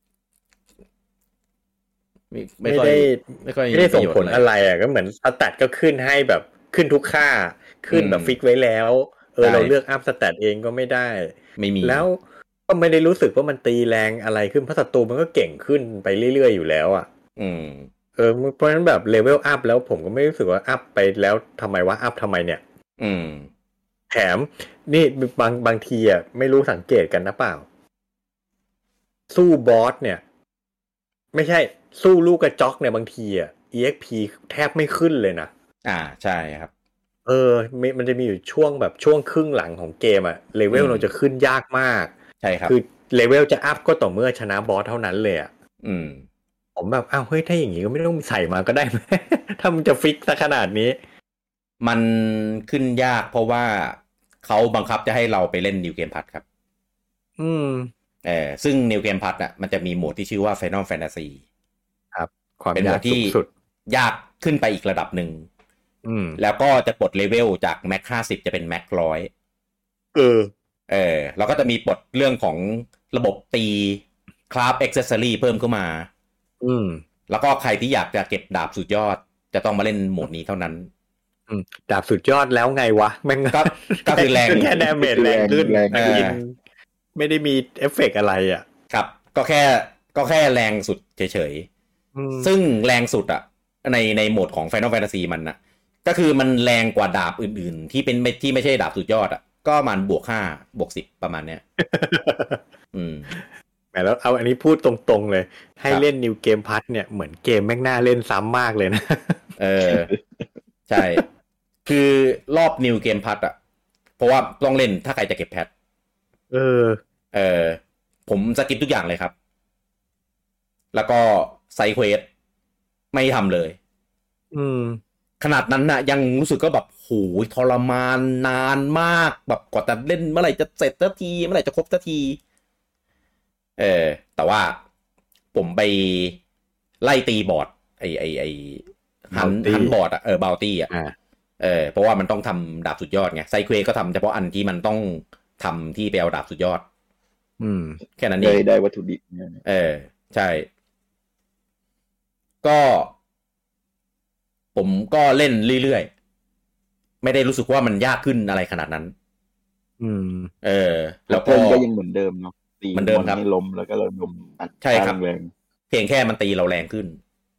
ไม่ได้ส่งผลอะไรอ่ะก็เหมือนสแตทก็ขึ้นให้แบบขึ้นทุกค่าขึ้นแบบฟิกไว้แล้วเราเลือกอัพสแตทเองก็ไม่ได้ไม่มีแล้วก็ไม่ได้รู้สึกว่ามันตีแรงอะไรขึ้นเพราะศัตรูมันก็เก่งขึ้นไปเรื่อยๆอยู่แล้วอ่ะเพราะฉะนั้นแบบเลเวลอัพแล้วผมก็ไม่รู้สึกว่าอัพไปแล้วทำไมวะอัพทำไมเนี่ยแถมนี่บางทีอ่ะไม่รู้สังเกตกันนะเปล่าสู้บอสเนี่ยไม่ใช่สู้ลูกกระจอกเนี่ยบางทีอ่ะ EXP แทบไม่ขึ้นเลยนะใช่ครับมันจะมีอยู่ช่วงแบบช่วงครึ่งหลังของเกมอ่ะเลเวลเราจะขึ้นยากมากใช่ครับคือเลเวลจะอัพก็ต่อเมื่อชนะบอสเท่านั้นเลยอ่ะผมแบบเฮ้ยถ้าอย่างงี้ก็ไม่ต้องใส่มาก็ได้ ถ้ามันจะฟิกซะขนาดนี้มันขึ้นยากเพราะว่าเขาบังคับจะให้เราไปเล่น New Game Plus ครับซึ่ง New Game Plus อ่ะมันจะมีโหมดที่ชื่อว่า Final Fantasy ครับความเป็นโหมดที่ยากขึ้นไปอีกระดับหนึ่งแล้วก็จะปลดเลเวลจากแม็ก50จะเป็นแม็ก100แล้วก็จะมีปลดเรื่องของระบบตีคราฟอ็อกเซสซอรี่เพิ่มเข้ามาแล้วก็ใครที่อยากจะเก็บดาบสุดยอดจะต้องมาเล่นโหมดนี้เท่านั้นดาบสุดยอดแล้วไงวะแม่งก็คือแรงแค่ดาเมจแรงขึ้นไม่ได้มีเอฟเฟกต์อะไรอ่ะครับก็แค่แรงสุดเฉยๆซึ่งแรงสุดอ่ะในโหมดของ Final Fantasy มันน่ะก็คือมันแรงกว่าดาบอื่นๆที่ไม่ใช่ดาบสุดยอดอ่ะก็มันบวก5บวก10ประมาณเนี้ยแล้วเอาอันนี้พูดตรงๆเลยให้เล่น New Game Plus เนี่ยเหมือนเกมแม่งน่าเล่นซ้ำมากเลยนะใช่คือรอบ New Game Plus อ่ะเพราะว่าต้องเล่นถ้าใครจะเก็บแพทผมสกิปทุกอย่างเลยครับแล้วก็ไซด์เควสไม่ทำเลยขนาดนั้นน่ะยังรู้สึกก็แบบโหยทรมานนานมากแบบกว่าจะเล่นเมื่อไหร่จะเสร็จสักทีเมื่อไหร่จะครบสักทีแต่ว่าผมไปไล่ตีบอร์ดไอฮันบอร์ดบาวตี้เพราะว่ามันต้องทำดาบสุดยอดไงไซเควก็ทำเฉพาะอันที่มันต้องทำที่ไปเอาดาบสุดยอดแค่นั้นเองได้วัตถุดิบใช่ก็ผมก็เล่นเรื่อยๆไม่ได้รู้สึกว่ามันยากขึ้นอะไรขนาดนั้นแล้วก็ยังเหมือนเดิมเนาะตีเหมือนเดิมครับให้ล้มแล้วก็เราล้มใช่ครับเพียงแค่มันตีเราแรงขึ้น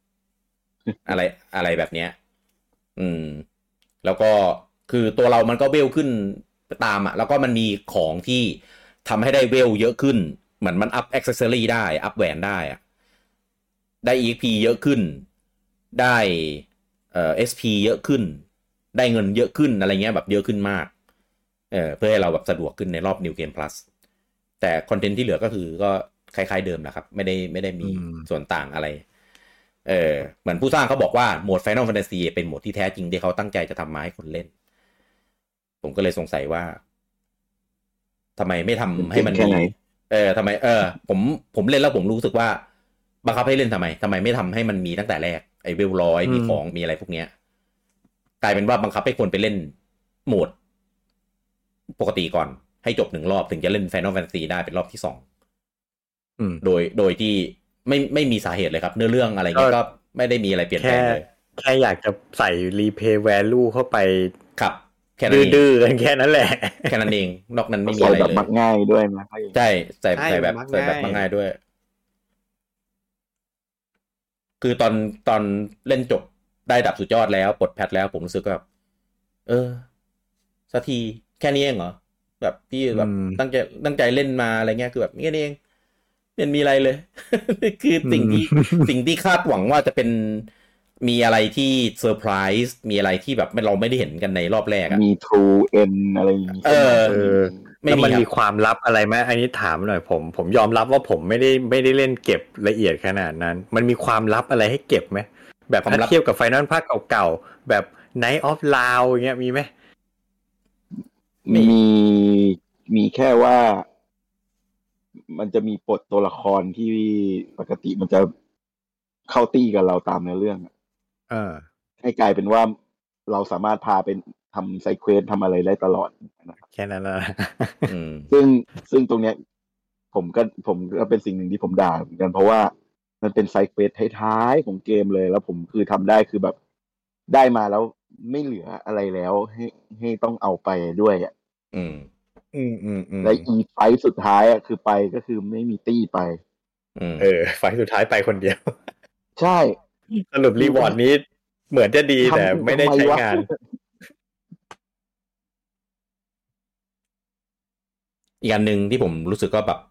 อะไรแบบเนี้ยแล้วก็คือตัวเรามันก็เวลขึ้นตามแล้วก็มันมีของที่ทำให้ได้เวลเยอะขึ้นเหมือนมันอัพแอ็กเซสซอรี่ได้อัพแหวนได้ได้ EXP เยอะขึ้นได้SP เยอะขึ้นได้เงินเยอะขึ้นอะไรเงี้ยแบบเยอะขึ้นมากเพื่อให้เราแบบสะดวกขึ้นในรอบ New Game Plus แต่คอนเทนต์ที่เหลือก็คือก็คล้ายๆเดิมแหละครับไม่ได้มีส่วนต่างอะไรเหมือนผู้สร้างเขาบอกว่าโหมด Final Fantasy เป็นโหมดที่แท้จริงที่เขาตั้งใจจะทำมาให้คนเล่นผมก็เลยสงสัยว่าทำไมไม่ทำให้มันมีทำไมผมเล่นแล้วผมรู้สึกว่าบังคับให้เล่นทำไมไม่ทำให้มันมีตั้งแต่แรกไอ้เวล100มีของมีอะไรพวกเนี้ยกลายเป็นว่าบังคับให้คนไปเล่นโหมดปกติก่อนให้จบ1รอบถึงจะเล่น Final Fantasy ได้เป็นรอบที่2โดยที่ไม่มีสาเหตุเลยครับเนื้อเรื่องอะไรเงี้ยก็ไม่ได้มีอะไรเปลี่ยนแปลงเลยแค่อยากจะใส่ replay value เข้าไปครับแค่ดื้อๆแค่นั้นแหละแค่นั้นเองนอกนั้นไม่มีอะไรเลยมักง่ายด้วยนะใช่ใส่แบบมักง่ายด้วยคือตอนเล่นจบได้ดับสุดยอดแล้วปลดแพทแล้วผมรู้สึกแบบสักทีแค่นี้เองเหรอแบบพี่แบบตั้งใจเล่นมาอะไรเงี้ยคือแบบแค่นี้เองไม่มีอะไรเลย คือสิ่งที่คาดหวังว่าจะเป็นมีอะไรที่เซอร์ไพรส์มีอะไรที่แบบเราไม่ได้เห็นกันในรอบแรกมี True End อะไรอย่างงี้แล้วมันมีความลับอะไรไหมอันนี้ถามหน่อยผมยอมรับว่าผมไม่ได้เล่นเก็บละเอียดขนาดนั้นมันมีความลับอะไรให้เก็บไหมแบบถ้าเทียบกับไฟนอลภาคเก่าๆแบบ Night of Lao อย่างเงี้ยมีไหมมีแค่ว่ามันจะมีปลดตัวละครที่ปกติมันจะเข้าตีกับเราตามในเรื่องให้กลายเป็นว่าเราสามารถพาเป็นทำไซเควสทำอะไรได้ตลอดแค่นั้นแหละซึ่งตรงเนี้ยผมก็เป็นสิ่งหนึ่งที่ผมด่าเหมือนกันเพราะว่ามันเป็นไซเควสท้ายๆของเกมเลยแล้วผมคือทำได้คือแบบได้มาแล้วไม่เหลืออะไรแล้วให้ต้องเอาไปด้วยและไฟสุดท้ายคือไปก็คือไม่มีตี้ไปไฟสุดท้ายไปคนเดียวใช่สรุปรีวอร์ดนี้เหมือนจะดีแต่ไม่ได้ใช้งานอีกอันหนึ่งที่ผมรู้สึกก็แบบ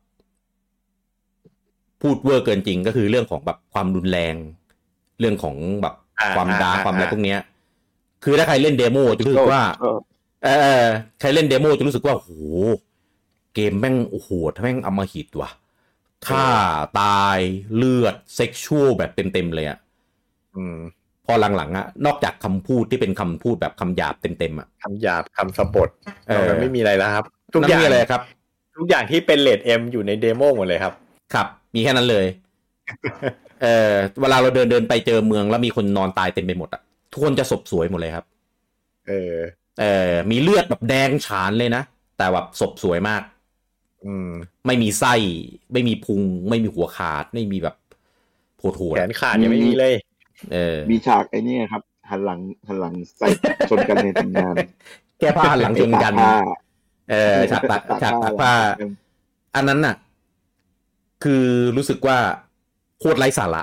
พูดเวอร์เกินจริงก็คือเรื่องของแบบความรุนแรงเรื่องของแบบความดาร์กความอะไรพวกเนี้ยคือถ้าใครเล่นเดโมจะรู้สึกว่าใครเล่นเดโมจะรู้สึกว่าโอ้โหเกมแม่งโอ้โหแม่งอำมหิตว่ะฆ่าตายเลือดเซ็กชวลแบบเต็มๆเลยพอหลังๆนอกจากคำพูดที่เป็นคำพูดแบบคำหยาบเต็มๆคำหยาบคำสปดมันไม่มีอะไรแล้วครับทุกอย่างเลยครับทุกอย่างที่เป็นเรท M อยู่ในเดโมหมดเลยครับครับมีแค่นั้นเลยเวลาเราเดินไปเจอเมืองแล้วมีคนนอนตายเต็มไปหมดทุกคนจะศพสวยหมดเลยครับมีเลือดแบบแดงฉานเลยนะแต่แบบศพสวยมากไม่มีไส้ไม่มีพุงไม่มีหัวขาดไม่มีแบบโผล่แขนขาดยังไม่มีเลยมีฉากไอ้นี่ครับหันหลังใส่ชนกันในทำงานแก้ผ้าหันหลังชนกันฉากตักผ้าอันนั้นน่ะคือรู้สึกว่าโคตรไร้สาระ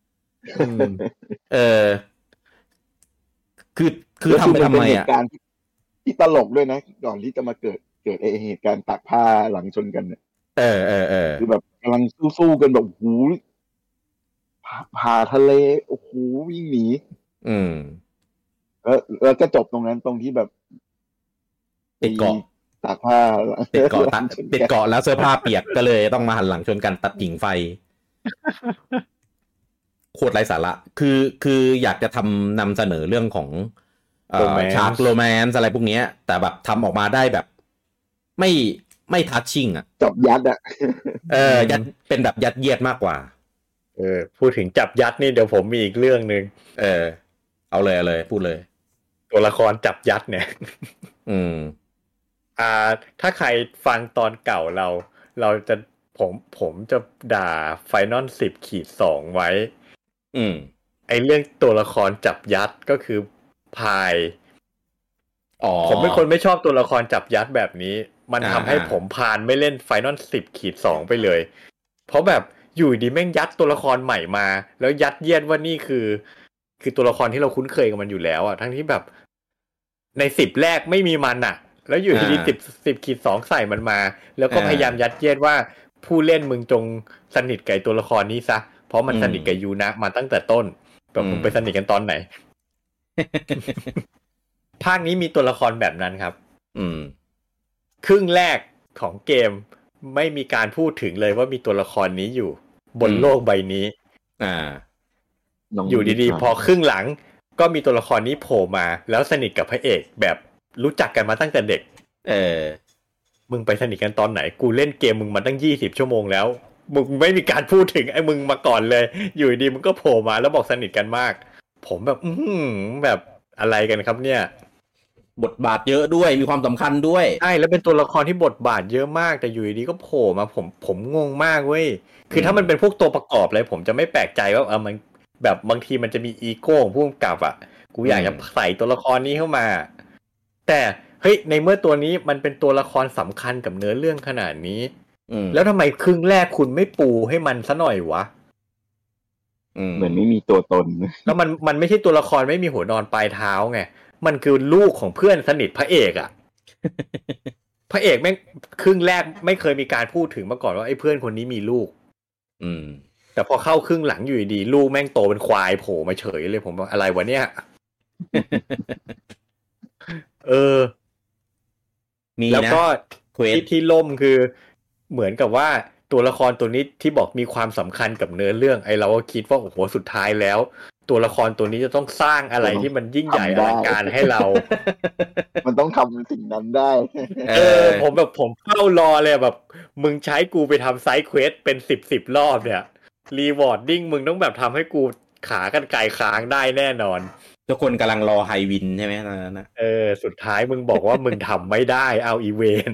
คือทำไปทำไมอ่ะที่ตลกด้วยนะก่อนที่จะมาเกิดเหตุการณ์ตักผ้าหลังชนกันเนี่ยคือแบบกำลังสู้กันแบบหูผ่าทะเลโอ้โหวิ่งหนีแล้วก็จบตรงนั้นตรงที่แบบติดเกาะตากผ้าติดเกาะแล้วเสื้อผ้าเปียกก็เลยต้องมาหันหลังชนกันตัดหญิงไฟโคตรไร้สาระคืออยากจะนำเสนอเรื่องของฉากโรแมนต์อะไรพวกนี้แต่แบบทำออกมาได้แบบไม่ทัชชิ่งอ่ะจับยัดอ่ะยัดเป็นแบบยัดเยียดมากกว่าพูดถึงจับยัดนี่เดี๋ยวผมมีอีกเรื่องนึงเอาเลยพูดเลยตัวละครจับยัดเนี่ยถ้าใครฟังตอนเก่าเราจะผมจะด่า Final 10-2 ไว้ไอเรื่องตัวละครจับยัดก็คือพายผมเป็นคนไม่ชอบตัวละครจับยัดแบบนี้มันทำให้ผมพานไม่เล่น Final 10-2 ไปเลยเพราะแบบอยู่ดีแม่งยัดตัวละครใหม่มาแล้วยัดเยียดว่านี่คือตัวละครที่เราคุ้นเคยกับมันอยู่แล้วอ่ะทั้งที่แบบใน10แรกไม่มีมันอ่ะแล้วอยู่ดี10-2ใส่มันมาแล้วก็พยายามยัดเยียดว่าผู้เล่นมึงจงสนิทกับตัวละครนี้ซะเพราะมันสนิทกับยูนะมาตั้งแต่ต้นแบบมึงไปสนิทกันตอนไหน ภาคนี้มีตัวละครแบบนั้นครับครึ่งแรกของเกมไม่มีการพูดถึงเลยว่ามีตัวละครนี้อยู่บนโลกใบนี้อยู่ดีๆพอครึ่งหลังก็มีตัวละครนี้โผล่มาแล้วสนิทกับพระเอกแบบรู้จักกันมาตั้งแต่เด็กมึงไปสนิทกันตอนไหนกูเล่นเกมมึงมาตั้ง20ชั่วโมงแล้วมึงไม่มีการพูดถึงไอ้มึงมาก่อนเลยอยู่ดีมึงก็โผล่มาแล้วบอกสนิทกันมากผมแบบแบบอะไรกันครับเนี่ยบทบาทเยอะด้วยมีความสำคัญด้วยใช่แล้วเป็นตัวละครที่บทบาทเยอะมากแต่อยู่ดีก็โผล่มาผมงงมากเว้ยคือถ้ามันเป็นพวกตัวประกอบเลยผมจะไม่แปลกใจว่ามันแบบบางทีมันจะมีอีโก้ของผู้กำกับอ่ะกูอยากจะใส่ตัวละครนี้เข้ามาแต่เฮ้ยในเมื่อตัวนี้มันเป็นตัวละครสำคัญกับเนื้อเรื่องขนาดนี้แล้วทำไมครึ่งแรกคุณไม่ปูให้มันซะหน่อยวะเหมือนไม่มีตัวตนแล้วมันไม่ใช่ตัวละครไม่มีหัวนอนปลายเท้าไงมันคือลูกของเพื่อนสนิทพระเอกอ่ะ พระเอกแม่งครึ่งแรกไม่เคยมีการพูดถึงมาก่อนว่าไอ้เพื่อนคนนี้มีลูกแต่พอเข้าครึ่งหลังอยู่ดีลูกแม่งโตเป็นควายโผล่มาเฉยเลยผมว่าอะไรวะเนี่ยมีแล้วก็ที่ล่มคือเหมือนกับว่าตัวละครตัวนี้ที่บอกมีความสำคัญกับเนื้อเรื่องไอ้เราก็คิดว่าโอ้โหสุดท้ายแล้วตัวละครตัวนี้จะต้องสร้างอะไรที่มันยิ่งใหญ่อลังการให้เรามันต้องทำสิ่งนั้นได้ผมเฝ้ารอเลยแบบมึงใช้กูไปทำไซด์เควสเป็น10 รอบเนี่ยรีวอร์ดดิ้งมึงต้องแบบทำให้กูขากันไกลค้างได้แน่นอนทุกคนกำลังรอไฮวินใช่ไหมตอนนั้นนะสุดท้ายมึงบอกว่ามึงทำไม่ได้เอาอีเวน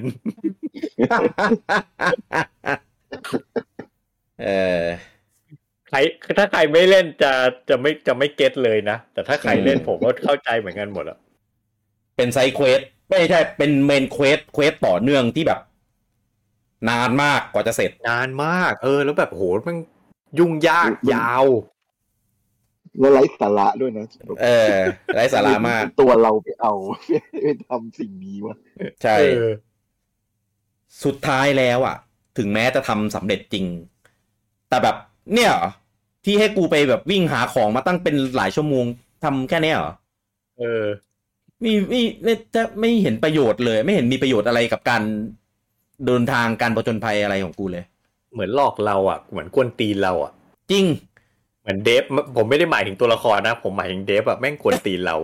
ใครถ้าใครไม่เล่นจะไม่เก็ตเลยนะแต่ถ้าใครเล่นผมก็เข้าใจเหมือนกันหมดอ่ะเป็นไซด์เควสไม่ใช่เป็นเมนเควสต่อเนื่องที่แบบนานมากกว่าจะเสร็จนานมากแล้วแบบโหมันยุ่งยากยาวแล้วไร้สาระด้วยนะไร้สาระมากตัวเราไปเอาไปทำสิ่งนี้วะใช่สุดท้ายแล้วอ่ะถึงแม้จะทำสำเร็จจริงแต่แบบเนี่ยที่ให้กูไปแบบวิ่งหาของมาตั้งเป็นหลายชั่วโมงทำแค่นี้เหรอไม่จะไม่เห็นประโยชน์เลยไม่เห็นมีประโยชน์อะไรกับการเดินทางการผจญภัยอะไรของกูเลยเหมือนหลอกเราอ่ะเหมือนกวนตีนเราอ่ะจริงเหมือนเดฟผมไม่ได้หมายถึงตัวละครนะผมหมายถึงเดฟอะแม่งกวนตีนเรา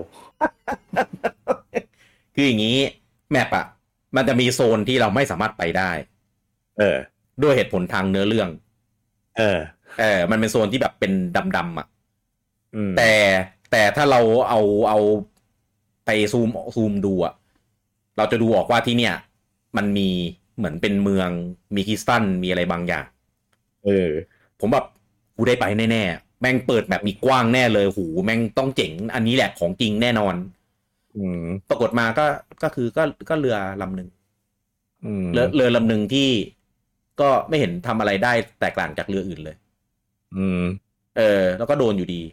คืออย่างนี้แมปอะมันจะมีโซนที่เราไม่สามารถไปได้ด้วยเหตุผลทางเนื้อเรื่องมันเป็นโซนที่แบบเป็นดำๆอ่ะแต่ถ้าเราเอาไปซูมดูอ่ะเราจะดูออกว่าที่เนี่ยมันมีเหมือนเป็นเมืองมีคริสตัลมีอะไรบางอย่างผมแบบกูได้ไปแน่ๆแม่งเปิดแบบมีกว้างแน่เลยหูแม่งต้องเจ๋งอันนี้แหละของจริงแน่นอนปรากฏมาก็คือก็เรือลำนึงเรือลำนึงที่ก็ไม่เห็นทำอะไรได้แตกต่างจากเรืออื่นเลยแล้วก็โดนอยู่ดี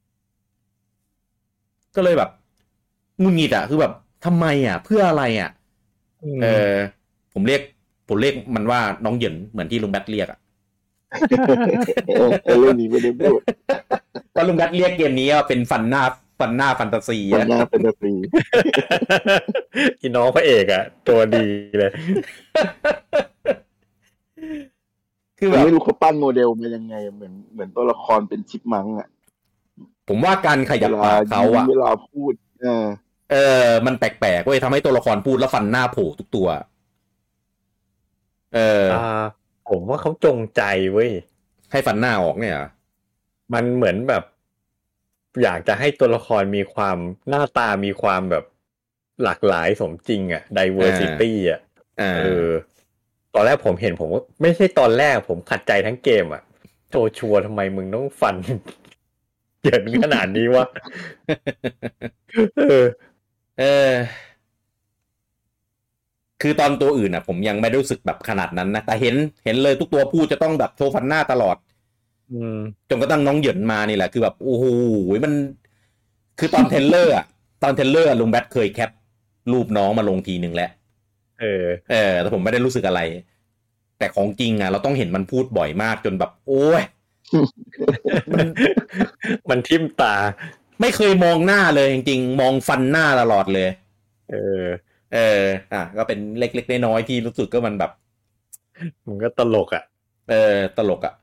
ก็เลยแบบงุนงิดอ่ะคือแบบทำไมอ่ะเพื่ออะไรอ่ะผมเรียกมันว่าน้องเหยินเหมือนที่ลุงแบทเรียกอ่ะเรื่องนี้ไม่ได้พูดก็ลุงแบทเรียกเกมนี้เป็นฟันหน้าแฟนตาซีฟันหน้าแฟนตาซีอีน้องพระเอกอ่ะตัวดีเลยคือแบบไม่รู้เขาปั้นโมเดลมายังไงเหมือนตัวละครเป็นชิปมังก์อ่ะผมว่าการขยับปากเขาอะเวลาพูดมันแปลกๆเว้ยทำให้ตัวละครพูดแล้วฟันหน้าโผล่ทุกตัวผมว่าเขาจงใจเว้ยให้ฟันหน้าออกเนี่ยมันเหมือนแบบอยากจะให้ตัวละครมีความหน้าตามีความแบบหลากหลายสมจริงอ่ะ diversity อ่ะตอนแรกผมเห็นผมว่าไม่ใช่ตอนแรกผมขัดใจทั้งเกมอ่ะโชชัวทำไมมึงต้องฟันเยินขนาดนี้วะคือตอนตัวอื่นอ่ะผมยังไม่รู้สึกแบบขนาดนั้นนะแต่เห็นเลยทุกตัวพูดจะต้องแบบโชว์ฟันหน้าตลอดจนกระทั่งน้องเหยินมานี่แหละคือแบบโอ้โหมันคือตอนเทรลเลอร์ลุงแบทเคยแคปรูปน้องมาลงทีนึงแล้วแต่ผมไม่ได้รู้สึกอะไรแต่ของจริงอ่ะเราต้องเห็นมันพูดบ่อยมากจนแบบโอ้ยมันทิ่มตาไม่เคยมองหน้าเลยจริงๆมองฟันหน้าตลอดเลยก็เป็นเล็กๆน้อยๆที่รู้สึกก็มันแบบมันก็ตลกอ่ะตลกอ่ะ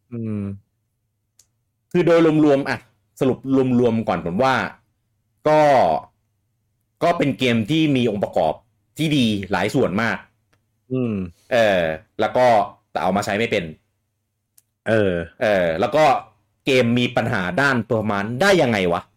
คือโดยรวมๆอ่ะสรุปรวมๆก่อนผมว่าก็เป็นเกมที่มีองค์ประกอบที่ดีหลายส่วนมากแล้วก็แต่เอามาใช้ไม่เป็นแล้วก็เกมมีปัญหาด้านประมาณได้ยังไงวะ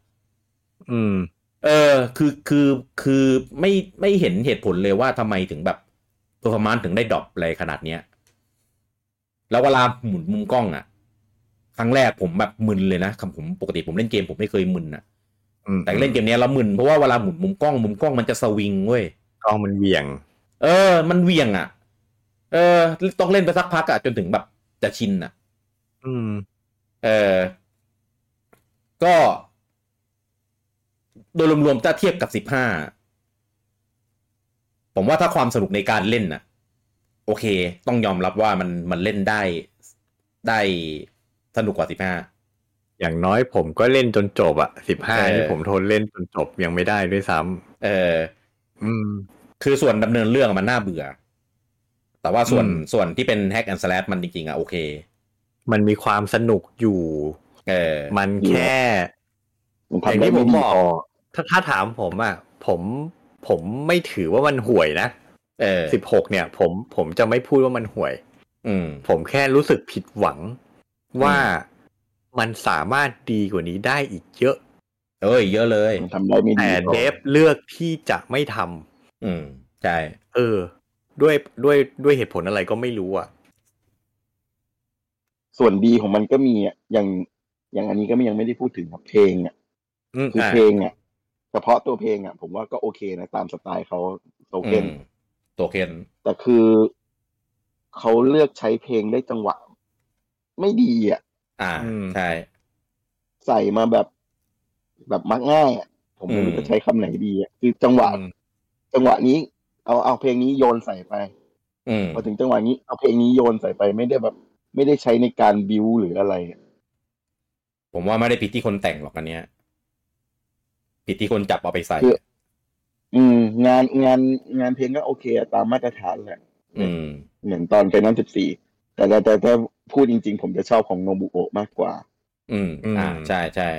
คือไม่เห็นเหตุผลเลยว่าทำไมถึงแบบperformanceถึงได้ดรอปอะไรขนาดเนี้ยแล้วเวลาหมุนมุมกล้องอ่ะครั้งแรกผมแบบมึนเลยนะผมปกติผมเล่นเกมผมไม่เคยมึนอ่ะแต่เล่นเกมนี้แล้วมึนเพราะว่าเวลาหมุนมุมกล้องมันจะสวิงเว้ยกล้องมันเหวี่ยงมันเหวี่ยงอ่ะต้องเล่นไปสักพักอ่ะจนถึงแบบจะชินอ่ะก็โดยรวมๆถ้าเทียบกับ15ผมว่าถ้าความสนุกในการเล่นน่ะโอเคต้องยอมรับว่ามันเล่นได้สนุกกว่า15 อย่างน้อยผมก็เล่นจนจบอ่ะ15นี่ผมทนเล่นจนจบยังไม่ได้ด้วยซ้ำคือส่วนดำเนินเรื่องมันน่าเบื่อแต่ว่าส่วนที่เป็นแฮกแอนด์สแลชมันจริงๆอ่ะโอเคมันมีความสนุกอยู่มันแค่อย่างที่ผมบอกถ้าถามผมอ่ะผมไม่ถือว่ามันห่วยนะ16เนี่ยผมจะไม่พูดว่ามันห่วยผมแค่รู้สึกผิดหวังว่ามันสามารถดีกว่านี้ได้อีกเยอะเยอะเลยทำได้ไม่ดีแต่เดฟเลือกที่จะไม่ทำใช่ด้วยเหตุผลอะไรก็ไม่รู้อ่ะส่วนดีของมันก็มีอ่ะอย่างอันนี้ก็ยังไม่ได้พูดถึงกับเพลงอ่ะคือเพลงอ่ะเฉพาะตัวเพลงอ่ะผมว่าก็โอเคนะตามสไตล์เขาโตเค็นแต่คือเขาเลือกใช้เพลงได้จังหวะไม่ดีอ่ะใช่ใส่มาแบบมักง่ายอ่ะผมไม่รู้จะใช้คำไหนดีอ่ะคือจังหวะนี้เอาเพลงนี้โยนใส่ไปพอถึงจังหวะนี้เอาเพลงนี้โยนใส่ไปไม่ได้ใช้ในการบิวหรืออะไรผมว่าไม่ได้ผิดที่คนแต่งหรอกอันเนี้ยผิดที่คนจับเอาไปใส่งานเพลงก็โอเคตามมาตรฐานแหละเหมือนตอนเป็นนั้น14แต่ถ้าพูดจริงๆผมจะชอบของโนบุโอะมากกว่าใช่ใช่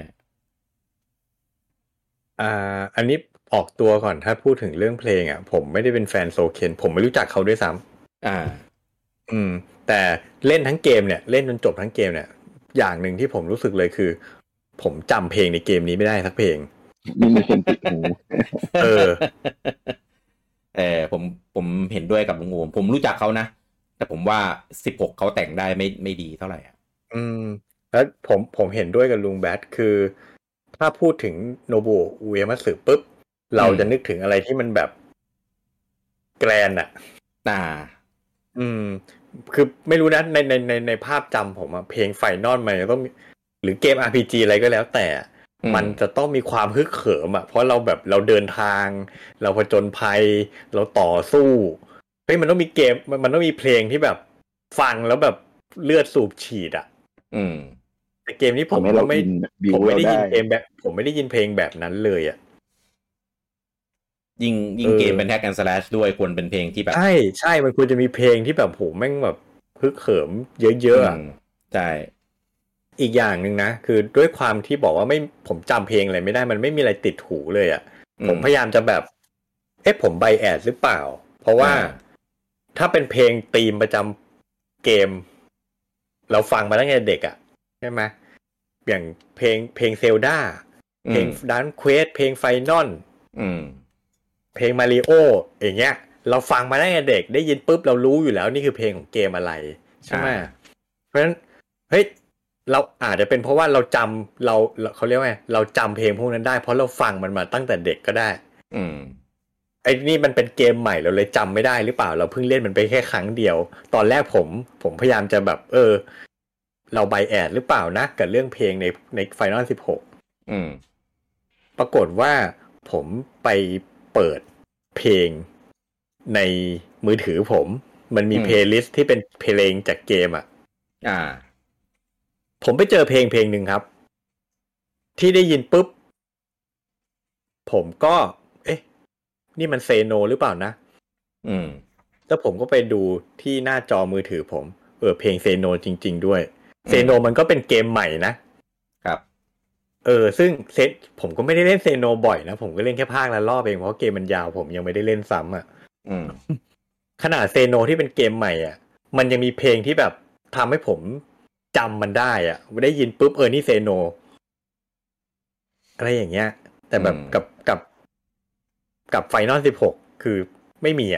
อันนี้ออกตัวก่อนถ้าพูดถึงเรื่องเพลงอ่ะผมไม่ได้เป็นแฟนโซเคนผมไม่รู้จักเขาด้วยซ้ำแต่เล่นทั้งเกมเนี่ยเล่นจนจบทั้งเกมเนี่ยอย่างหนึ่งที่ผมรู้สึกเลยคือผมจำเพลงในเกมนี้ไม่ได้สักเพลงไม่มีเพลงติดหูผมเห็นด้วยกับลุงโอมผมรู้จักเขานะแต่ผมว่า16เขาแต่งได้ไม่ดีเท่าไหร่แล้วผมเห็นด้วยกับลุงแบทคือถ้าพูดถึงโนบุอุเอมัตสึปุ๊บเราจะนึกถึงอะไรที่มันแบบแกรนอ่ะคือไม่รู้นะในภาพจำผมอะเพลงไฟนอลมันต้องหรือเกม RPG อะไรก็แล้วแต่มันจะต้องมีความฮึกเหิมอ่ะเพราะเราแบบเราเดินทางเราผจญภัยเราต่อสู้มันต้องมีเกมมันต้องมีเพลงที่แบบฟังแล้วแบบเลือดสูบฉีดอ่ะแต่เกมนี้ผมไม่ได้ยินเพลงแบบผมไม่ได้ยินเพลงแบบนั้นเลยอ่ะยิ่งเกมเป็นแฮกแอนด์สแลชด้วยควรเป็นเพลงที่แบบใช่มันควรจะมีเพลงที่แบบโหแม่งแบบฮึกเหิมเยอะๆใช่อีกอย่างนึงนะคือด้วยความที่บอกว่าไม่ผมจำเพลงอะไรไม่ได้มันไม่มีอะไรติดหูเลยอ่ะผมพยายามจะแบบผมไบแอดหรือเปล่าเพราะว่าถ้าเป็นเพลงธีมประจำเกมเราฟังมาตั้งแต่เด็กอ่ะใช่ไหมอย่างเพลงเซลดาเพลงดันเควสเพลงไฟนอลเพลงมาริโออย่างเงี้ยเราฟังมาตั้งแต่เด็กได้ยินปุ๊บเรารู้อยู่แล้วนี่คือเพลงของเกมอะไรใช่ไหมเพราะฉะนั้นเฮ้ยเราอาจจะเป็นเพราะว่าเราจำเขาเรียกว่าไงเราจำเพลงพวกนั้นได้เพราะเราฟังมันมาตั้งแต่เด็กก็ได้ไอ้นี่มันเป็นเกมใหม่เราเลยจำไม่ได้หรือเปล่าเราเพิ่งเล่นมันไปแค่ครั้งเดียวตอนแรกผมพยายามจะแบบเราไบแอดหรือเปล่านะกับเรื่องเพลงใน Final 16ปรากฏว่าผมไปเปิดเพลงในมือถือมันมีเพลย์ลิสต์ที่เป็นเพลงจากเกมผมไปเจอเพลงหนึ่งครับที่ได้ยินปุ๊บผมก็นี่มันเซโนหรือเปล่านะแล้วผมก็ไปดูที่หน้าจอมือถือผมเพลงเซโนจริงๆด้วยเซโนมันก็เป็นเกมใหม่นะครับซึ่งผมก็ไม่ได้เล่นเซโนบ่อยนะผมก็เล่นแค่ภาคละรอบเองเพราะเกมมันยาวผมยังไม่ได้เล่นซ้ำขนาดเซโนที่เป็นเกมใหม่มันยังมีเพลงที่แบบทำให้ผมจำมันได้ได้ยินปุ๊บนี่เซโนอะไรอย่างเงี้ยแต่แบบกับไฟนอล16คือไม่มี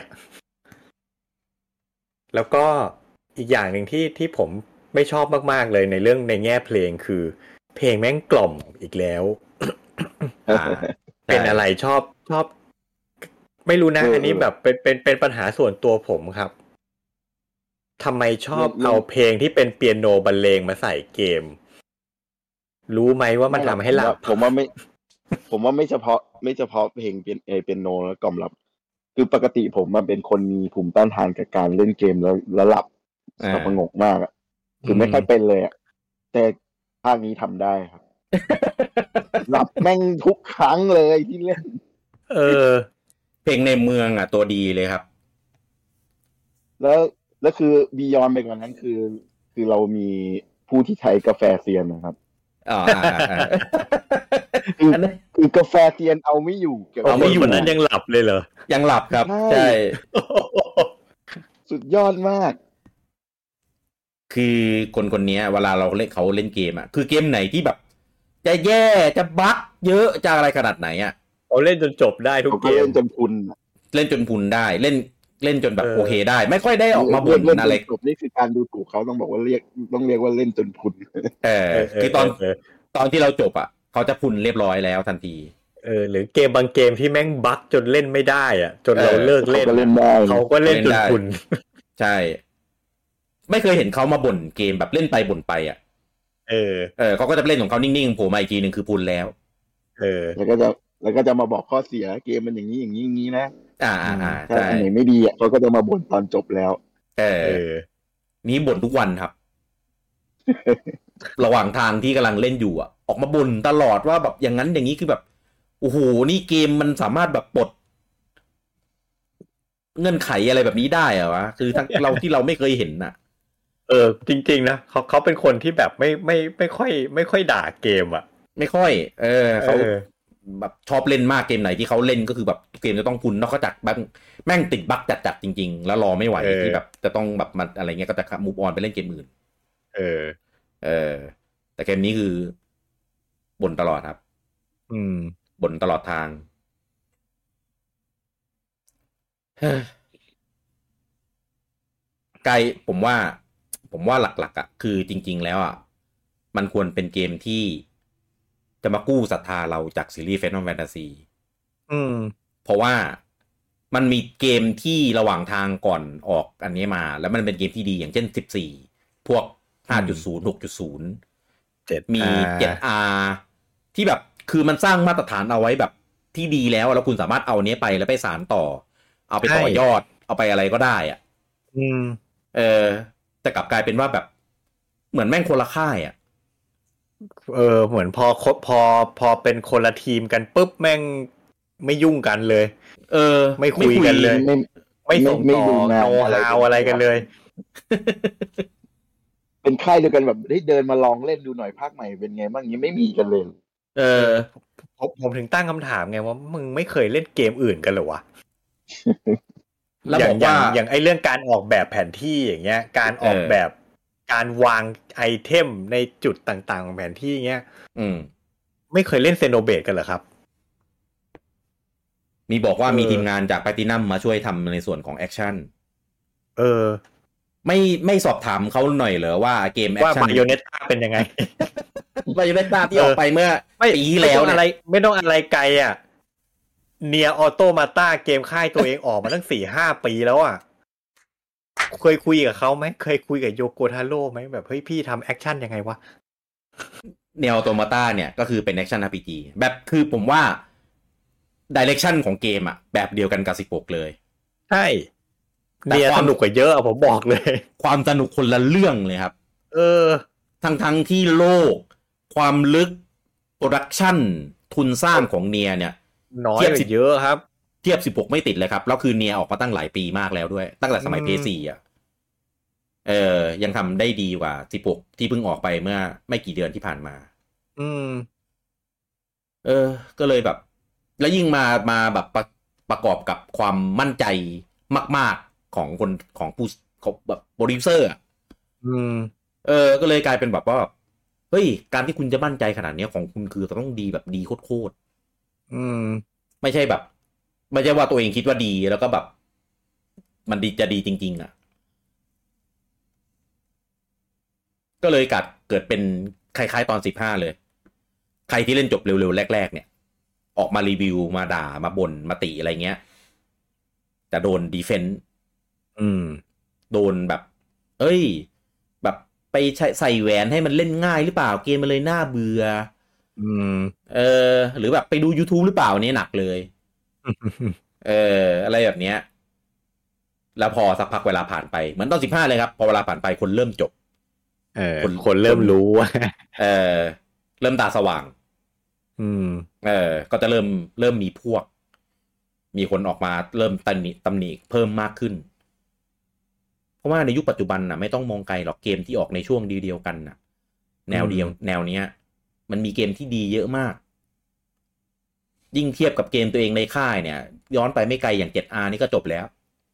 แล้วก็อีกอย่างหนึ่งที่ผมไม่ชอบมากๆเลยในเรื่องในแง่เพลงคือเพลงแม่งกล่อมอีกแล้วเป็นอะไรชอบไม่รู้นะอันนี้แบบเป็นปัญหาส่วนตัวผมครับทำไมชอบเอาเพลงที่เป็นเปียโนบรรเลงมาใส่เกมรู้ไหมว่ามันทำให้หลับผมว่าไม่เฉพาะเพลงเปียโนแล้วกล่อมหลับคือปกติผมมันเป็นคนมีภูมิต้านทานกับการเล่นเกมแล้วหลับสงบมากคือไม่ค่อยเป็นเลยแต่ภาคนี้ทำได้ครับหลับแม่งทุกครั้งเลยที่เล่นเพลงในเมืองตัวดีเลยครับแล้วคือบียอนไปกว่านั้นคือเรามีผู้ที่ใช้กาแฟเซียนนะครับคือกาแฟเซียนเอาไม่อยู่นั้นยังหลับเลยเหรอยังหลับครับใช่สุดยอดมากคือคนนี้เวลาเขาเล่นเกมคือเกมไหนที่แบบจะแย่จะบั๊กเยอะจะอะไรขนาดไหนเขาเล่นจนจบได้ทุกเกมเล่นจนพุนได้เล่นจนแบบโอเคได้ไม่ค่อยได้ออกมาบ่นอะไรจบนี่คือการดูถูกเขาต้องบอกว่าเรียกว่าเล่นจนพุนคือตอนที่เราจบเขาจะพุนเรียบร้อยแล้วทันทีหรือเกมบางเกมที่แม่งบั๊กจนเล่นไม่ได้จนเราเลิกเล่นเขาก็เล่นจนพุนใช่ไม่เคยเห็นเขามาบ่นเกมแบบเล่นไปบ่นไปเขาก็จะเล่นของเขานิ่งๆโผล่มาอีกทีนึงคือพุนแล้วแล้วก็จะมาบอกข้อเสียเกมมันอย่างนี้นะใช่อันไหนไม่ดีเขาก็จะมาบ่นตอนจบแล้วนี้บ่นทุกวันครับ ระหว่างทางที่กำลังเล่นอยู่ออกมาบ่นตลอดว่าแบบอย่างนั้นอย่างนี้คือแบบโอ้โหนี่เกมมันสามารถแบบปลดเงื่อนไขอะไรแบบนี้ได้วะคือทั้งเราที่เราไม่เคยเห็นจริงๆนะเขาเป็นคนที่แบบไม่ค่อยด่าเกมไม่ค่อยเขาแบบชอบเล่นมากเกมไหนที่เขาเล่นก็คือแบบเกมจะต้องพุนนอกจากแม่งติดบั๊กจัดจริงๆแล้วรอไม่ไหวที่แบบจะต้องแบบมันอะไรเงี้ยก็จะมูฟออนไปเล่นเกมอื่นแต่เกมนี้คือบ่นตลอดครับบ่นตลอดทางไกลผมว่าหลักๆคือจริงๆแล้วมันควรเป็นเกมที่จะมากู้ศรัทธาเราจากซีรีส์ Final Fantasy เพราะว่ามันมีเกมที่ระหว่างทางก่อนออกอันนี้มาแล้วมันเป็นเกมที่ดีอย่างเช่น14พวก 5.0 6.0 มี 7R ที่แบบคือมันสร้างมาตรฐานเอาไว้แบบที่ดีแล้วคุณสามารถเอาเนี้ยไปแล้วไปสานต่อเอาไปต่อยอดเอาไปอะไรก็ได้แต่กลับกลายเป็นว่าแบบเหมือนแม่งคนละค่ายเหมือนพอเป็นคนละทีมกันปุ๊บแม่งไม่ยุ่งกันเลยไม่คุยกันเลยไม่ส่งต่อโน้ตฮาวอะไรกันเลยเป็นค่ายเดียวกันแบบได้เดินมาลองเล่นดูหน่อยภาคใหม่เป็นไงบ้างนี้ไม่มีกันเลยผมถึงตั้งคำถามไงว่ามึงไม่เคยเล่นเกมอื่นกันเหรอวะแล้วบอกว่าอย่างไอ้เรื่องการออกแบบแผนที่อย่างเงี้ยการออกแบบการวางไอเทมในจุดต่างๆของแผนที่เงี้ยไม่เคยเล่นเซโนเบดกันเหรอครับมีบอกว่ามีทีมงานจากแพลตินัมมาช่วยทำในส่วนของแอคชั่นไม่สอบถามเขาหน่อยเหรอว่าเกมแอคชั่นว่า Bayonetta เป็นยังไง Bayonetta ที่ออกไปเมื่อปีแล้วไม่ต้องอะไรไกลอ่ะ Nier Automata เกมค่ายตัวเองออกมาตั้ง 4-5 ปีแล้วอ่ะเคยคุยกับเขาไหมเคยคุยกับโยโกทาโร่ไหมแบบเฮ้ยพี่ทำแอคชั่นยังไงวะ Nier Automata เนี่ยก็คือเป็นแอคชั่น RPG แบบคือผมว่าดิเรกชันของเกมอ่ะแบบเดียวกันกับ16เลยใช่เนียสนุกกว่าเยอะผมบอกเลยความสนุกคนละเรื่องเลยครับทั้งที่โลกความลึกโปรดักชั่นทุนสร้างของเนียเนี่ยน้อยเยอะครับเทียบ16ไม่ติดเลยครับแล้วคือเนียออกมาตั้งหลายปีมากแล้วด้วยตั้งแต่สมัย PS4 อ่ะยังทำได้ดีกว่า16ที่เพิ่งออกไปเมื่อไม่กี่เดือนที่ผ่านมาก็เลยแบบแล้วยิ่งมาแบบประกอบกับความมั่นใจมากๆของคนของผู้แบบโปรดิวเซอร์ก็เลยกลายเป็นแบบว่าเฮ้ยการที่คุณจะมั่นใจขนาดนี้ของคุณคือต้องดีแบบดีโคตรไม่ใช่แบบไม่ใช่ว่าตัวเองคิดว่าดีแล้วก็แบบมันดีจะดีจริงๆอ่ะก็เลยเกิดเป็นคล้ายๆตอน15เลยใครที่เล่นจบเร็วๆแรกๆเนี่ยออกมารีวิวมาด่ามาบ่นมาติอะไรเงี้ยจะโดนดีเฟนส์โดนแบบเอ้ยแบบไปใส่แหวนให้มันเล่นง่ายหรือเปล่าเกมมันเลยน่าเบื่อหรือแบบไปดู YouTube หรือเปล่านี่หนักเลยอะไรแบบเนี้ยแล้วพอสักพักเวลาผ่านไปเหมือนตอน15เลยครับพอเวลาผ่านไปคนเริ่มจบคนเริ่มรู้เริ่มตาสว่างก็จะเริ่มมีพวกมีคนออกมาเริ่มตำหนิเพิ่มมากขึ้นเพราะว่าในยุคปัจจุบันน่ะไม่ต้องมองไกลหรอกเกมที่ออกในช่วงเดียวกันน่ะแนวเดียวแนวเนี้ยมันมีเกมที่ดีเยอะมากยิ่งเทียบกับเกมตัวเองในค่ายเนี่ยย้อนไปไม่ไกลอย่าง 7R นี่ก็จบแล้ว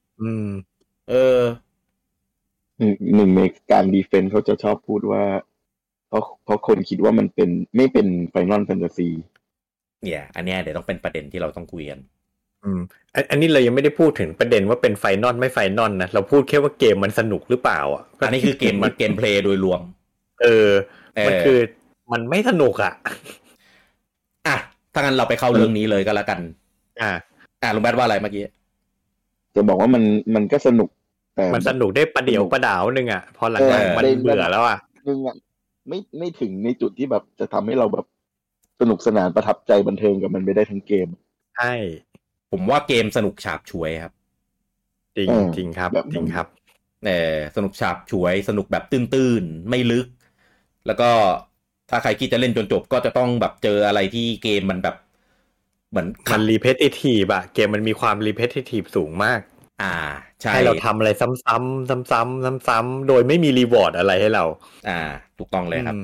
หนึ่งในการดีเฟนส์เขาจะชอบพูดว่าเพราะคนคิดว่ามันไม่เป็น Final Fantasy เนี่ยอันเนี้ยเดี๋ยวต้องเป็นประเด็นที่เราต้องคุยกันอันนี้เรายังไม่ได้พูดถึงประเด็นว่าเป็นไฟนอลไม่ไฟนอลนะเราพูดแค่ว่าเกมมันสนุกหรือเปล่าอ่ะอันนี้คือเกมเพลย์โดยรวมมันคือมันไม่สนุกอ่ะถ้างั้นเราไปเข้าเรื่องนี้เลยก็แล้วกันลุงแบทว่าอะไรเมื่อกี้จะบอกว่ามันก็สนุกแต่มันสนุกได้ประเดี๋ยวประดาวนึงอ่ะพอหลังๆมันเบื่อแล้วอ่ะนึงอ่ะไม่ถึงในจุดที่แบบจะทำให้เราแบบสนุกสนานประทับใจบันเทิงกับมันไปได้ทั้งเกมใช่ผมว่าเกมสนุกฉาบฉวยครับจริงครับจริงครับสนุกฉาบฉวยสนุกแบบตื้นๆไม่ลึกแล้วก็ถ้าใครคิดจะเล่นจนจบก็จะต้องแบบเจออะไรที่เกมมันแบบเหมือนมันรีเพทิทีฟอะเกมมันมีความรีเพทิทีฟสูงมากใช่ให้เราทำอะไรซ้ำๆโดยไม่มีรีวอร์ดอะไรให้เราถูกต้องเลยครับ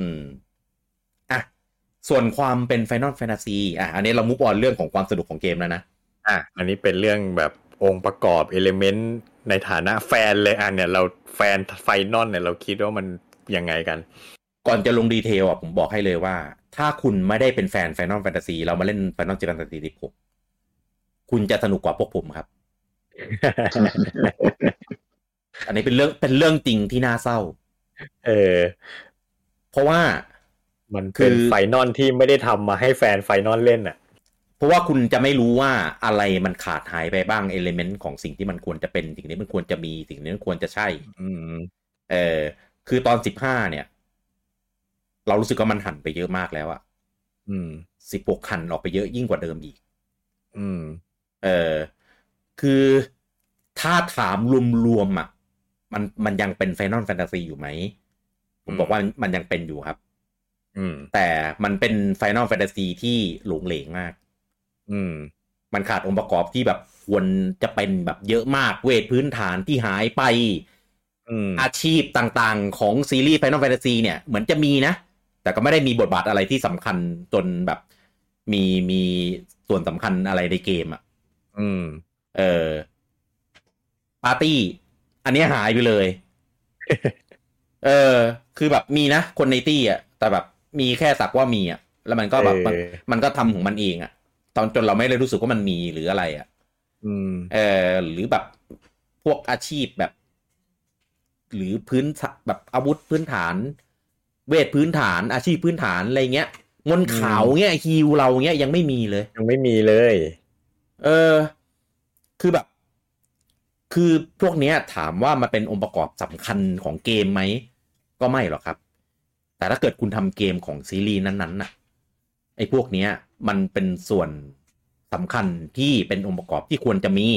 ส่วนความเป็น Final Fantasy อันนี้เรามุกออนเรื่องของความสนุกของเกมแล้วนะอันนี้เป็นเรื่องแบบองค์ประกอบเอลิเมนต์ในฐานะแฟนเลยเนี่ยเราแฟนไฟนอลเนี่ยเราคิดว่ามันยังไงกันก่อนจะลงดีเทลผมบอกให้เลยว่าถ้าคุณไม่ได้เป็นแฟน Final Fantasy เรามาเล่น Final Fantasy 16คุณจะสนุกกว่าพวกผมครับ อันนี้เป็นเรื่องจริงที่น่าเศร้าเพราะว่ามันเป็นไฟนอลที่ไม่ได้ทำมาให้แฟนไฟนอลเล่นเพราะว่าคุณจะไม่รู้ว่าอะไรมันขาดหายไปบ้างเอลิเมนต์ของสิ่งที่มันควรจะเป็นสิ่งนี้มันควรจะมีสิ่งนี้มันควรจะใช่คือตอน15เนี่ยเรารู้สึกว่ามันหันไปเยอะมากแล้ว16หันออกไปเยอะยิ่งกว่าเดิมอีกคือถ้าถามรวมๆมันยังเป็น Final Fantasy อยู่ไหมผมบอกว่ามันยังเป็นอยู่ครับแต่มันเป็น Final Fantasy ที่หลงเหลงมากมันขาดองค์ประกอบที่แบบควรจะเป็นแบบเยอะมากเวทพื้นฐานที่หายไปอาชีพต่างๆของซีรีส์ Final Fantasy เนี่ยเหมือนจะมีนะแต่ก็ไม่ได้มีบทบาทอะไรที่สำคัญจนแบบมีส่วนสำคัญอะไรในเกมอ่ะปาร์ตี้อันนี้หายไปเลย คือแบบมีนะคนในตี้อ่ะแต่แบบมีแค่สักว่ามีอ่ะแล้วมันก็แบบมันก็ทำของมันเองอ่ะตอนจนเราไม่ได้รู้สึกว่ามันมีหรืออะไรอ่ะหรือแบบพวกอาชีพแบบหรือพื้นแบบอาวุธพื้นฐานเวทพื้นฐานอาชีพพื้นฐานอะไรเงี้ยมนขาวเงี้ยฮิวเราเงี้ยยังไม่มีเลยคือแบบคือพวกเนี้ยถามว่ามันเป็นองค์ประกอบสำคัญของเกมไหมก็ไม่หรอกครับแต่ถ้าเกิดคุณทำเกมของซีรีส์นั้นๆน่ะไอ้พวกเนี้ยมันเป็นส่วนสำคัญที่เป็นองค์ประกอบที่ควรจะมี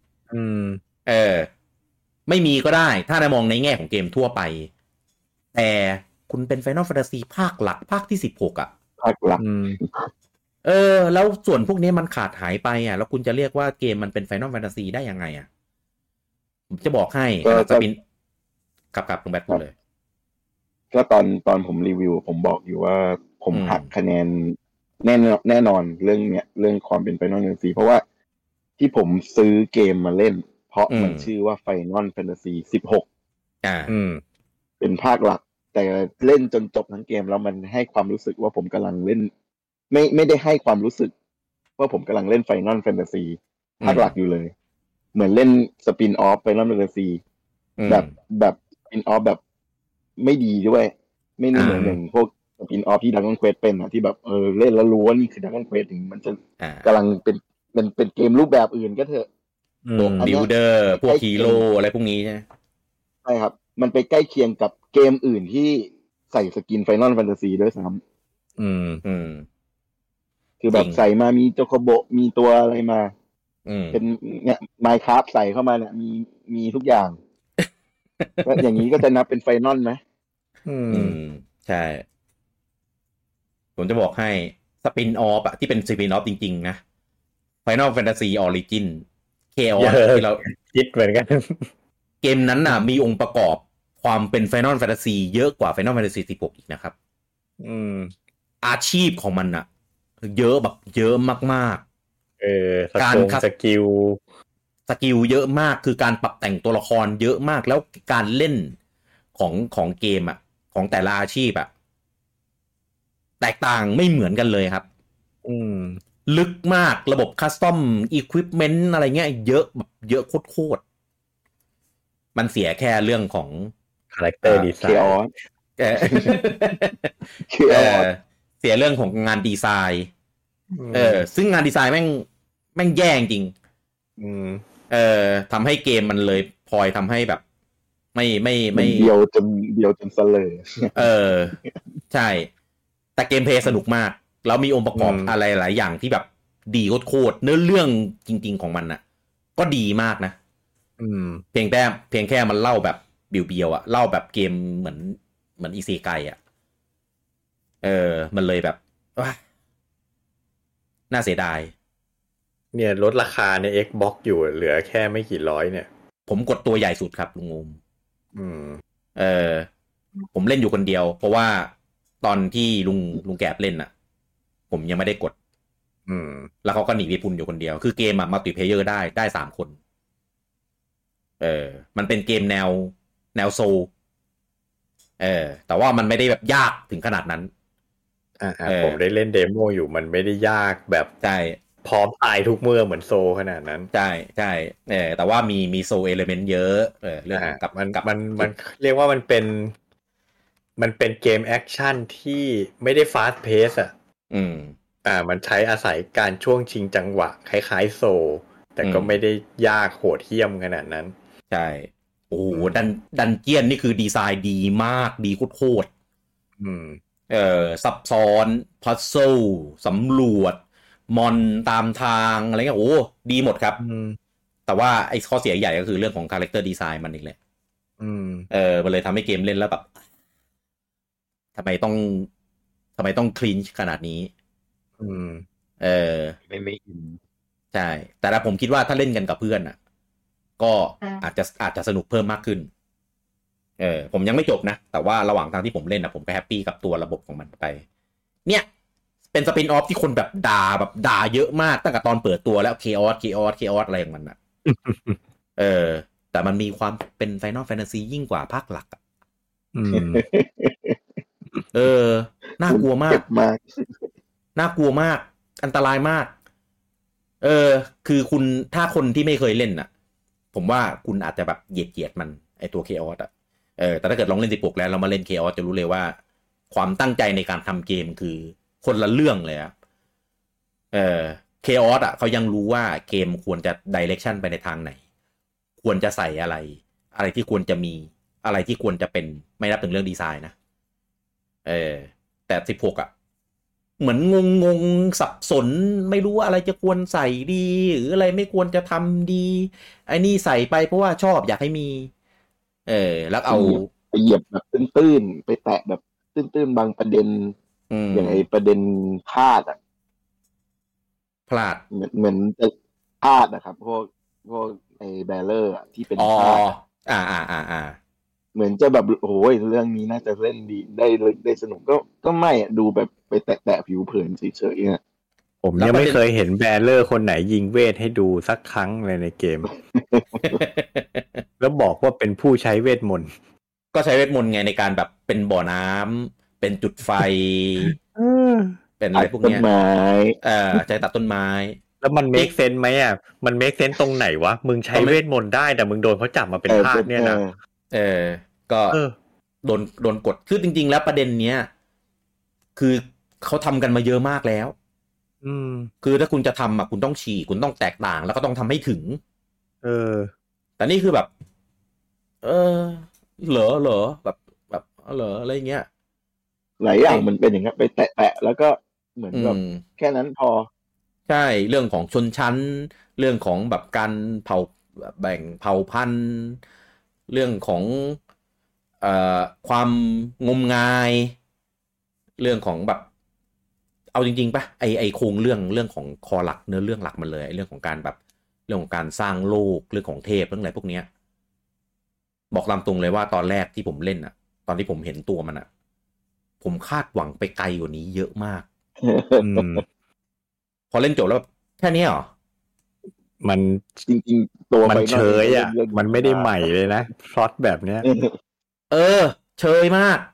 ไม่มีก็ได้ถ้าในมองในแง่ของเกมทั่วไปแต่คุณเป็น Final Fantasy ภาคหลักภาคที่16อ่ะภาคหลักแล้วส่วนพวกนี้มันขาดหายไปอ่ะแล้วคุณจะเรียกว่าเกมมันเป็น Final Fantasy ได้ยังไงอ่ะผมจะบอกให้จะเป็นกับตรงแบบเลยก็ตอนผมรีวิวผมบอกอยู่ว่าผมหักคะแนนแน่นอนเรื่องความเป็น Final Fantasy เพราะว่าที่ผมซื้อเกมมาเล่นเพราะมันชื่อว่า Final Fantasy 16เป็นภาคหลักแต่เล่นจนจบทั้งเกมแล้วมันให้ความรู้สึกว่าผมกำลังเล่นไม่ได้ให้ความรู้สึกว่าผมกำลังเล่น Final Fantasy ภาคหลักอยู่เลยเหมือนเล่นสปินออฟ Final Fantasy แบบสปินออฟแบบไม่ดีด้วยไม่เหมือนอย่างพวกสปินออฟที่ Dragon Quest เป็นอ่ะที่แบบเล่นแล้วรู้ว่านี่คือ Dragon Quest ถึงมันจะกำลังเป็นเกมรูปแบบอื่นก็เถอะบิลเดอร์พวกฮีโร่อะไรพวกนี้ใช่ครับมันไปใกล้เคียงกับเกมอื่นที่ใส่สกิน Final Fantasy ด้วยซ้ำคือแบบใส่มามีโจโคโบมีตัวอะไรมาเป็นเนี่ย Minecraft ใส่เข้ามาเนี่ยมีทุกอย่างแล้วอย่างนี้ก็จะนับเป็นไฟนอลไหมใช่ผมจะบอกให้สปินออฟอะที่เป็นสปินออฟจริงๆนะ Final Fantasy Origin Chaos ที่เราคิดเหมือนกันเกมนั้นน่ะมีองค์ประกอบความเป็น Final Fantasy เยอะกว่า Final Fantasy 16อีกนะครับอาชีพของมันน่ะเยอะแบบเยอะมากๆการสกิลเยอะมากคือการปรับแต่งตัวละครเยอะมากแล้วการเล่นของเกมอ่ะของแต่ละอาชีพอ่ะแตกต่างไม่เหมือนกันเลยครับลึกมากระบบคัสตอมอีควิปเมนต์อะไรเงี้ยเยอะแบบเยอะโคตรมันเสียแค่เรื่องของคาแรคเตอร์ดีไซน์เสียเรื่องของงานดีไซน์ซึ่งงานดีไซน์แม่งแย่จริงทำให้เกมมันเลยพลอยทำให้แบบไม่เดียวจนเสลอใช่แต่เกมเพลย์สนุกมากแล้วมีองค์ประกอบอะไรหลายอย่างที่แบบดีโคตรเนื้อเรื่องจริงๆของมันน่ะก็ดีมากนะเพียงแค่มันเล่าแบบเบียวๆอ่ะเล่าแบบเกมเหมือนอีเซไกอ่ะมันเลยแบบน่าเสียดายเนี่ยลดราคาใน Xbox อยู่เหลือแค่ไม่กี่ร้อยเนี่ยผมกดตัวใหญ่สุดครับลุงงมผมเล่นอยู่คนเดียวเพราะว่าตอนที่ลุงแกบเล่นน่ะผมยังไม่ได้กดแล้วเขาก็หนีไปปุ่นอยู่คนเดียวคือเกมมัลติเพลเยอร์ได้3 คนมันเป็นเกมแนวโซลแต่ว่ามันไม่ได้แบบยากถึงขนาดนั้นผมได้เล่นเดโมอยู่มันไม่ได้ยากแบบใช่พร้อมตายทุกเมื่อเหมือนโซขนาดนั้นใช่แต่ว่ามีโซเอลิเมนต์เยอะเรื่องกับมันเรียกว่ามันเป็นเกมแอคชั่นที่ไม่ได้ฟาสต์เพสมันใช้อาศัยการช่วงชิงจังหวะคล้ายๆโซแต่ก็ไม่ได้ยากโหดเหี้ยมขนาดนั้นใช่โอ้ดันเจียนนี่คือดีไซน์ดีมากดีโคตรซับซ้อนพัซเซิลสำรวจมอนตามทางอะไรเงี้ยโอ้ดีหมดครับแต่ว่าไอ้ข้อเสียใหญ่ก็คือเรื่องของคาแรคเตอร์ดีไซน์มันอีกแหละมันเลยทำให้เกมเล่นแล้วแบบทำไมต้องคลีนขนาดนี้ไม่อินใช่แต่ถ้าผมคิดว่าถ้าเล่นกันกับเพื่อนอ่ะก็อาจจะสนุกเพิ่มมากขึ้นผมยังไม่จบนะแต่ว่าระหว่างทางที่ผมเล่นนะผมก็แฮปปี้กับตัวระบบของมันไปเนี่ยเป็นสปินออฟที่คนแบบด่าเยอะมากตั้งแต่ตอนเปิดตัวแล้วเคออสอะไรอย่างมันอ่ะ แต่มันมีความเป็น Final Fantasy ยิ่งกว่าภาคหลักอ่ะน่ากลัวมากน่ากลัวมากอันตรายมากคือคุณถ้าคนที่ไม่เคยเล่นอ่ะผมว่าคุณอาจจะแบบเหยียดมันไอตัว Chaos อ่ะแต่ถ้าเกิดลองเล่น16แล้วเรามาเล่น Chaos จะรู้เลยว่าความตั้งใจในการทำเกมคือคนละเรื่องเลยครับChaos อ่ะเขายังรู้ว่าเกมควรจะ direction ไปในทางไหนควรจะใส่อะไรที่ควรจะมีอะไรที่ควรจะเป็นไม่นับถึงเรื่องดีไซน์นะแต่16อ่ะเหมือนงงสับสนไม่รู้ว่าอะไรจะควรใส่ดีหรืออะไรไม่ควรจะทำดีไอ้นี่ใส่ไปเพราะว่าชอบอยากให้มีแล้วเอาไปเหยียบแบบตื้นๆไปแตะแบบตื้นๆบางประเด็นอย่างไอ้ประเด็นพลาดอ่ะพลาดเหมือนจะพลาดนะครับพวกไอ้แบลเลอร์ที่เป็นพลาดเหมือนจะแบบโอ้ยเรื่องนี้น่าจะเล่นดีได้สนุกก็ไม่ดูแบบไปแตะผิวเผินเฉยๆเนี่ยผมยังไม่เคยเห็นแบลเลอร์คนไหนยิงเวทให้ดูสักครั้งเลยในเกม แล้วบอกว่าเป็นผู้ใช้เวทมนต์ก็ใช้เวทมนต์ไงในการแบบเป็นบ่อน้ำเป็นจุดไฟเป็นอะไรพวกนี้ใช้ตัดต้นไม้แล้วมันเมคเซนส์ไหมอ่ะมันเมคเซนส์ตรงไหนวะมึงใช้เวทมนต์ได้แต่มึงโดนเขาจับมาเป็นทาสเนี่ยนะก็โดนกดคือจริงๆแล้วประเด็นเนี้ยคือเขาทำกันมาเยอะมากแล้วคือถ้าคุณจะทำอ่ะคุณต้องฉีกคุณต้องแตกต่างแล้วก็ต้องทำให้ถึงแต่นี่คือแบบเหรอแบบเหรออะไรเงี้ยหลายอย่างมันเป็นอย่างเงี้ยไปแตะแล้วก็เหมือนแบบแค่นั้นพอใช่เรื่องของชนชั้นเรื่องของแบบการแบ่งเผ่าพันธุ์เรื่องของความงมงายเรื่องของแบบเอาจริงๆป่ะไอโครงเรื่องของคอหลักเนื้อเรื่องหลักมันเลยเรื่องของการแบบเรื่องของการสร้างโลกเรื่องของเทพเรื่องอะไรพวกเนี้ยบอกตามตรงเลยว่าตอนแรกที่ผมเล่นอ่ะตอนที่ผมเห็นตัวมันอ่ะผมคาดหวังไปไกลกว่านี้เยอะมากพอเล่นจบแล้วแค่นี้เหรอมันจริงๆตัวมันเฉยอ่ะมันไม่ได้ใหม่เลยนะพล็อตแบบเนี้ยเฉยมาก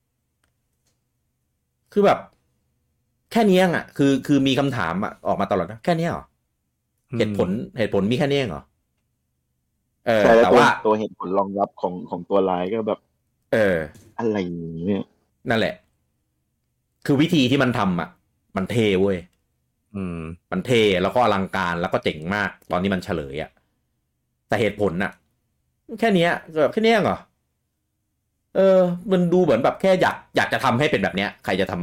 คือแบบแค่นี้อ่ะคือมีคำถามอ่ะออกมาตลอดนะแค่นี้เหรอเหตุผลมีแค่นี้เหรอแต่ว่าตัวเหตุผลรองรับของตัวร้ายก็แบบอะไรเนี่ยนั่นแหละคือวิธีที่มันทำอ่ะมันเท่เว้ยมันเท่แล้วก็อลังการแล้วก็เจ๋งมากตอนนี้มันเฉลยอ่ะแต่เหตุผลน่ะแค่นี้แบบแค่นี้เหรอมันดูเหมือนแบบแค่อยากจะทำให้เป็นแบบเนี้ยใครจะทำไม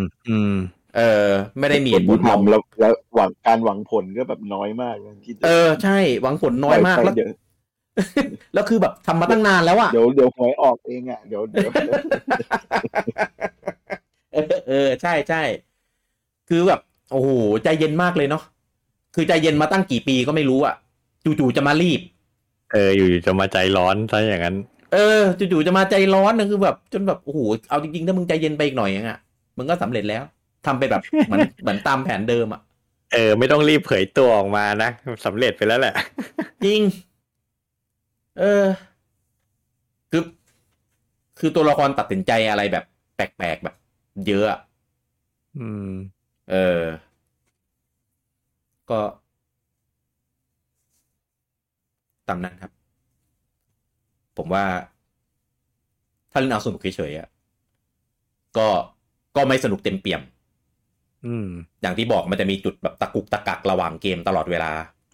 ไม่ได้มีเหตุผลทำแล้วหวังผลก็แบบน้อยมากใช่หวังผลน้อยมากแล้วคือแบบทำมาตั้งนานแล้วอ่ะเดี๋ยวหวยออกเองอ่ะเดี๋ยวใช่คือแบบโอ้โหใจเย็นมากเลยเนาะคือใจเย็นมาตั้งกี่ปีก็ไม่รู้อ่ะจู่ๆจะมารีบอยู่จะมาใจร้อนซะอย่างนั้นจู่ๆจะมาใจร้อนนะคือแบบจนแบบโอ้โหเอาจริงๆถ้ามึงใจเย็นไปอีกหน่อยอ่ะมึงก็สำเร็จแล้วทำไปแบบเหมือนตามแผนเดิมอ่ะไม่ต้องรีบเผยตัวออกมานะสำเร็จไปแล้วแหละจริงคือตัวละครตัดสินใจอะไรแบบแปลกๆแบบเยอะก็ตามนั้นครับผมว่าถ้าเล่นเอาสนุกเฉยๆอ่ะก็ไม่สนุกเต็มเปี่ยมอย่างที่บอกมันจะมีจุดแบบตะกุกตะกักระหว่างเกมตลอดเวลา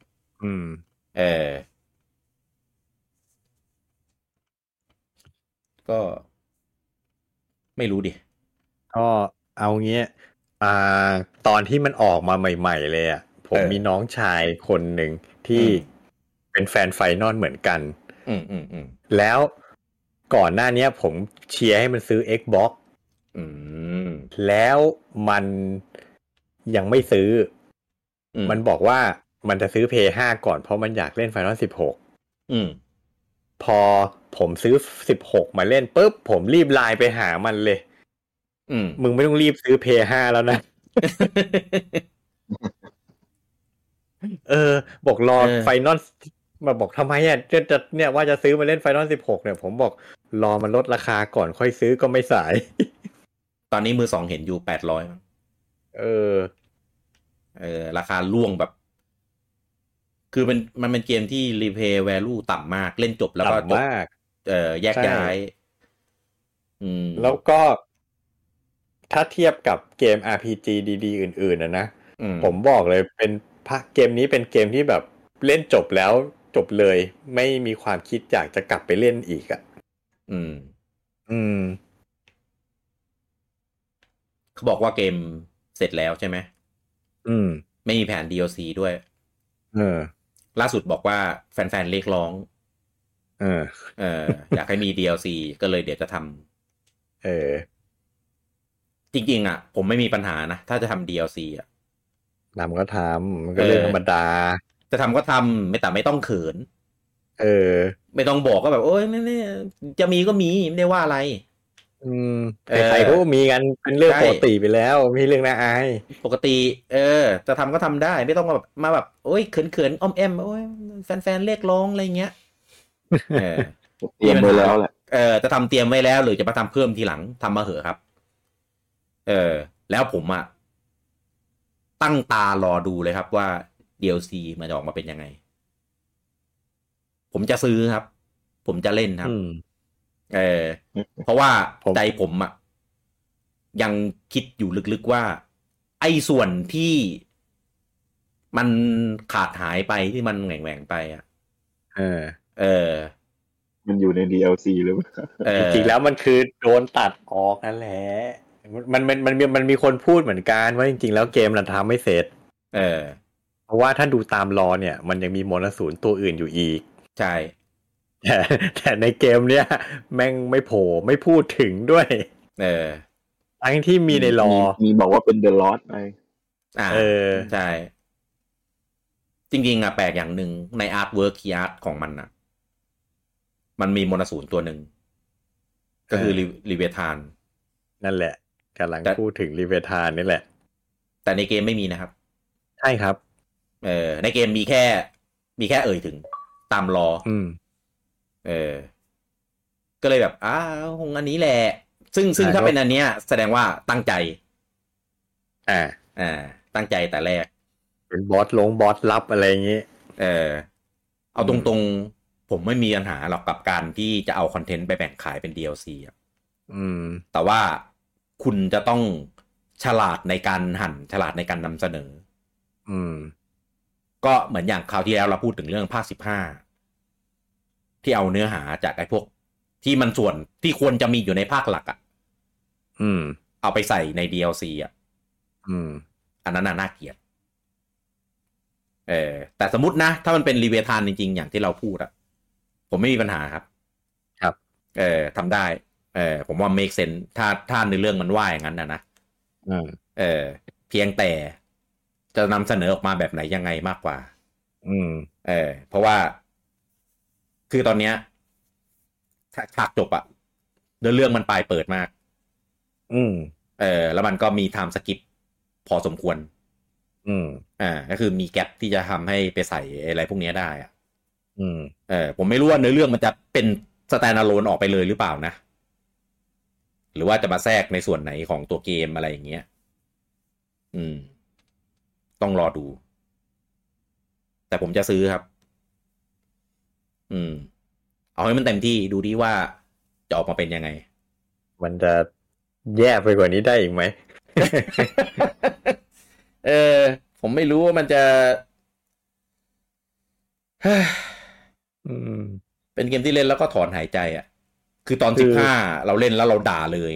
ก็ไม่รู้ดิก็เอาเงี้ยตอนที่มันออกมาใหม่ๆเลยอ่ะผมมีน้องชายคนหนึ่งที่เป็นแฟนไฟนอลเหมือนกันแล้วก่อนหน้านี้ผมเชียร์ให้มันซื้อ Xbox แล้วมันยังไม่ซื้อมันบอกว่ามันจะซื้อ PS5 ก่อนเพราะมันอยากเล่น Final 16พผมซื้อ16มาเล่นปุ๊บผมรีบไลน์ไปหามันเลยมึงไม่ต้องรีบซื้อ PS5 แล้วนะ บอกรอไฟนอลมาบอกทำไมจะเนี่ยว่าจะซื้อมาเล่นไฟนอล16เนี่ยผมบอกรอมันลดราคาก่อนค่อยซื้อก็ไม่สายตอนนี้มือ2เห็นอยู่800มั้งราคาล่วงแบบคือมันเป็นเกมที่ replay value ต่ำมากเล่นจบแล้วก็จบแยกย้ายแล้วก็ถ้าเทียบกับเกม RPG ดีๆอื่นๆนะผมบอกเลยเป็นเกมนี้เป็นเกมที่แบบเล่นจบแล้วจบเลยไม่มีความคิดอยากจะกลับไปเล่นอีกอ่ะเขาบอกว่าเกมเสร็จแล้วใช่ไหมไม่มีแผน DLC ด้วยล่าสุดบอกว่าแฟนๆเรียกร้องอยากให้มี DLC ก็เลยเดี๋ยวจะทำจริงๆอ่ะผมไม่มีปัญหานะถ้าจะทำ DLC อ่ะทำก็ทำมันก็เรื่องธรรมดาจะทำก็ทำแต่ไม่ต้องเขินไม่ต้องบอกก็แบบโอ๊ยไม่จะมีก็มีไม่ได้ว่าอะไรใครๆก็มีกันเป็นเรื่องปกติไปแล้วมีเรื่องน่าอายปกติจะทำก็ทำได้ไม่ต้องมาแบบโอ๊ยเขินอ้อมแอมโอ๊ยแฟนๆเรียกร้องอะไรเงี้ยเตรียมไว้แล้วแหละจะทำเตรียมไว้แล้วหรือจะมาทำเพิ่มทีหลังทำมาเหอะครับแล้วผมอ่ะตั้งตารอดูเลยครับว่า DLC มันจะออกมาเป็นยังไงผมจะซื้อครับผมจะเล่นครับเพราะว่าใจผมอ่ะยังคิดอยู่ลึกๆว่าไอ้ส่วนที่มันขาดหายไปที่มันแหว่งๆไปอ่ะมันอยู่ใน DLC หรือเปล่าจริงๆแล้วมันคือโดนตัดออกนั่นแหละมันมีคนพูดเหมือนกันว่าจริงๆแล้วเกมมันทำไม่เสร็จเพราะว่าถ้าดูตามรอเนี่ยมันยังมีมลสูรตัวอื่นอยู่อีกใช่แต่ในเกมเนี้ยแม่งไม่โผล่ไม่พูดถึงด้วยทั้งที่มีในรอมีบอกว่าเป็น The Lost ไปใช่จริงๆอ่ะแปลกอย่างหนึ่งในอาร์ตเวิร์คคีย์อาร์ตของมันอ่ะมันมีมลสูรตัวหนึ่งก็คือลิเวธานนั่นแหละกำลังพูดถึงลิเวธานนี่แหละแต่ในเกมไม่มีนะครับใช่ครับในเกมมีแค่เอ่ยถึงตามรอก็เลยแบบคงอันนี้แหละซึ่งถ้าเป็นอันเนี้ยแสดงว่าตั้งใจตั้งใจแต่แรกเป็นบอสลับอะไรอย่างงี้เอาตรงๆผมไม่มีปัญหาหรอกกับการที่จะเอาคอนเทนต์ไปแบ่งขายเป็น DLC อ่ะแต่ว่าคุณจะต้องฉลาดในการหั่นฉลาดในการนำเสนอก็เหมือนอย่างคราวที่แล้วเราพูดถึงเรื่องภาค15ที่เอาเนื้อหาจากไอ้พวกที่มันส่วนที่ควรจะมีอยู่ในภาคหลักอ่ะเอาไปใส่ใน DLC อ่ะอันนั้นน่าเกลียดแต่สมมตินะถ้ามันเป็นรีเวทานจริงๆอย่างที่เราพูดอ่ะผมไม่มีปัญหาครับทำได้ผมว่า make sense ถ้าในเรื่องมันว่าอย่างนั้นนะเพียงแต่จะนำเสนอออกมาแบบไหนยังไงมากกว่าเพราะว่าคือตอนเนี้ยฉากจบอะเรื่องมันปลายเปิดมากแล้วมันก็มีไทม์สกิปพอสมควรก็คือมีแกปที่จะทำให้ไปใส่อะไรพวกนี้ได้อะผมไม่รู้ว่าเนื้อเรื่องมันจะเป็นสแตนด์อะโลนออกไปเลยหรือเปล่านะหรือว่าจะมาแทรกในส่วนไหนของตัวเกมอะไรอย่างเงี้ยต้องรอดูแต่ผมจะซื้อครับเอาให้มันเต็มที่ดูดิว่าจะออกมาเป็นยังไงมันจะแย่ไปกว่านี้ได้อีกไหมผมไม่รู้ว่ามันจะเป็นเกมที่เล่นแล้วก็ถอนหายใจอ่ะคือตอน15เราเล่นแล้วเราด่าเลย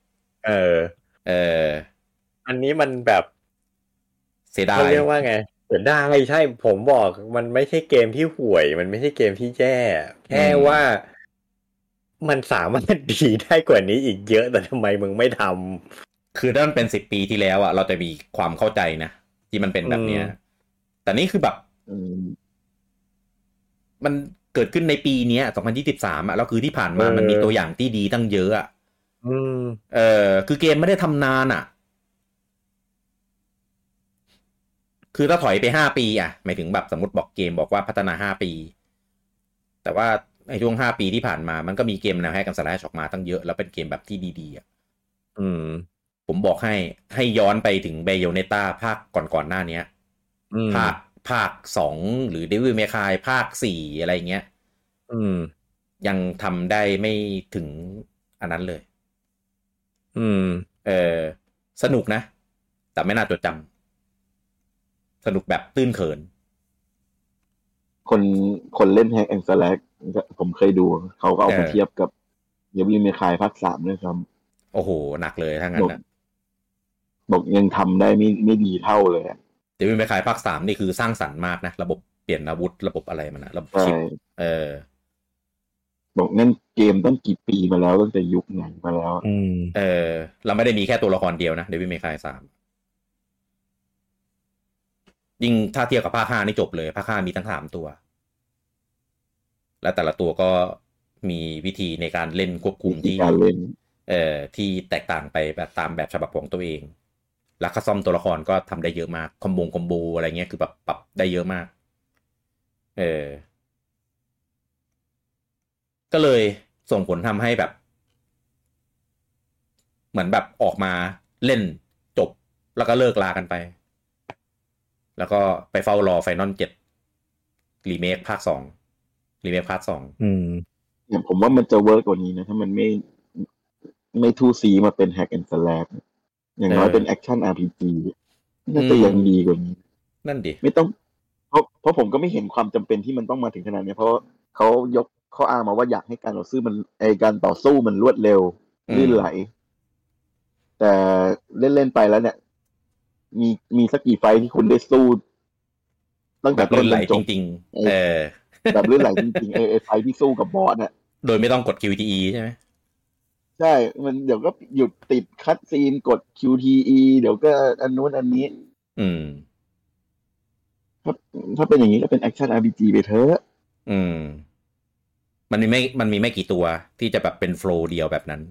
อันนี้มันแบบเสียดายเรียกว่าไงเสียดายใช่ผมบอกมันไม่ใช่เกมที่ห่วยมันไม่ใช่เกมที่แย่แค่ว่ามันสามารถดีได้กว่านี้อีกเยอะแต่ทำไมมึงไม่ทำคือถ้ามันเป็น10 ปีที่แล้วอ่ะเราจะมีความเข้าใจนะที่มันเป็นแบบเนี้ยแต่นี่คือแบบมันเกิดขึ้นในปีนี้2023แล้วคือที่ผ่านมามันมีตัวอย่างที่ดีตั้งเยอะอ่ะคือเกมไม่ได้ทำนานอ่ะคือถ้าถอยไป5 ปีอ่ะหมายถึงแบบสมมติบอกเกมบอกว่าพัฒนา5 ปีแต่ว่าในช่วง5 ปีที่ผ่านมามันก็มีเกมแนวแฮกกันสแลชออกมาตั้งเยอะแล้วเป็นเกมแบบที่ดีๆอ่ะผมบอกให้ย้อนไปถึง Bayonetta ภาคก่อนๆหน้านี้ภาค2หรือ Devil May Cry ภาค4อะไรเงี้ยยังทำได้ไม่ถึงอันนั้นเลยสนุกนะแต่ไม่น่าจดจำสนุกแบบตื้นเขินคนเล่น Hack and Slash ผมเคยดูเขาก็เอามาเทียบกับ Devil May Cry ภาค3ด้วยซ้ำโอ้โหหนักเลยทั้งนั้นนะบอกยังทำได้ไม่ดีเท่าเลย Devil May Cry ภาค3นี่คือสร้างสรรค์มากนะระบบเปลี่ยนอาวุธระบบอะไรมันนะระบบชิปบอกนั่นเกมตั้งกี่ปีมาแล้วตั้งแต่ยุคไหนมาแล้วเราไม่ได้มีแค่ตัวละครเดียวนะ Devil May Cry 3ยิ่งถ้าเทียบกับภาค5นี่จบเลยภาค5มีทั้ง3ตัวและแต่ละตัวก็มีวิธีในการเล่นควบคุมที่แตกต่างไปแบบตามแบบฉบับของตัวเองแล้วคัสตอมตัวละครก็ทำได้เยอะมากคอมโบอะไรเงี้ยคือแบบปรับได้เยอะมากก็เลยส่งผลทำให้แบบเหมือนแบบออกมาเล่นจบแล้วก็เลิกลากันไปแล้วก็ไปเฝ้ารอ Final 7รีเมคภาค2รีเมคภาค2 เนี่ยผมว่ามันจะเวิร์กกว่านี้นะถ้ามันไม่ทูซีมาเป็น Hack and Slash อย่างน้อยเป็น Action RPG น่าจะยังดีกว่านี้นั่นดิไม่ต้องเพราะผมก็ไม่เห็นความจำเป็นที่มันต้องมาถึงขนาดนี้เพราะเขายกข้ออ้างมาว่าอยากให้การต่อสู้มันรวดเร็วลื่นไหลแต่เล่นไปแล้วเนี่ยมีสักกี่ไฟที่คุณได้สู้ตั้งแต่ต้นจนจบจริงๆแบบลื่นไหลจริงๆไฟที่สู้กับบอสเนี่ยโดยไม่ต้องกด QTE ใช่ไหมใช่มันเดี๋ยวก็หยุดติดคัตซีนกด QTE เดี๋ยวก็อันนู้นอันนี้ถ้าเป็นอย่างนี้ก็เป็น Action RPG ไปเถอะมันมีไม่กี่ตัวที่จะแบบเป็นโฟลว์เดียวแบบนั้น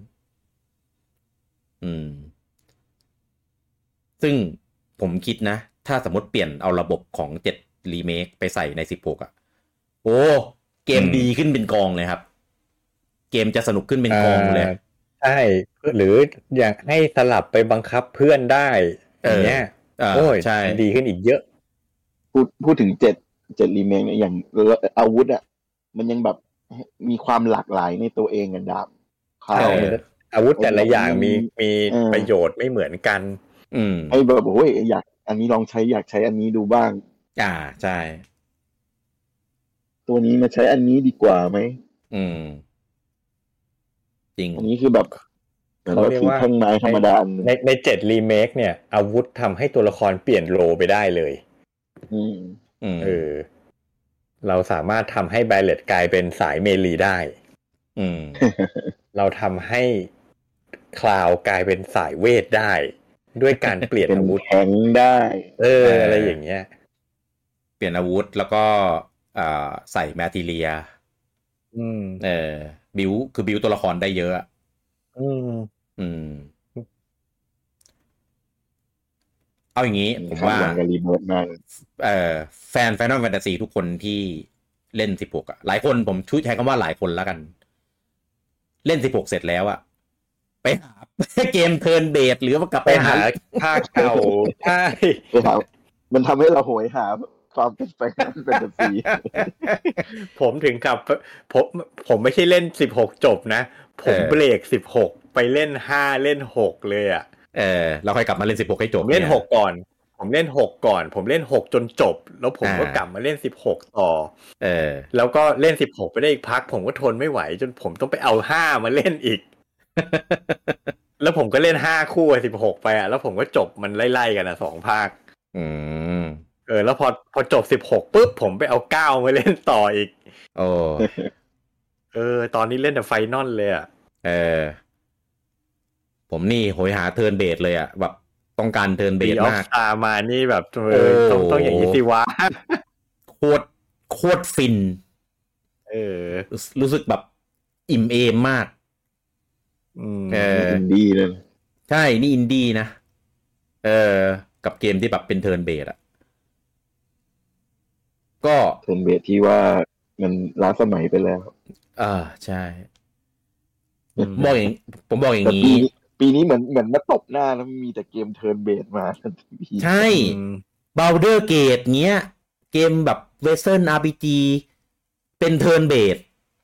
ซึ่งผมคิดนะถ้าสมมติเปลี่ยนเอาระบบของ7รีเมคไปใส่ใน16อ่ะโอ้เกมดีขึ้นเป็นกองเลยครับเกมจะสนุกขึ้นเป็นกองเลยใช่หรืออยากให้สลับไปบังคับเพื่อนได้อย่างเงี้ยโอ้ยใช่ดีขึ้นอีกเยอะพูดถึง7รีเมคเนี่ยอย่างอาวุธอ่ะมันยังแบบมีความหลากหลายในตัวเองกันดาบอาวุธแต่ละอย่างมีประโยชน์ไม่เหมือนกันไอ้แบบโอ้ยอยากอันนี้ลองใช้อยากใช้อันนี้ดูบ้างใช่ตัวนี้มาใช้อันนี้ดีกว่าไหมจริงอันนี้คือแบบเขาเรียกว่าแม้ธรรมดาใน7รีเมคเนี่ยอาวุธทำให้ตัวละครเปลี่ยนโลไปได้เลยเราสามารถทำให้แบลเลตกลายเป็นสายเมลีได้เราทำให้คลาวกลายเป็นสายเวทได้ด้วยการเปลี่ยนอาวุธแข็งได้อะไรอย่างเงี้ยเปลี่ยนอาวุธแล้วก็ใส่แมททีเรียบิวคือบิวตัวละครได้เยอะเอาอย่างนี้ผมว่าแฟน Final Fantasy ทุกคนที่เล่น16อ่ะหลายคนผมใช้คำว่าหลายคนแล้วกันเล่น16เสร็จแล้วอ่ะไปหาเกมเทิร์นเบสหรือว่ากลับไปหาภาคเก่าใช่มันทำให้เราโหยหาความเป็นแฟนแฟนตาซีผมถึงกับผมไม่ใช่เล่น16จบนะผมเบรก16ไปเล่น5เล่น6เลยอ่ะเราค่อยกลับมาเล่น16ให้จบเล่น6ก่อนผมเล่น6ก่อนผมเล่น6จนจบแล้วผมก็กลับมาเล่น16ต่อแล้วก็เล่น16ไปได้อีกพักผมก็ทนไม่ไหวจนผมต้องไปเอา5มาเล่นอีกแล้วผมก็เล่น5คู่16ไปอ่ะแล้วผมก็จบมันไล่ๆกัน2ภาคแล้วพอจบ16ปุ๊บผมไปเอา9มาเล่นต่ออีกตอนนี้เล่นแต่ไฟนอลเลยอ่ะผมนี่โหยหาเทิร์นเบสเลยอ่ะแบบต้องการเทิร์นเบสมากมานี่แบบต้องอย่างนี้สิวะโคตรฟินรู้สึกแบบอิ่มเอมมากอินดี้เลยใช่นี่อินดี้นะกับเกมที่แบบเป็นเทิร์นเบสอ่ะก็เทิร์นเบสที่ว่ามันล้าสมัยไปแล้วใช่บอกอย่างผมบอกอย่างนี้ปีนี้เหมือนมาตบหน้าแล้วมีแต่เกมเทิร์นเบสมาใช่ Baldur's Gate เงี้ยเกมแบบ Western RPG เป็นเทิร์นเบส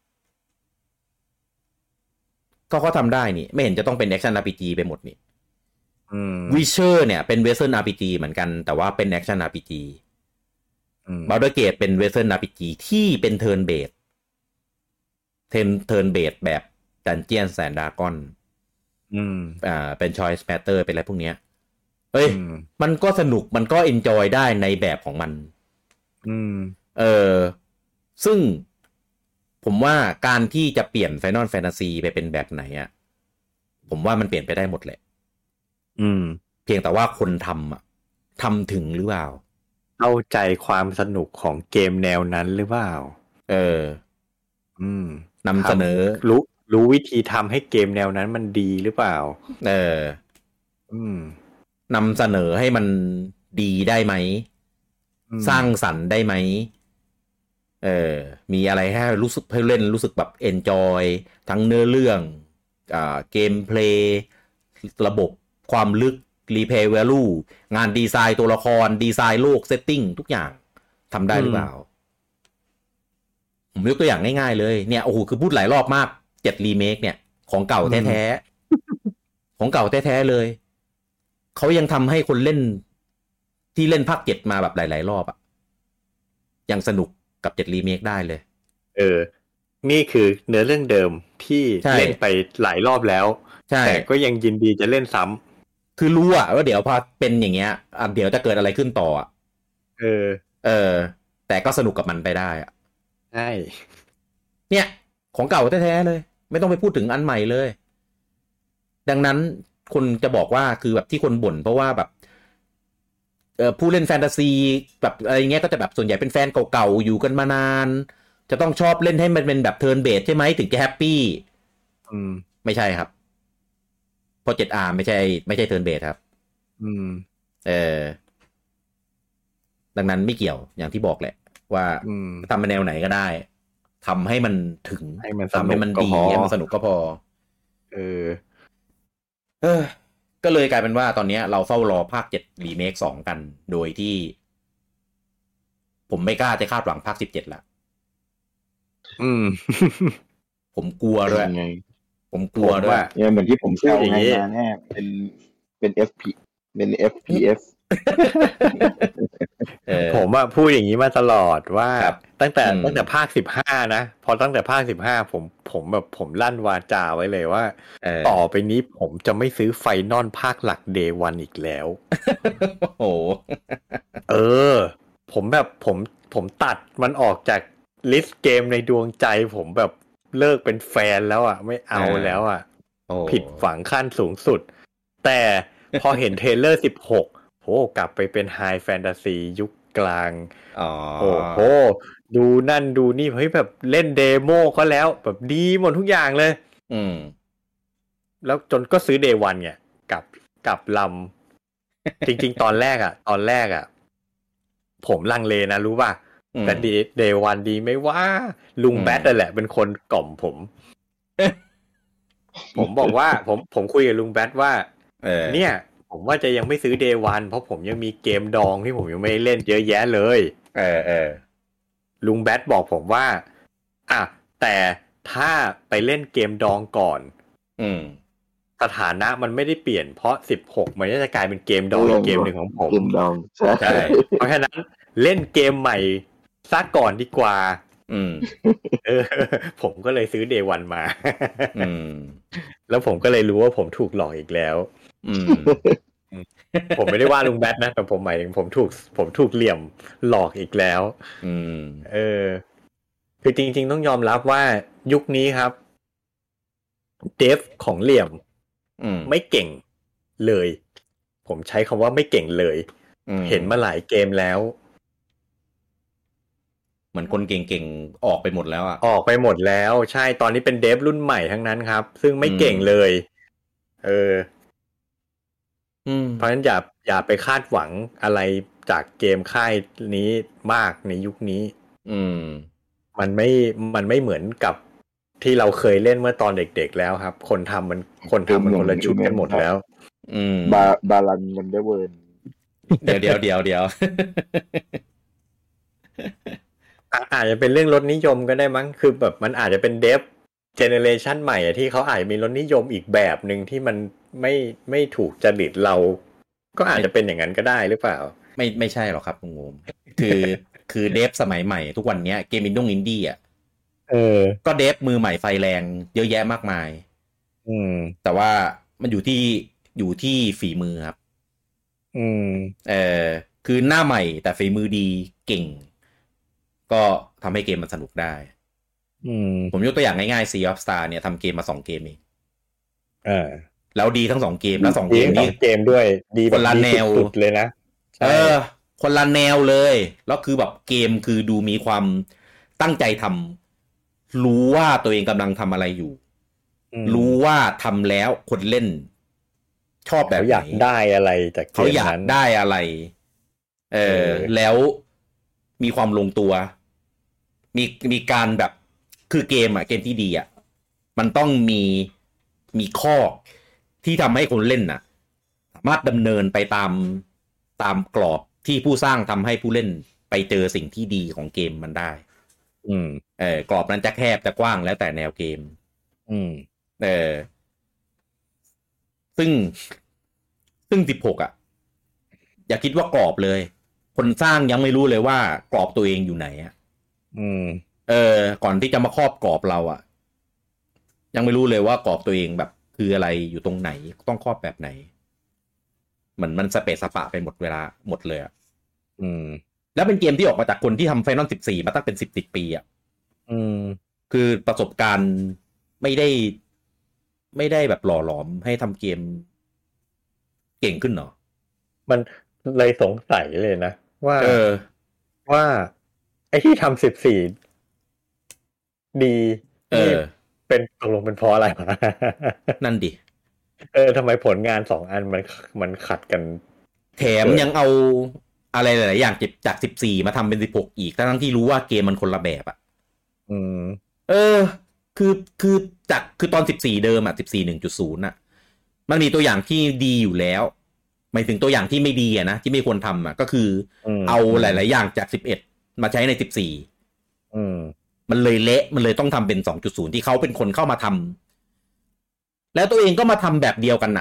ก็เขาทำได้นี่ไม่เห็นจะต้องเป็น Action RPG ไปหมดนี่Witcher เนี่ยเป็น Western RPG เหมือนกันแต่ว่าเป็น Action RPG Baldur's Gate เป็น Western RPG ที่เป็นเทิร์นเบสเทิร์นเบสแบบ Dungeons and Dragonsเป็น Choice Matter เป็นอะไรพวกเนี้ยมันก็สนุกมันก็ enjoy ได้ในแบบของมันซึ่งผมว่าการที่จะเปลี่ยน Final Fantasy ไปเป็นแบบไหนอ่ะผมว่ามันเปลี่ยนไปได้หมดแหละเพียงแต่ว่าคนทำถึงหรือเปล่าเข้าใจความสนุกของเกมแนวนั้นหรือเปล่านำเสนอรู้วิธีทำให้เกมแนวนั้นมันดีหรือเปล่านำเสนอให้มันดีได้ไหมสร้างสรรค์ได้ไหมมีอะไรให้รู้สึกให้เล่นรู้สึกแบบ enjoy ทั้งเนื้อเรื่องเกมเพลย์ระบบความลึก replay value งานดีไซน์ตัวละครดีไซน์โลกเซตติ้งทุกอย่างทำได้หรือเปล่าผมยกตัวอย่างง่ายๆเลยเนี่ยโอ้โหคือพูดหลายรอบมาก7รีเมคเนี่ยของเก่าแท้ๆของเก่าแท้ๆเลยเขายังทำให้คนเล่นที่เล่นภาค7มาแบบหลายๆรอบอ่ะยังสนุกกับ7รีเมคได้เลยนี่คือเนื้อเรื่องเดิมที่เล่นไปหลายรอบแล้วแต่ก็ยังยินดีจะเล่นซ้ำคือรู้อะว่าเดี๋ยวพอเป็นอย่างเงี้ยเดี๋ยวจะเกิดอะไรขึ้นต่ออ่ะแต่ก็สนุกกับมันไปได้อ่ะใช่เนี่ยของเก่าแท้ๆเลยไม่ต้องไปพูดถึงอันใหม่เลยดังนั้นคนจะบอกว่าคือแบบที่คนบ่นเพราะว่าแบบผู้เล่นแฟนตาซีแบบอะไรเงี้ยก็จะแบบส่วนใหญ่เป็นแฟนเก่าๆอยู่กันมานานจะต้องชอบเล่นให้มันเป็นแบบเทิร์นเบสใช่ไหมถึงจะแฮปปี้ไม่ใช่ครับเพราะ 7R ไม่ใช่เทิร์นเบสครับดังนั้นไม่เกี่ยวอย่างที่บอกแหละว่าทำมาแนวไหนก็ได้ทำให้มันถึงทำให้มันดีให้มันสนุกก็พอก็เลยกลายเป็นว่าตอนนี้เราเฝ้ารอภาค7รีเมค2กันโดยที่ผมไม่กล้าจะคาดหวังภาค17ละผมกลัวด้วยผมกลัวด้วยเนี่ยเหมือนที่ผมพูดอย่างนี้แน่เป็น FP เป็น FPS ผมอะพูดอย่างนี้มาตลอดว่าตั้งแต่ภาค15นะพอตั้งแต่ภาค15ผมแบบผมลั่นวาจาไว้เลยว่าต่อไปนี้ผมจะไม่ซื้อไฟนอลภาคหลัก Day 1อีกแล้วโอ้ผมแบบผมตัดมันออกจากลิสต์เกมในดวงใจผมแบบเลิกเป็นแฟนแล้วอ่ะไม่เอาแล้วอ่ะผิดหวังขั้นสูงสุดแต่พอเห็นเทรลเลอร์16โหกลับไปเป็นไฮแฟนตาซียุคกลางโอ้โหดูนั่นดูนี่เฮ้ยแบบเล่นเดโมก็แล้วแบบดีหมดทุกอย่างเลยแล้วจนก็ซื้อ Day 1เนี่ยกับลำจริงๆตอนแรกอ่ะผมลังเลนะรู้ป่ะแต่ Day 1ดีไม่ว่าลุงแบทนั่นแหละเป็นคนกล่อมผมบอกว่าผมคุยกับลุงแบทว่าเนี่ยผมว่าจะยังไม่ซื้อ Day 1เพราะผมยังมีเกมดองที่ผมยังไม่เล่นเยอะแยะเลยลุงแบทบอกผมว่าแต่ถ้าไปเล่นเกมดองก่อนสถานะมันไม่ได้เปลี่ยนเพราะ16มันจะกลายเป็นเกมดองอีกเกมหนึ่งของผมเกมดองใช่เพราะฉะนั้นเล่นเกมใหม่ซะก่อนดีกว่าผมก็เลยซื้อ Day 1มาแล้วผมก็เลยรู้ว่าผมถูกหลอกอีกแล้วผมไม่ได้ว่าลุงแบทนะแต่ผมหมายถึงผมถูกเหลี่ยมหลอกอีกแล้วคือจริงๆต้องยอมรับว่ายุคนี้ครับเดฟของเหลี่ยมไม่เก่งเลยผมใช้คำว่าไม่เก่งเลยเห็นมาหลายเกมแล้วเหมือนคนเก่งๆออกไปหมดแล้วอ่ะออกไปหมดแล้วใช่ตอนนี้เป็นเดฟรุ่นใหม่ทั้งนั้นครับซึ่งไม่เก่งเลยเพราะฉะนั้นอย่าไปคาดหวังอะไรจากเกมค่ายนี้มากในยุคนี้มันไม่เหมืมือนกับที่เราเคยเล่นเมื่อตอนเด็กๆแล้วครับคนทำมันคนละชุดกันหมดแล้วบาลันมันได้เวิร์นเดี๋ยวอาจจะเป็นเรื่องรสนิยมก็ได้มั้งคือแบบมันอาจจะเป็นเดฟเจเนเรชันใหม่ที่เขาอาจมีรสนิยมอีกแบบนึงที่มันไม่ถูกจริตเราก็อาจจะเป็นอย่างนั้นก็ได้หรือเปล่าไม่ใช่หรอกครับงงคือเดฟสมัยใหม่ทุกวันนี้เกมอินดี้อ่ะก็เดฟมือใหม่ไฟแรงเยอะแยะมากมายแต่ว่ามันอยู่ที่ฝีมือครับคือหน้าใหม่แต่ฝีมือดีเก่งก็ทำให้เกมมันสนุกได้ผมยกตัวอย่างง่ายๆ Sea of Star เนี่ยทำเกมมา2เกมเองแล้วดีทั้ง2เกมแล้ว2เกมนี้เกมด้วยดีคนละแนวเลยนะคนละแนวเลยแล้วคือแบบเกมคือดูมีความตั้งใจทำรู้ว่าตัวเองกำลังทำอะไรอยู่รู้ว่าทำแล้วคนเล่นชอบแบบไหนอยากได้อะไรจากเกมนั้นเขาอยากได้อะไรแล้วมีความลงตัวมีการแบบคือเกมที่ดีมันต้องมีข้อที่ทำให้คนเล่นสามารถดำเนินไปตามกรอบที่ผู้สร้างทำให้ผู้เล่นไปเจอสิ่งที่ดีของเกมมันได้กรอบนั้นจะแคบจะกว้างแล้วแต่แนวเกมซึ่ง16อย่าคิดว่ากรอบเลยคนสร้างยังไม่รู้เลยว่ากรอบตัวเองอยู่ไหนก่อนที่จะมาครอบกรอบเรายังไม่รู้เลยว่ากรอบตัวเองแบบคืออะไรอยู่ตรงไหนต้องครอบแบบไหนเหมือนมันสเปซสปะไปหมดเวลาหมดเลยแล้วเป็นเกมที่ออกมาจากคนที่ทำ Final 14มาตั้งเป็น10ปีคือประสบการณ์ไม่ได้แบบหล่อหลอมให้ทำเกมเก่งขึ้นหรอมันเลยสงสัยเลยนะว่าไอ้ที่ทำ14ดีเป็นตกลงเป็นเพราะอะไรวะนั่นดิทำไมผลงาน2อันมันขัดกันแถมยังเอาอะไรหลายๆอย่างจาก14มาทำเป็น16อีกทั้งที่รู้ว่าเกมมันคนละแบบคือตอน14เดิม14 1.0 มันมีตัวอย่างที่ดีอยู่แล้วหมายถึงตัวอย่างที่ไม่ดีนะที่ไม่ควรทำก็คือเอาหลายๆอย่างจาก11มาใช้ใน14มันเลยเละมันเลยต้องทำเป็น 2.0 ที่เขาเป็นคนเข้ามาทำแล้วตัวเองก็มาทำแบบเดียวกัน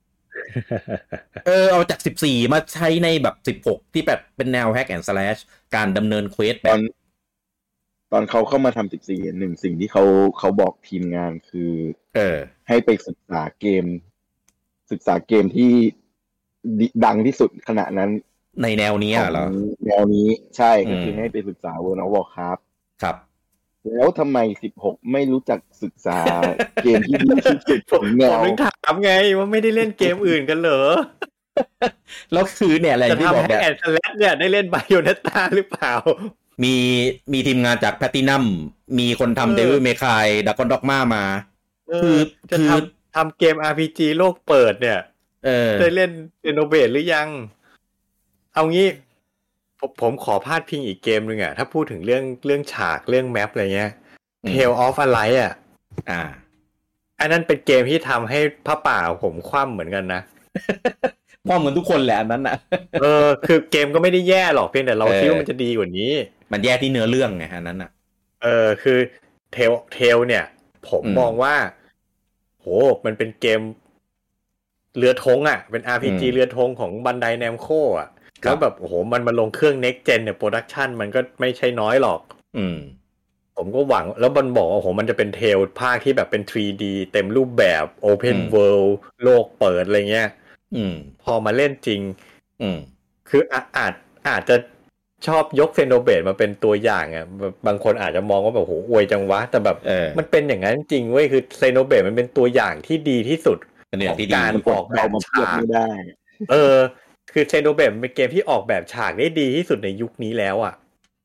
เอาจาก14มาใช้ในแบบ16ที่แบบเป็นแนว hack and slash การดำเนินเควสแบบตอนเขาเข้ามาทำ14หนึ่งสิ่งที่เขาบอกทีมงานคือให้ไปศึกษาเกมที่ดังที่สุดขณะนั้นในแนวนี้เหรอแนวนี้ใช่ก็คือให้ไปศึกษา World of Warcraft ครับแล้วทำไม16ไม่รู้จักศึกษาเกมที่ดีที่สุดของแนวผมถามไงว่าไม่ได้เล่นเกมอื่นกันเหรอแล้วคือเนี่ยอะไรที่บอกแบบแอนด์แลชเนี่ยได้เล่นไบโอเนต้าหรือเปล่ามีทีมงานจากแพลตินัมมีคนทำเดวิลเมคายดักกอนด็อกม่ามาคือจะทำเกม RPG โลกเปิดเนี่ยได้เล่นเรโนเวทหรือยังเอางี้ผมขอพาดพิงอีกเกมนึงถ้าพูดถึงเรื่องฉากเรื่องแมปอะไรเงี้ย Tale of Arise อันนั้นเป็นเกมที่ทำให้พระป่าผมคว่ำเหมือนกันนะคว่ำเหมือนทุกคนแหละอันนั้นคือเกมก็ไม่ได้แย่หรอกเพียงแต่เราคิดว่ามันจะดีกว่านี้มันแย่ที่เนื้อเรื่องไงอันนั้นคือเทลเนี่ยผมมองว่าโหมันเป็นเกมเรือธงเป็น RPG เรือธงของ Bandai Namco แล้วแบบโอ้โหมันมาลงเครื่อง Next Gen เนี่ยโปรดักชันมันก็ไม่ใช่น้อยหรอกผมก็หวังแล้วมันบอกว่าโอ้โหมันจะเป็นเทลภาคที่แบบเป็น 3D เต็มรูปแบบ Open World โลกเปิดอะไรเงี้ยพอมาเล่นจริงคืออาจจะชอบยกเซโนเบตมาเป็นตัวอย่างบางคนอาจจะมองว่าแบบโหอวยจังวะแต่แบบมันเป็นอย่างนั้นจริงเว้ยคือเซโนเบตมันเป็นตัวอย่างที่ดีที่สุดของการออกแบบฉากคือเซโนเบตเป็นเกมที่ออกแบบฉากได้ดีที่สุดในยุคนี้แล้ว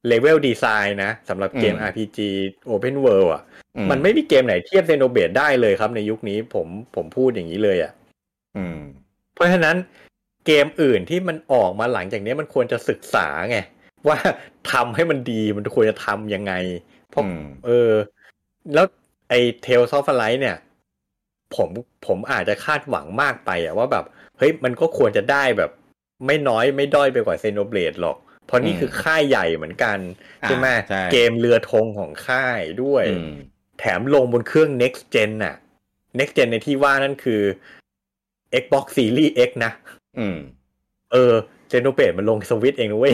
level design นะสำหรับเกม RPG Open World อ่ะมันไม่มีเกมไหนเทียบ Xenoblade ได้เลยครับในยุคนี้ผมพูดอย่างนี้เลยอ่ะเพราะฉะนั้นเกมอื่นที่มันออกมาหลังจากนี้มันควรจะศึกษาไงว่าทำให้มันดีมันควรจะทำยังไงเพราะแล้วไอ้ Tales of Arise เนี่ยผมอาจจะคาดหวังมากไปอ่ะว่าแบบเฮ้ยมันก็ควรจะได้แบบไม่น้อยไม่ด้อยไปกว่า Xenoblade หรอกเพราะนี่คือค่ายใหญ่เหมือนกันใช่ไหมเกมเรือธงของค่ายด้วยแถมลงบนเครื่อง Next Gen น่ะ Next Gen ในที่ว่านั่นคือ Xbox Series X นะXenoblade มันลงสวิตช์เองนะเว้ย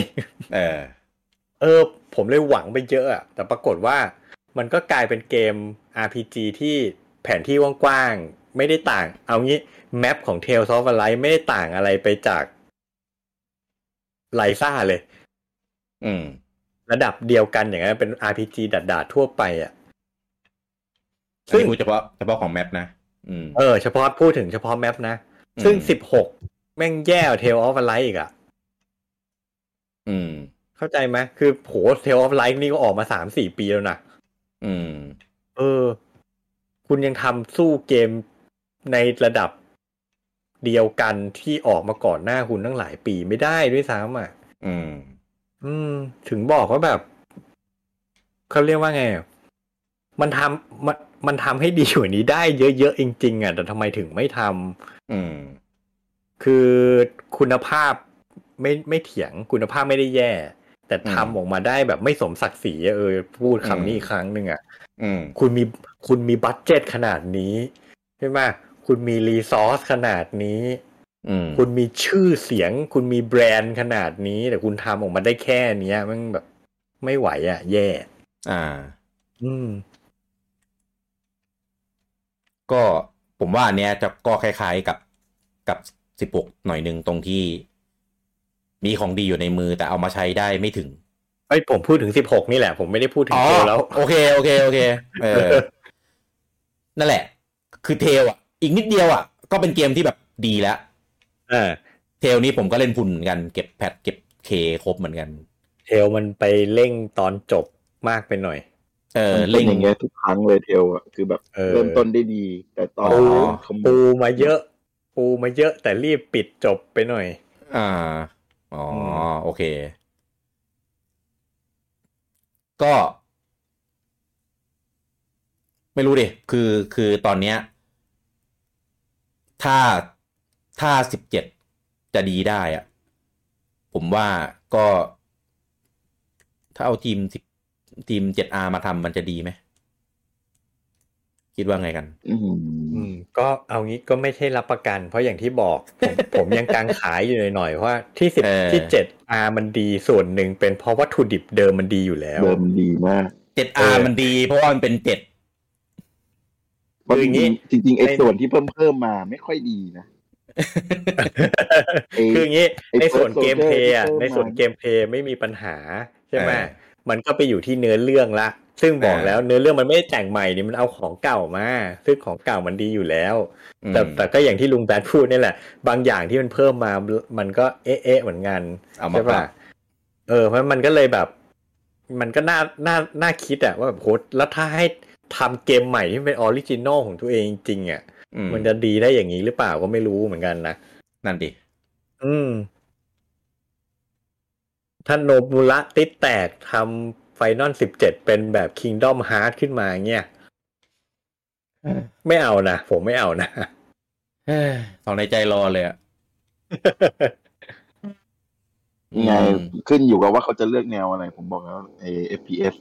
ผมเลยหวังไปเยอะอะแต่ปรากฏว่ามันก็กลายเป็นเกม RPG ที่แผนที่กว้างๆไม่ได้ต่างเอางี้แมปของ Tales of Arise ไม่ได้ต่างอะไรไปจากไลซ่าเลยระดับเดียวกันอย่างนั้นเป็น RPG ดาดๆทั่วไปอ่ะซึ่งเฉพาะของแมปนะเฉพาะพูดถึงเฉพาะแมปนะซึ่ง16แม่งแย่กว่า Tales of Arise อีกอ่ะเข้าใจไหมคือโห Tales of Arise นี่ก็ออกมา 3-4 ปีแล้วนะคุณยังทำสู้เกมในระดับเดียวกันที่ออกมาก่อนหน้าคุณตั้งหลายปีไม่ได้ด้วยซ้ำอ่ะถึงบอกว่าแบบเขาเรียกว่าไงมันทำให้ดีกว่านี้ได้เยอะๆจริงๆอ่ะแต่ทำไมถึงไม่ทำคือคุณภาพไม่เถียงคุณภาพไม่ได้แย่แต่ทำออกมาได้แบบไม่สมศักดิ์ศรีพูดคำนี้อีกครั้งหนึ่งอ่ะคุณมีบัดเจ็ตขนาดนี้ใช่ไหมคุณมีรีซอสขนาดนี้คุณมีชื่อเสียงคุณมีแบรนด์ขนาดนี้แต่คุณทำออกมาได้แค่นี้มันแบบไม่ไหวอ่ะแย่ก็ผมว่าอันเนี้ยจะก็คล้ายๆกับ16หน่อยนึงตรงที่มีของดีอยู่ในมือแต่เอามาใช้ได้ไม่ถึงผมพูดถึง16นี่แหละผมไม่ได้พูดถึงเทลแล้วโอเคนั่นแหละคือเทลอ่ะอีกนิดเดียวอ่ะก็เป็นเกมที่แบบดีแล้วเทลนี้ผมก็เล่นพุ่นเหมือนกันเก็บแพทเก็บเคครบเหมือนกันเทลมันไปเร่งตอนจบมากไปหน่อยเล่นอย่างเงี้ยทุกครั้งเลยเทลอ่ะคือแบบเริ่มต้นได้ดีแต่ตอนปูมาเยอะแต่รีบปิดจบไปหน่อยโอเคก็ไม่รู้ดิคือตอนเนี้ยถ้า17จะดีได้อ่ะผมว่าก็ถ้าเอาทีม 7R มาทำมันจะดีไหมคิดว่าไงกันก็เอางี้ก็ไม่ใช่รับประกันเพราะอย่างที่บอกผมยังกางขายอยู่หน่อยๆว่าที่7R มันดีส่วนหนึ่งเป็นเพราะวัตถุดิบเดิมมันดีอยู่แล้วเดิมดีมาก 7R มันดีเพราะว่ามันเป็น7 คืออย่างนี้จริงๆไอ้ส่วนที่เพิ่มมาไม่ค่อยดีนะคืออย่างนี้ในส่วนเกมเพลย์ในส่วนเกมเพลย์ไม่มีปัญหาใช่ไหมมันก็ไปอยู่ที่เนื้อเรื่องละซึ่งบอกแล้วเนื้อเรื่องมันไม่ได้แต่งใหม่นี่มันเอาของเก่ามาซึ่งของเก่ามันดีอยู่แล้วแต่ก็อย่างที่ลุงแบดพูดนี่แหละบางอย่างที่มันเพิ่มมามันก็เอ๊ะเหมือนกันใช่ป่ะเพราะมันก็เลยแบบมันก็น่าคิดอะว่าแบบโหแล้วถ้าให้ทำเกมใหม่ที่เป็นออริจินอลของตัวเองจริงอะมันจะดีได้อย่างนี้หรือเปล่าก็ไม่รู้เหมือนกันนะนั่นดิถ้าโนบุระติดแตกทำไฟนอล17เป็นแบบ Kingdom Hearts ขึ้นมาเงี้ยไม่เอานะผมไม่เอานะตอนในใจรอเลยอะไงขึ้นอยู่กับว่าเขาจะเลือกแนวอะไรผมบอกแล้วFPS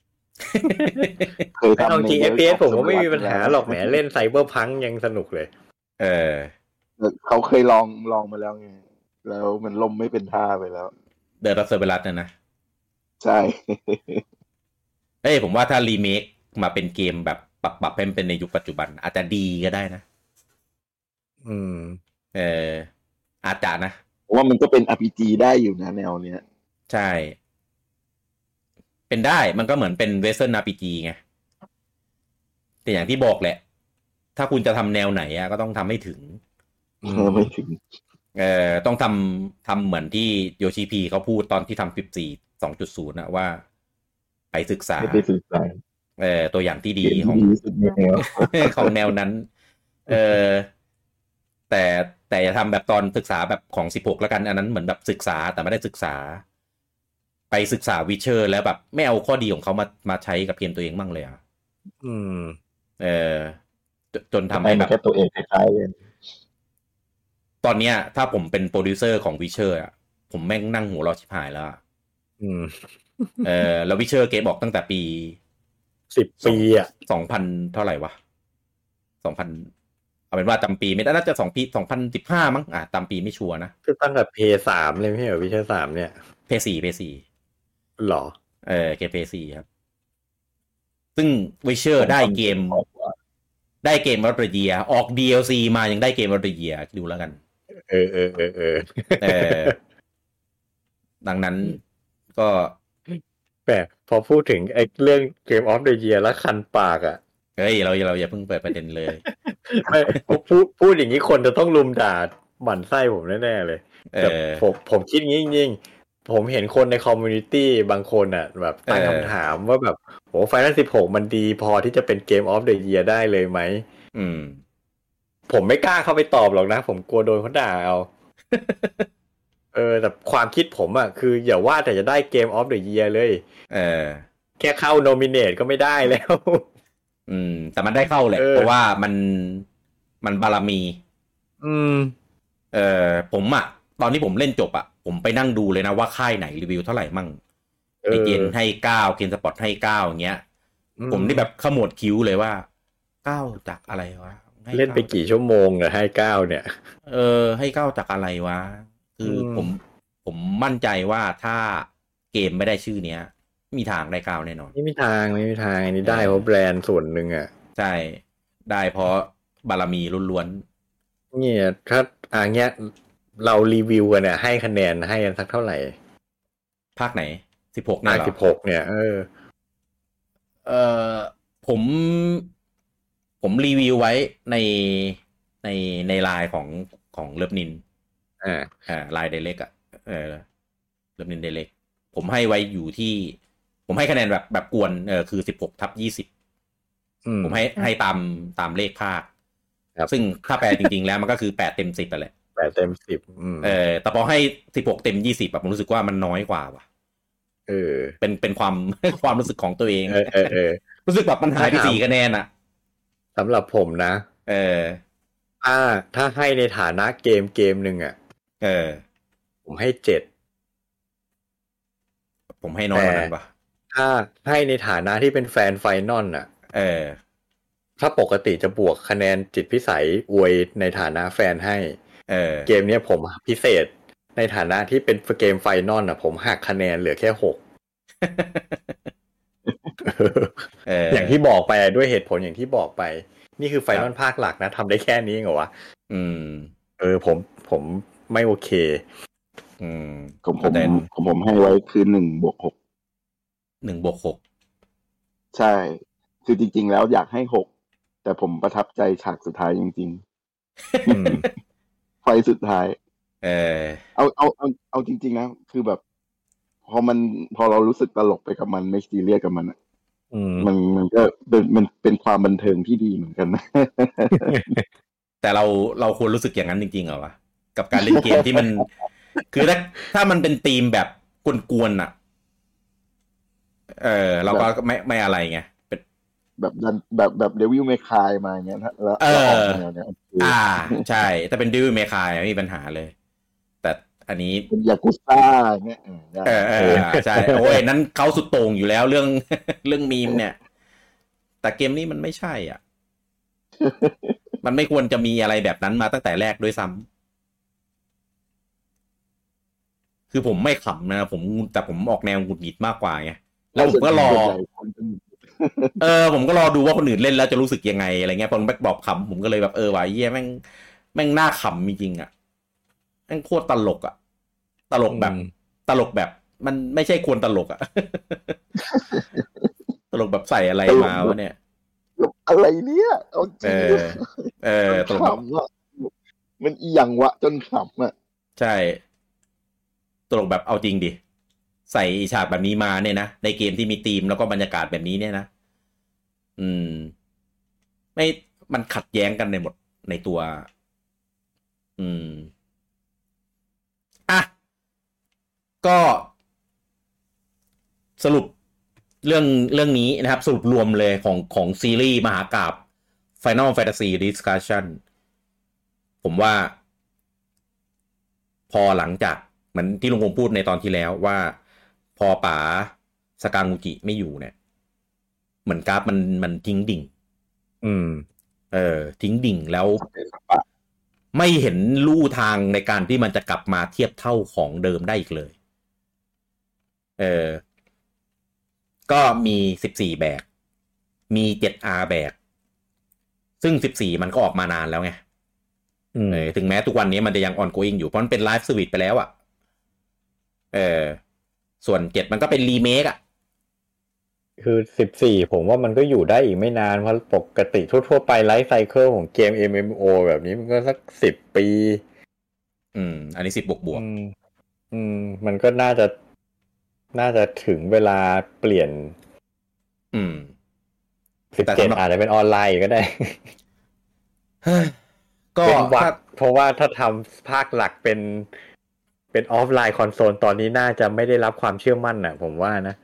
เคยทำจริง FPS ผมก็ไม่มีปัญหาหรอกแหมเล่นไซเบอร์พังยังสนุกเลยเขาเคยลองมาแล้วไงแล้วมันล่มไม่เป็นท่าไปแล้วเดอะรัสเซอร์เบลัสนะใช่ผมว่าถ้ารีเมคมาเป็นเกมแบบปรับให้มันเป็นในยุคปัจจุบันอาจจะดีก็ได้นะอาจจะนะว่ามันก็เป็น RPG ได้อยู่นะแนวเนี้ยใช่เป็นได้มันก็เหมือนเป็นเวสเทิร์น RPG ไงแต่อย่างที่บอกแหละถ้าคุณจะทำแนวไหนก็ต้องทำให้ถึงต้องทำเหมือนที่โยชิพีเขาพูดตอนที่ทำ14 2.0 นะว่าไปศึกษาตัวอย่างที่ดีของแนวนั้นแต่อย่าทำแบบตอนศึกษาแบบของ16แล้วกันอันนั้นเหมือนแบบศึกษาแต่ไม่ได้ศึกษาไปศึกษาวิเชอร์แล้วแบบไม่เอาข้อดีของเขามาใช้กับเกมตัวเองมั่งเลยอ่ะจนทำให้แบบแค่ตัวเองคล้ายๆตอนเนี้ยถ้าผมเป็นโปรดิวเซอร์ของวิเชอร์อ่ะผมแม่งนั่งหัวเราะชิบหายแล้วแล้ววิเชอร์เกมออกตั้งแต่ปี 10 ปีอ่ะ 2000 เท่าไหร่วะ 2000เอาเป็นว่าจำปีไม่ได้น่าจะ2015มั้งจำปีไม่ชัวร์นะคือตั้งแต่ PS3 เลยไม่ใช่เหรอวิเชอร์3เนี่ย PS4 หรอเกม PS4 ครับซึ่งวิเชอร์ได้เกมออฟเดอะเยียร์ออก DLC มายังได้เกมออฟเดอะเยียร์ดูแล้วกันดังนั้นก็แปลกพอพูดถึงไอ้เรื่องเกมออฟเดอะเยียร์แล้วคันปากอ่ะเฮ้ยเราอย่าเพิ่งเปิดประเด็นเลยไม่พูดอย่างนี้คนจะต้องลุมด่าหมั่นไส้ผมแน่ๆเลยแต่ผมคิดงี้จริงๆผมเห็นคนในคอมมูนิตี้บางคนอ่ะแบบตั้งคำถามว่าแบบโห Final 16มันดีพอที่จะเป็นเกมออฟเดอะเยียร์ได้เลยไหมผมไม่กล้าเข้าไปตอบหรอกนะผมกลัวโดนเขาด่าเอาแต่ความคิดผมอ่ะคืออย่าว่าแต่จะได้เกมออฟเดอะเยียร์เลยแค่เข้าโนมิเนตก็ไม่ได้แล้วแต่มันได้เข้าแหละเพราะว่ามันบารมีผมอ่ะตอนที่ผมเล่นจบอ่ะผมไปนั่งดูเลยนะว่าค่ายไหนรีวิวเท่าไหร่มั่งไอเกนให้9เกนสปอร์ตให้9อย่างเงี้ยผมนี่แบบขมวดคิ้วเลยว่า9จากอะไรวะเล่นไปกี่ชั่วโมงอะให้9เนี่ยให้9จากอะไรวะคือผมมั่นใจว่าถ้าเกมไม่ได้ชื่อเนี้ยมีทางได้9แน่นอนไม่มีทางอันนี้ได้เพราะแบรนด์ส่วนหนึ่งอ่ะใช่ได้เพราะบารมีล้วนๆเนี่ยถ้าเงี้ยเรารีวิวกันเนี่ยให้คะแนนให้กันสักเท่าไหร่ภาคไหน16เนี่ยหรอ 16เนี่ยผมรีวิวไว้ในไลน์ของเลิฟนินไลน์ไดเรกอ่ะเลิฟนินไดเรกผมให้ไว้อยู่ที่ผมให้คะแนนแบบกวนคือ16/20ผมให้ตามเลขภาคซึ่งถ้าแปลจริงๆแล้วมันก็คือ8 เต็ม 10แหละ 8 เต็ม 10 แต่พอให้16 เต็ม 20แบบผมรู้สึกว่ามันน้อยกว่าว่ะเป็นความรู้สึกของตัวเองรู้สึกแบบมันหายไป4 คะแนนอ่ะสำหรับผมนะถ้าให้ในฐานะเกมหนึ่งอ่ะผมให้7 ผมให้น้อยกว่านั้นป่ะถ้าให้ในฐานะที่เป็นแฟนไฟนอลน่ะถ้าปกติจะบวกคะแนนจิตพิสัยอวยในฐานะแฟนให้เกมนี้ผมพิเศษในฐานะที่เป็นเกมไฟนอลน่ะผมหักคะแนนเหลือแค่6อย่างที่บอกไปด้วยเหตุผลอย่างที่บอกไปนี่คือไฟนอลภาคหลักนะทำได้แค่นี้เหรอวะผมไม่โอเคผมให้ไว้คือ1+6 1+6 ใช่คือจริงๆแล้วอยากให้6แต่ผมประทับใจฉากสุดท้ายจริงๆไฟสุดท้ายเอาจริงๆนะคือแบบพอเรารู้สึกตลกไปกับมันไม่ซีเรียสกับมันมันก็เป็นความบันเทิงที่ดีเหมือนกันนะแต่เราควรรู้สึกอย่างนั้นจริงๆเหรอวะกับการเล่นเกมที่มันคือถ้ามันเป็นธีมแบบกวนๆอ่ะเราก็ไม่อะไรไงแบบเดวิลเมคายมาอย่างเงี้ยแล้วออกแนวเนี้ยใช่ถ้าเป็นเดวิลเมคายไม่มีปัญหาเลยแต่อันนี้เป็นยากุซ่าเงี้ยใช่โอ้ยนั้นเขาสุดโต่งอยู่แล้วเรื่องมีมเนี่ยแต่เกมนี้มันไม่ใช่อ่ะมันไม่ควรจะมีอะไรแบบนั้นมาตั้งแต่แรกด้วยซ้ำคือผมไม่ขำนะแต่ผมออกแนวหงุดหงิดมากกว่าไงแล้วผมก็รอผมก็รอดูว่าคนอื่นเล่นแล้วจะรู้สึกยังไงอะไรเงี้ยพอแบ็คบอกขำผมก็เลยแบบว่ะเหี้ยแม่งน่าขำจริงๆอ่ะแม่งโคตรตลกอ่ะตลกแบบมันไม่ใช่ควรตลกอ่ะตลกแบบใส่อะไรมาวะเนี่ยอะไรเนี่ยเอาจริงตลกอ่ะมันอีหยังวะจนขำอ่ะใช่ตลกแบบเอาจริงดิใส่ฉากแบบนี้มาเนี่ยนะในเกมที่มีธีมแล้วก็บรรยากาศแบบนี้เนี่ยนะไม่มันขัดแย้งกันในหมดในตัวอ่ะก็สรุปเรื่องนี้นะครับสรุปรวมเลยของซีรีส์มหากาพย์ Final Fantasy Discussion ผมว่าพอหลังจากเหมือนที่ลุงคงพูดในตอนที่แล้วว่าพอป๋าสกางูจิไม่อยู่เนี่ยเหมือนกราฟมันทิ้งดิ่งทิ้งดิ่งแล้วไม่เห็นลู่ทางในการที่มันจะกลับมาเทียบเท่าของเดิมได้อีกเลยก็มี14แบกมี 7R แบกซึ่ง14มันก็ออกมานานแล้วไงถึงแม้ทุกวันนี้มันจะยัง ongoing อยู่เพราะมันเป็นไลฟ์สวิตไปแล้วอ่ะส่วน7มันก็เป็นรีเมคอ่ะคือ14ผมว่ามันก็อยู่ได้อีกไม่นานเพราะปกติทั่วๆไปไลฟ์ไซเคิลของเกม MMO แบบนี้มันก็สัก10 ปีอันนี้10บวกมันก็น่าจะถึงเวลาเปลี่ยน17อาจจะเป็นออนไลน์ก็ได้ก็เพราะว่าถ้าทำภาคหลักเป็นออฟไลน์คอนโซลตอนนี้น่าจะไม่ได้รับความเชื่อมั่นน่ะผมว่านะ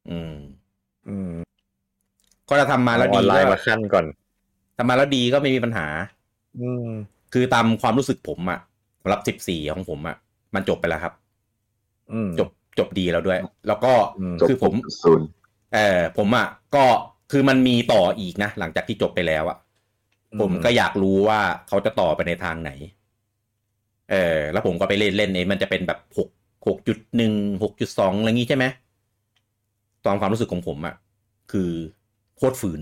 ก็จะทำมาแล้วดีออนไลน์มาขั้นก่อนทำมาแล้วดีก็ไม่มีปัญหาคือตามความรู้สึกผมอะสำหรับ14ของผมอะมันจบไปแล้วครับจบดีแล้วด้วยแล้วก็คือผมผมอะก็คือมันมีต่ออีกนะหลังจากที่จบไปแล้วอะผมก็อยากรู้ว่าเขาจะต่อไปในทางไหนแล้วผมก็ไปเล่นมันจะเป็นแบบ6.1 6.2 อะไรงี้ใช่ไหมตามความรู้สึกของผมอะคือโคตรฝืน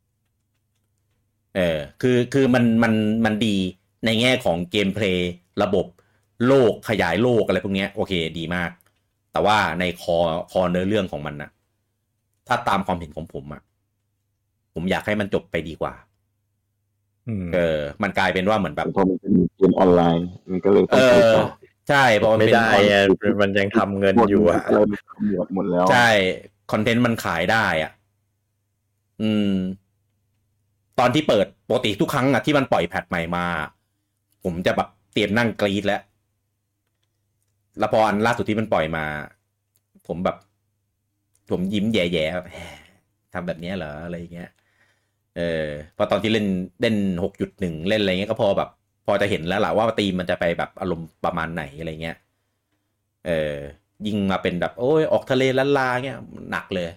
คือมันดีในแง่ของเกมเพลย์ระบบโลกขยายโลกอะไรพวกนี้โอเคดีมากแต่ว่าในคอเนื้อเรื่องของมันนะถ้าตามความเห็นของผมอะผมอยากให้มันจบไปดีกว่ามันกลายเป็นว่าเหมือนแบบพอมันเป็นเกมออนไลน์มันก็เลยต้องไปต่อใช่เพราะไม่ได้มันยังทำเงินอยู่อะหมดแล้วใช่คอนเทนต์มันขายได้อ่ะตอนที่เปิดปกติทุกครั้งอ่ะที่มันปล่อยแพทใหม่มาผมจะแบบเตรียมนั่งกรี๊ดแล้วพออันล่าสุดที่มันปล่อยมาผมยิ้มแย่ๆทำแบบนี้เหรออะไรเงี้ยพอตอนที่เล่น 6.1 เล่นอะไรเงี้ยก็พอจะเห็นแล้วล่ะว่าธีมมันจะไปแบบอารมณ์ประมาณไหนอะไรเงี้ยยิ่งมาเป็นแบบโอ้ยออกทะเลล้านลาเงี้ยหนักเลย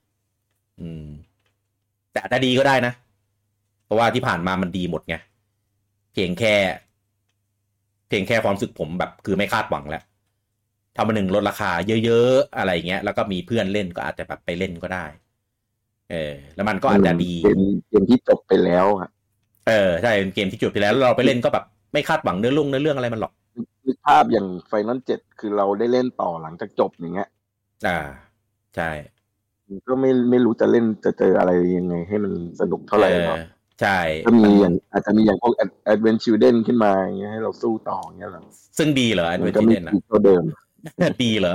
แต่อาจจะดีก็ได้นะเพราะว่าที่ผ่านมามันดีหมดไงเพียงแค่ความรู้สึกผมแบบคือไม่คาดหวังแล้วถ้ามันลดราคาเยอะๆอะไรเงี้ยแล้วก็มีเพื่อนเล่นก็อาจจะแบบไปเล่นก็ได้แล้วมันก็อาจจะดีเกมที่จบไปแล้วครับใช่เป็นเกมที่จบไปแล้วเราไปเล่นก็แบบไม่คาดหวังเนื้อเรื่องอะไรมันหรอกนึกภาพอย่าง Final 7คือเราได้เล่นต่อหลังจากจบอย่างเงี้ยใช่ก็ไม่รู้จะเล่นจะเจออะไรยังไงให้มันสนุกเท่าไหร่เนาะใช่ก็มีอย่างอาจจะมีอย่างพวก Advent Children ขึ้นมาอย่างเงี้ยให้เราสู้ต่ออย่างเงี้ยหรอซึ่งดีเหรอ Advent Children นะตัวเดิมดีเหรอ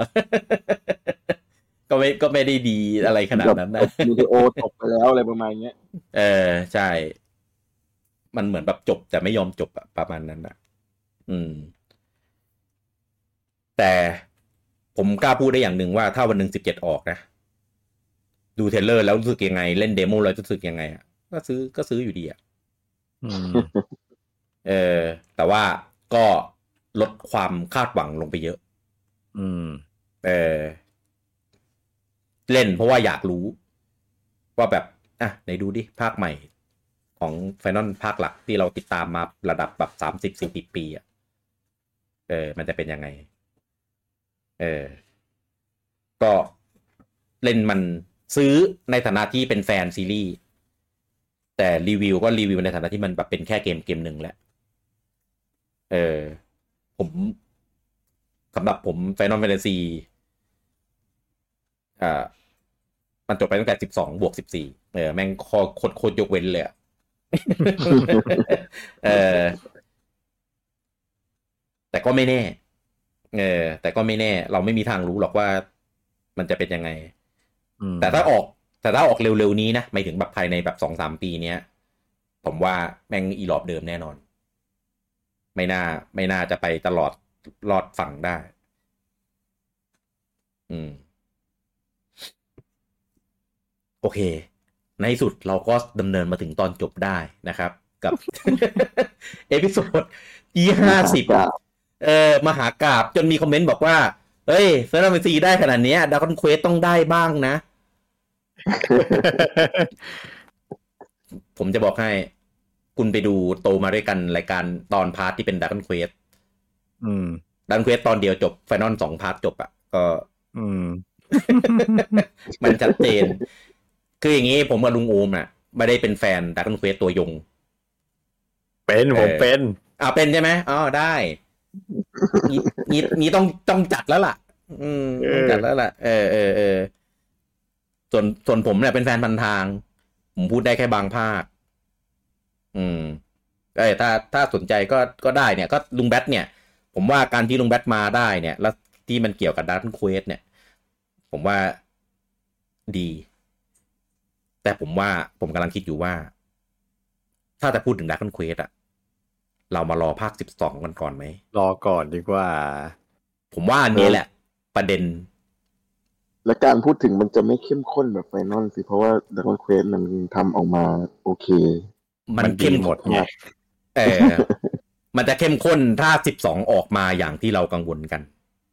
ก็ไม่ได้ดีอะไรขนาดนั้นนะวิดีโอจบไปแล้วอะไรประมาณเนี้ยใช่มันเหมือนแบบจบแต่ไม่ยอมจบประมาณนั้นนะแต่ผมกล้าพูดได้อย่างหนึ่งว่าถ้าวันหนึ่ง17ออกนะดูเทรลเลอร์แล้วรู้สึกยังไงเล่นเดโมแล้วรู้สึกยังไงอ่ะก็ซื้ออยู่ดีอ่ะแต่ว่าก็ลดความคาดหวังลงไปเยอะเล่นเพราะว่าอยากรู้ว่าแบบไหนดูดิภาคใหม่ของ Final ภาคหลักที่เราติดตามมาระดับแบบ30-40 ปีอ่ะมันจะเป็นยังไงก็เล่นมันซื้อในฐานะที่เป็นแฟนซีรีส์แต่รีวิวก็รีวิวในฐานะที่มันแบบเป็นแค่เกมหนึ่งแหละผมสำหรับผม Final Fantasy มันจบไปตั้งแต่12+14แม่งโคตรยกเว้นเลยแต่ก็ไม่แน่เราไม่มีทางรู้หรอกว่ามันจะเป็นยังไงแต่ถ้าออกเร็วๆนี้นะไม่ถึงแบบภายในแบบ 2-3 ปีเนี้ยผมว่าแม่งอีหลอบเดิมแน่นอนไม่น่าจะไปตลอดรอดฝั่งได้โอเคในสุดเราก็ดำเนินมาถึงตอนจบได้นะครับกับ เอพิโซดที่50มหากาพย์จนมีคอมเมนต์บอกว่าเฮ้ยเฟอร์นาเมซีได้ขนาดนี้ดราก้อนเควสต้องได้บ้างนะ ผมจะบอกให้คุณไปดูโตมาด้วยกันรายการตอนพาร์ทที่เป็นดราก้อนเควสดราก้อนเควสตอนเดียวจบไฟนอล2 พาร์ทจบอ่ะก็มันชัดเจนคืออย่างนี้ผมกับลุงโอมน่ะไม่ได้เป็นแฟนดราก้อนเควสตัวยงผมเป็นเป็นใช่ไหมได้นี่ต้องจัดแล้วล่ะต้องจัดแล้วล่ะส่วนผมเนี่ยเป็นแฟนพันทางผมพูดได้แค่บางภาคถ้าสนใจก็ได้เนี่ยก็ลุงแบทเนี่ยผมว่าการที่ลุงแบทมาได้เนี่ยแล้วที่มันเกี่ยวกับดราก้อนเควสเนี่ยผมว่าดีแต่ผมกำลังคิดอยู่ว่าถ้าจะพูดถึงดราก้อนเควสอะเรามารอภาค12กันก่อนไหมรอก่อนดีกว่าผมว่าอันนี้แหละประเด็นและการพูดถึงมันจะไม่เข้มข้นแบบไฟนอลสิเพราะว่าดราก้อนเควสมันทำออกมาโอเคมันเข้มหมดไงมันจะเข้มข้นถ้า12ออกมาอย่างที่เรากังวลกัน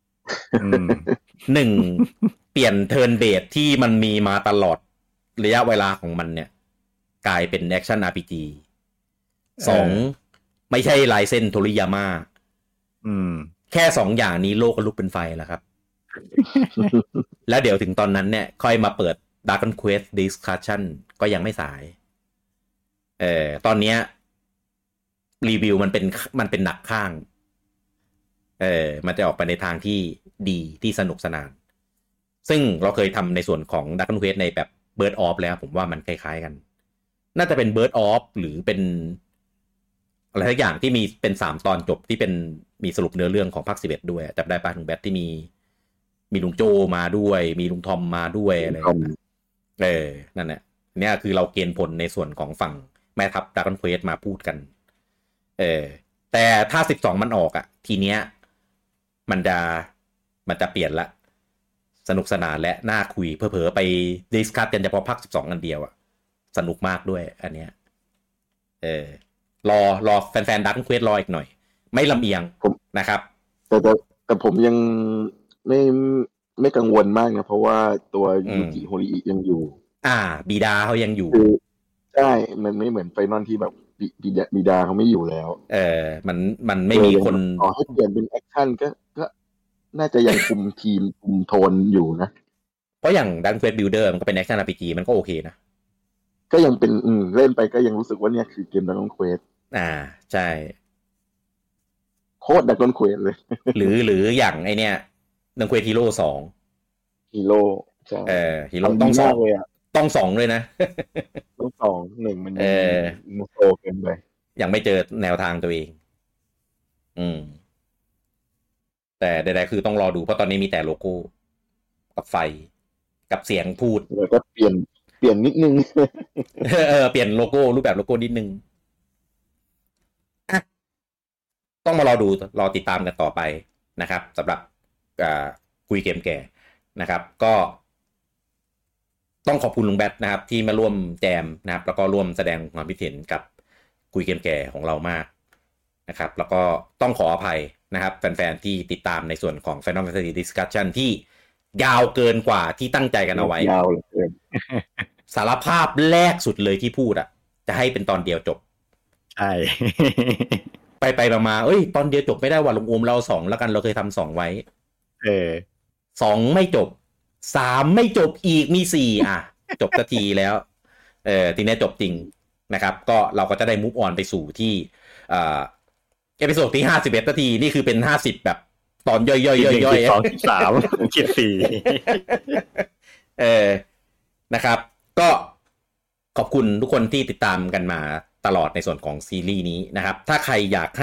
1เปลี่ยนเทิร์นเบสที่มันมีมาตลอดระยะเวลาของมันเนี่ยกลายเป็นแอคชั่น RPG 2ไม่ใช่ลายเส้นโทริยาม่าแค่2อย่างนี้โลกก็ลุกเป็นไฟแล้วครับ แล้วเดี๋ยวถึงตอนนั้นเนี่ยค่อยมาเปิด Dragon Quest Discussion ก็ยังไม่สายตอนเนี้ยรีวิวมันเป็นหนักข้างมันจะออกไปในทางที่ดีที่สนุกสนานซึ่งเราเคยทำในส่วนของ Dragon Quest ในแบบ Bird Off แล้วผมว่ามันคล้ายๆกันน่าจะเป็น Bird Off หรือเป็นอะไรทุกอย่างที่มีเป็น3ตอนจบที่เป็นมีสรุปเนื้อเรื่องของภาค11ด้วยจำได้ป่ะถึงแบทที่มีลุงโจมาด้วยมีลุงทอมมาด้วยอะไรนั่นแหละเนี่ยคือเราเกณฑ์ผลในส่วนของฝั่งแม่ทัพ Dragon Quest มาพูดกันแต่ถ้า12มันออกอ่ะทีเนี้ยมันจะเปลี่ยนละสนุกสนานและน่าคุยเผลอๆไปดิสคัสกันเฉพาะภาค12กันเดียวอ่ะสนุกมากด้วยอันเนี้ยรอแฟนๆ Dragon Quest รออีกหน่อยไม่ลำเอียงนะครับแต่ผมยังไม่กังวลมากนะเพราะว่าตัวยูกิโฮริอิยังอยู่บิดาเขายังอยู่ใช่มันไม่เหมือนไฟนอลที่แบบบิดาเขาไม่อยู่แล้วมันไม่มีคนให้เปลี่ยนเป็นแอคชั่นก็น่าจะยังคุมทีมคุมโทนอยู่นะเพราะอย่าง Dragon Quest Builder มันก็เป็นแอคชั่น RPG มันก็โอเคนะก็ยังเป็นเล่นไปก็ยังรู้สึกว่าเนี่ยคือเกม Dragon Quest ใช่โคตร Dragon Quest เลยหรืออย่างไอเนี้ยDragon Quest Hero 2 Hero ใช่ Hero ต้อง2เลยอ่ะต้อง2เลยนะต้อง2 1มันมันโตเกินไปยังไม่เจอแนวทางตัวเองแต่ใดๆคือต้องรอดูเพราะตอนนี้มีแต่โลโก้กับไฟกับเสียงพูดแล้วก็เปลี่ยนนิดนึงเปลี่ยนโลโก้รูปแบบโลโก้นิดนึงต้องมารอติดตามกันต่อไปนะครับสำหรับคุยเกมแก่นะครับก็ต้องขอบคุณลุงแบทนะครับที่มาร่วมแจมนะครับแล้วก็ร่วมแสดงความคิดเห็นกับคุยเกมแก่ของเรามากนะครับแล้วก็ต้องขออภัยนะครับแฟนๆที่ติดตามในส่วนของ Final Fantasy Discussion ที่ยาวเกินกว่าที่ตั้งใจกันเอาไว้ยาวเกินสารภาพแรกสุดเลยที่พูดจะให้เป็นตอนเดียวจบใช่ไปมาตอนเดียวจบไม่ได้ว่าลุงโอมเรา2แล้วกันเราเคยทำ2ไว้2ไม่จบ3ไม่จบอีกมี4จบสักทีแล้วทีนี้จบจริงนะครับก็เราก็จะได้มูฟออนไปสู่ที่เอพิโซดที่51นาทีนี่คือเป็น50แบบตอนย่อยๆ2 3 4นะครับก็ขอบคุณทุกคนที่ติดตามกันมาตลอดในส่วนของซีรีส์นี้นะครับถ้าใครอยากให้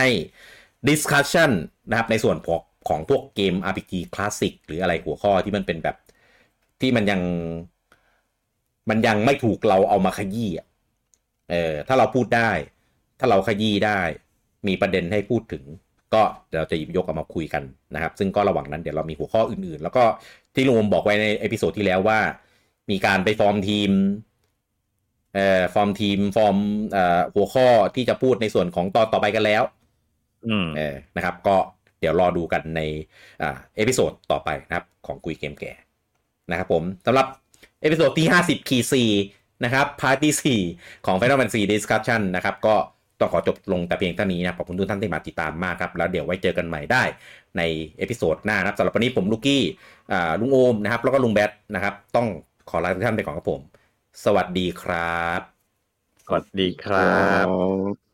discussion นะครับในส่วนของพวกเกม RPG คลาสสิกหรืออะไรหัวข้อที่มันเป็นแบบที่มันยังไม่ถูกเราเอามาขยี้อ่ะถ้าเราพูดได้ถ้าเราขยี้ได้มีประเด็นให้พูดถึงก็เดี๋ยวเราจะหยิบยกเอามาคุยกันนะครับซึ่งก็ระหว่างนั้นเดี๋ยวเรามีหัวข้ออื่นๆแล้วก็ที่ลุงอมบอกไว้ในเอพิโซดที่แล้วว่ามีการไปฟอร์มทีมฟอร์มหัวข้อที่จะพูดในส่วนของตอนต่อไปกันแล้วนะครับก็เดี๋ยวรอดูกันในเอพิโซดต่อไปนะครับของคุยเกมแก่นะครับผมสำหรับเอพิโซดที่50-4นะครับพาร์ทที่4ของ Final Fantasy Discussion นะครับก็ต้องขอจบลงแต่เพียงเท่านี้นะขอบคุณทุกท่านที่มาติดตามมากครับแล้วเดี๋ยวไว้เจอกันใหม่ได้ในเอพิโซดหน้านะครับสำหรับวันนี้ผมลูกี้ลุงโอมนะครับแล้วก็ลุงแบทนะครับต้องขอลาทุกท่านไปก่อนครับผมสวัสดีครับสวัสดีครับ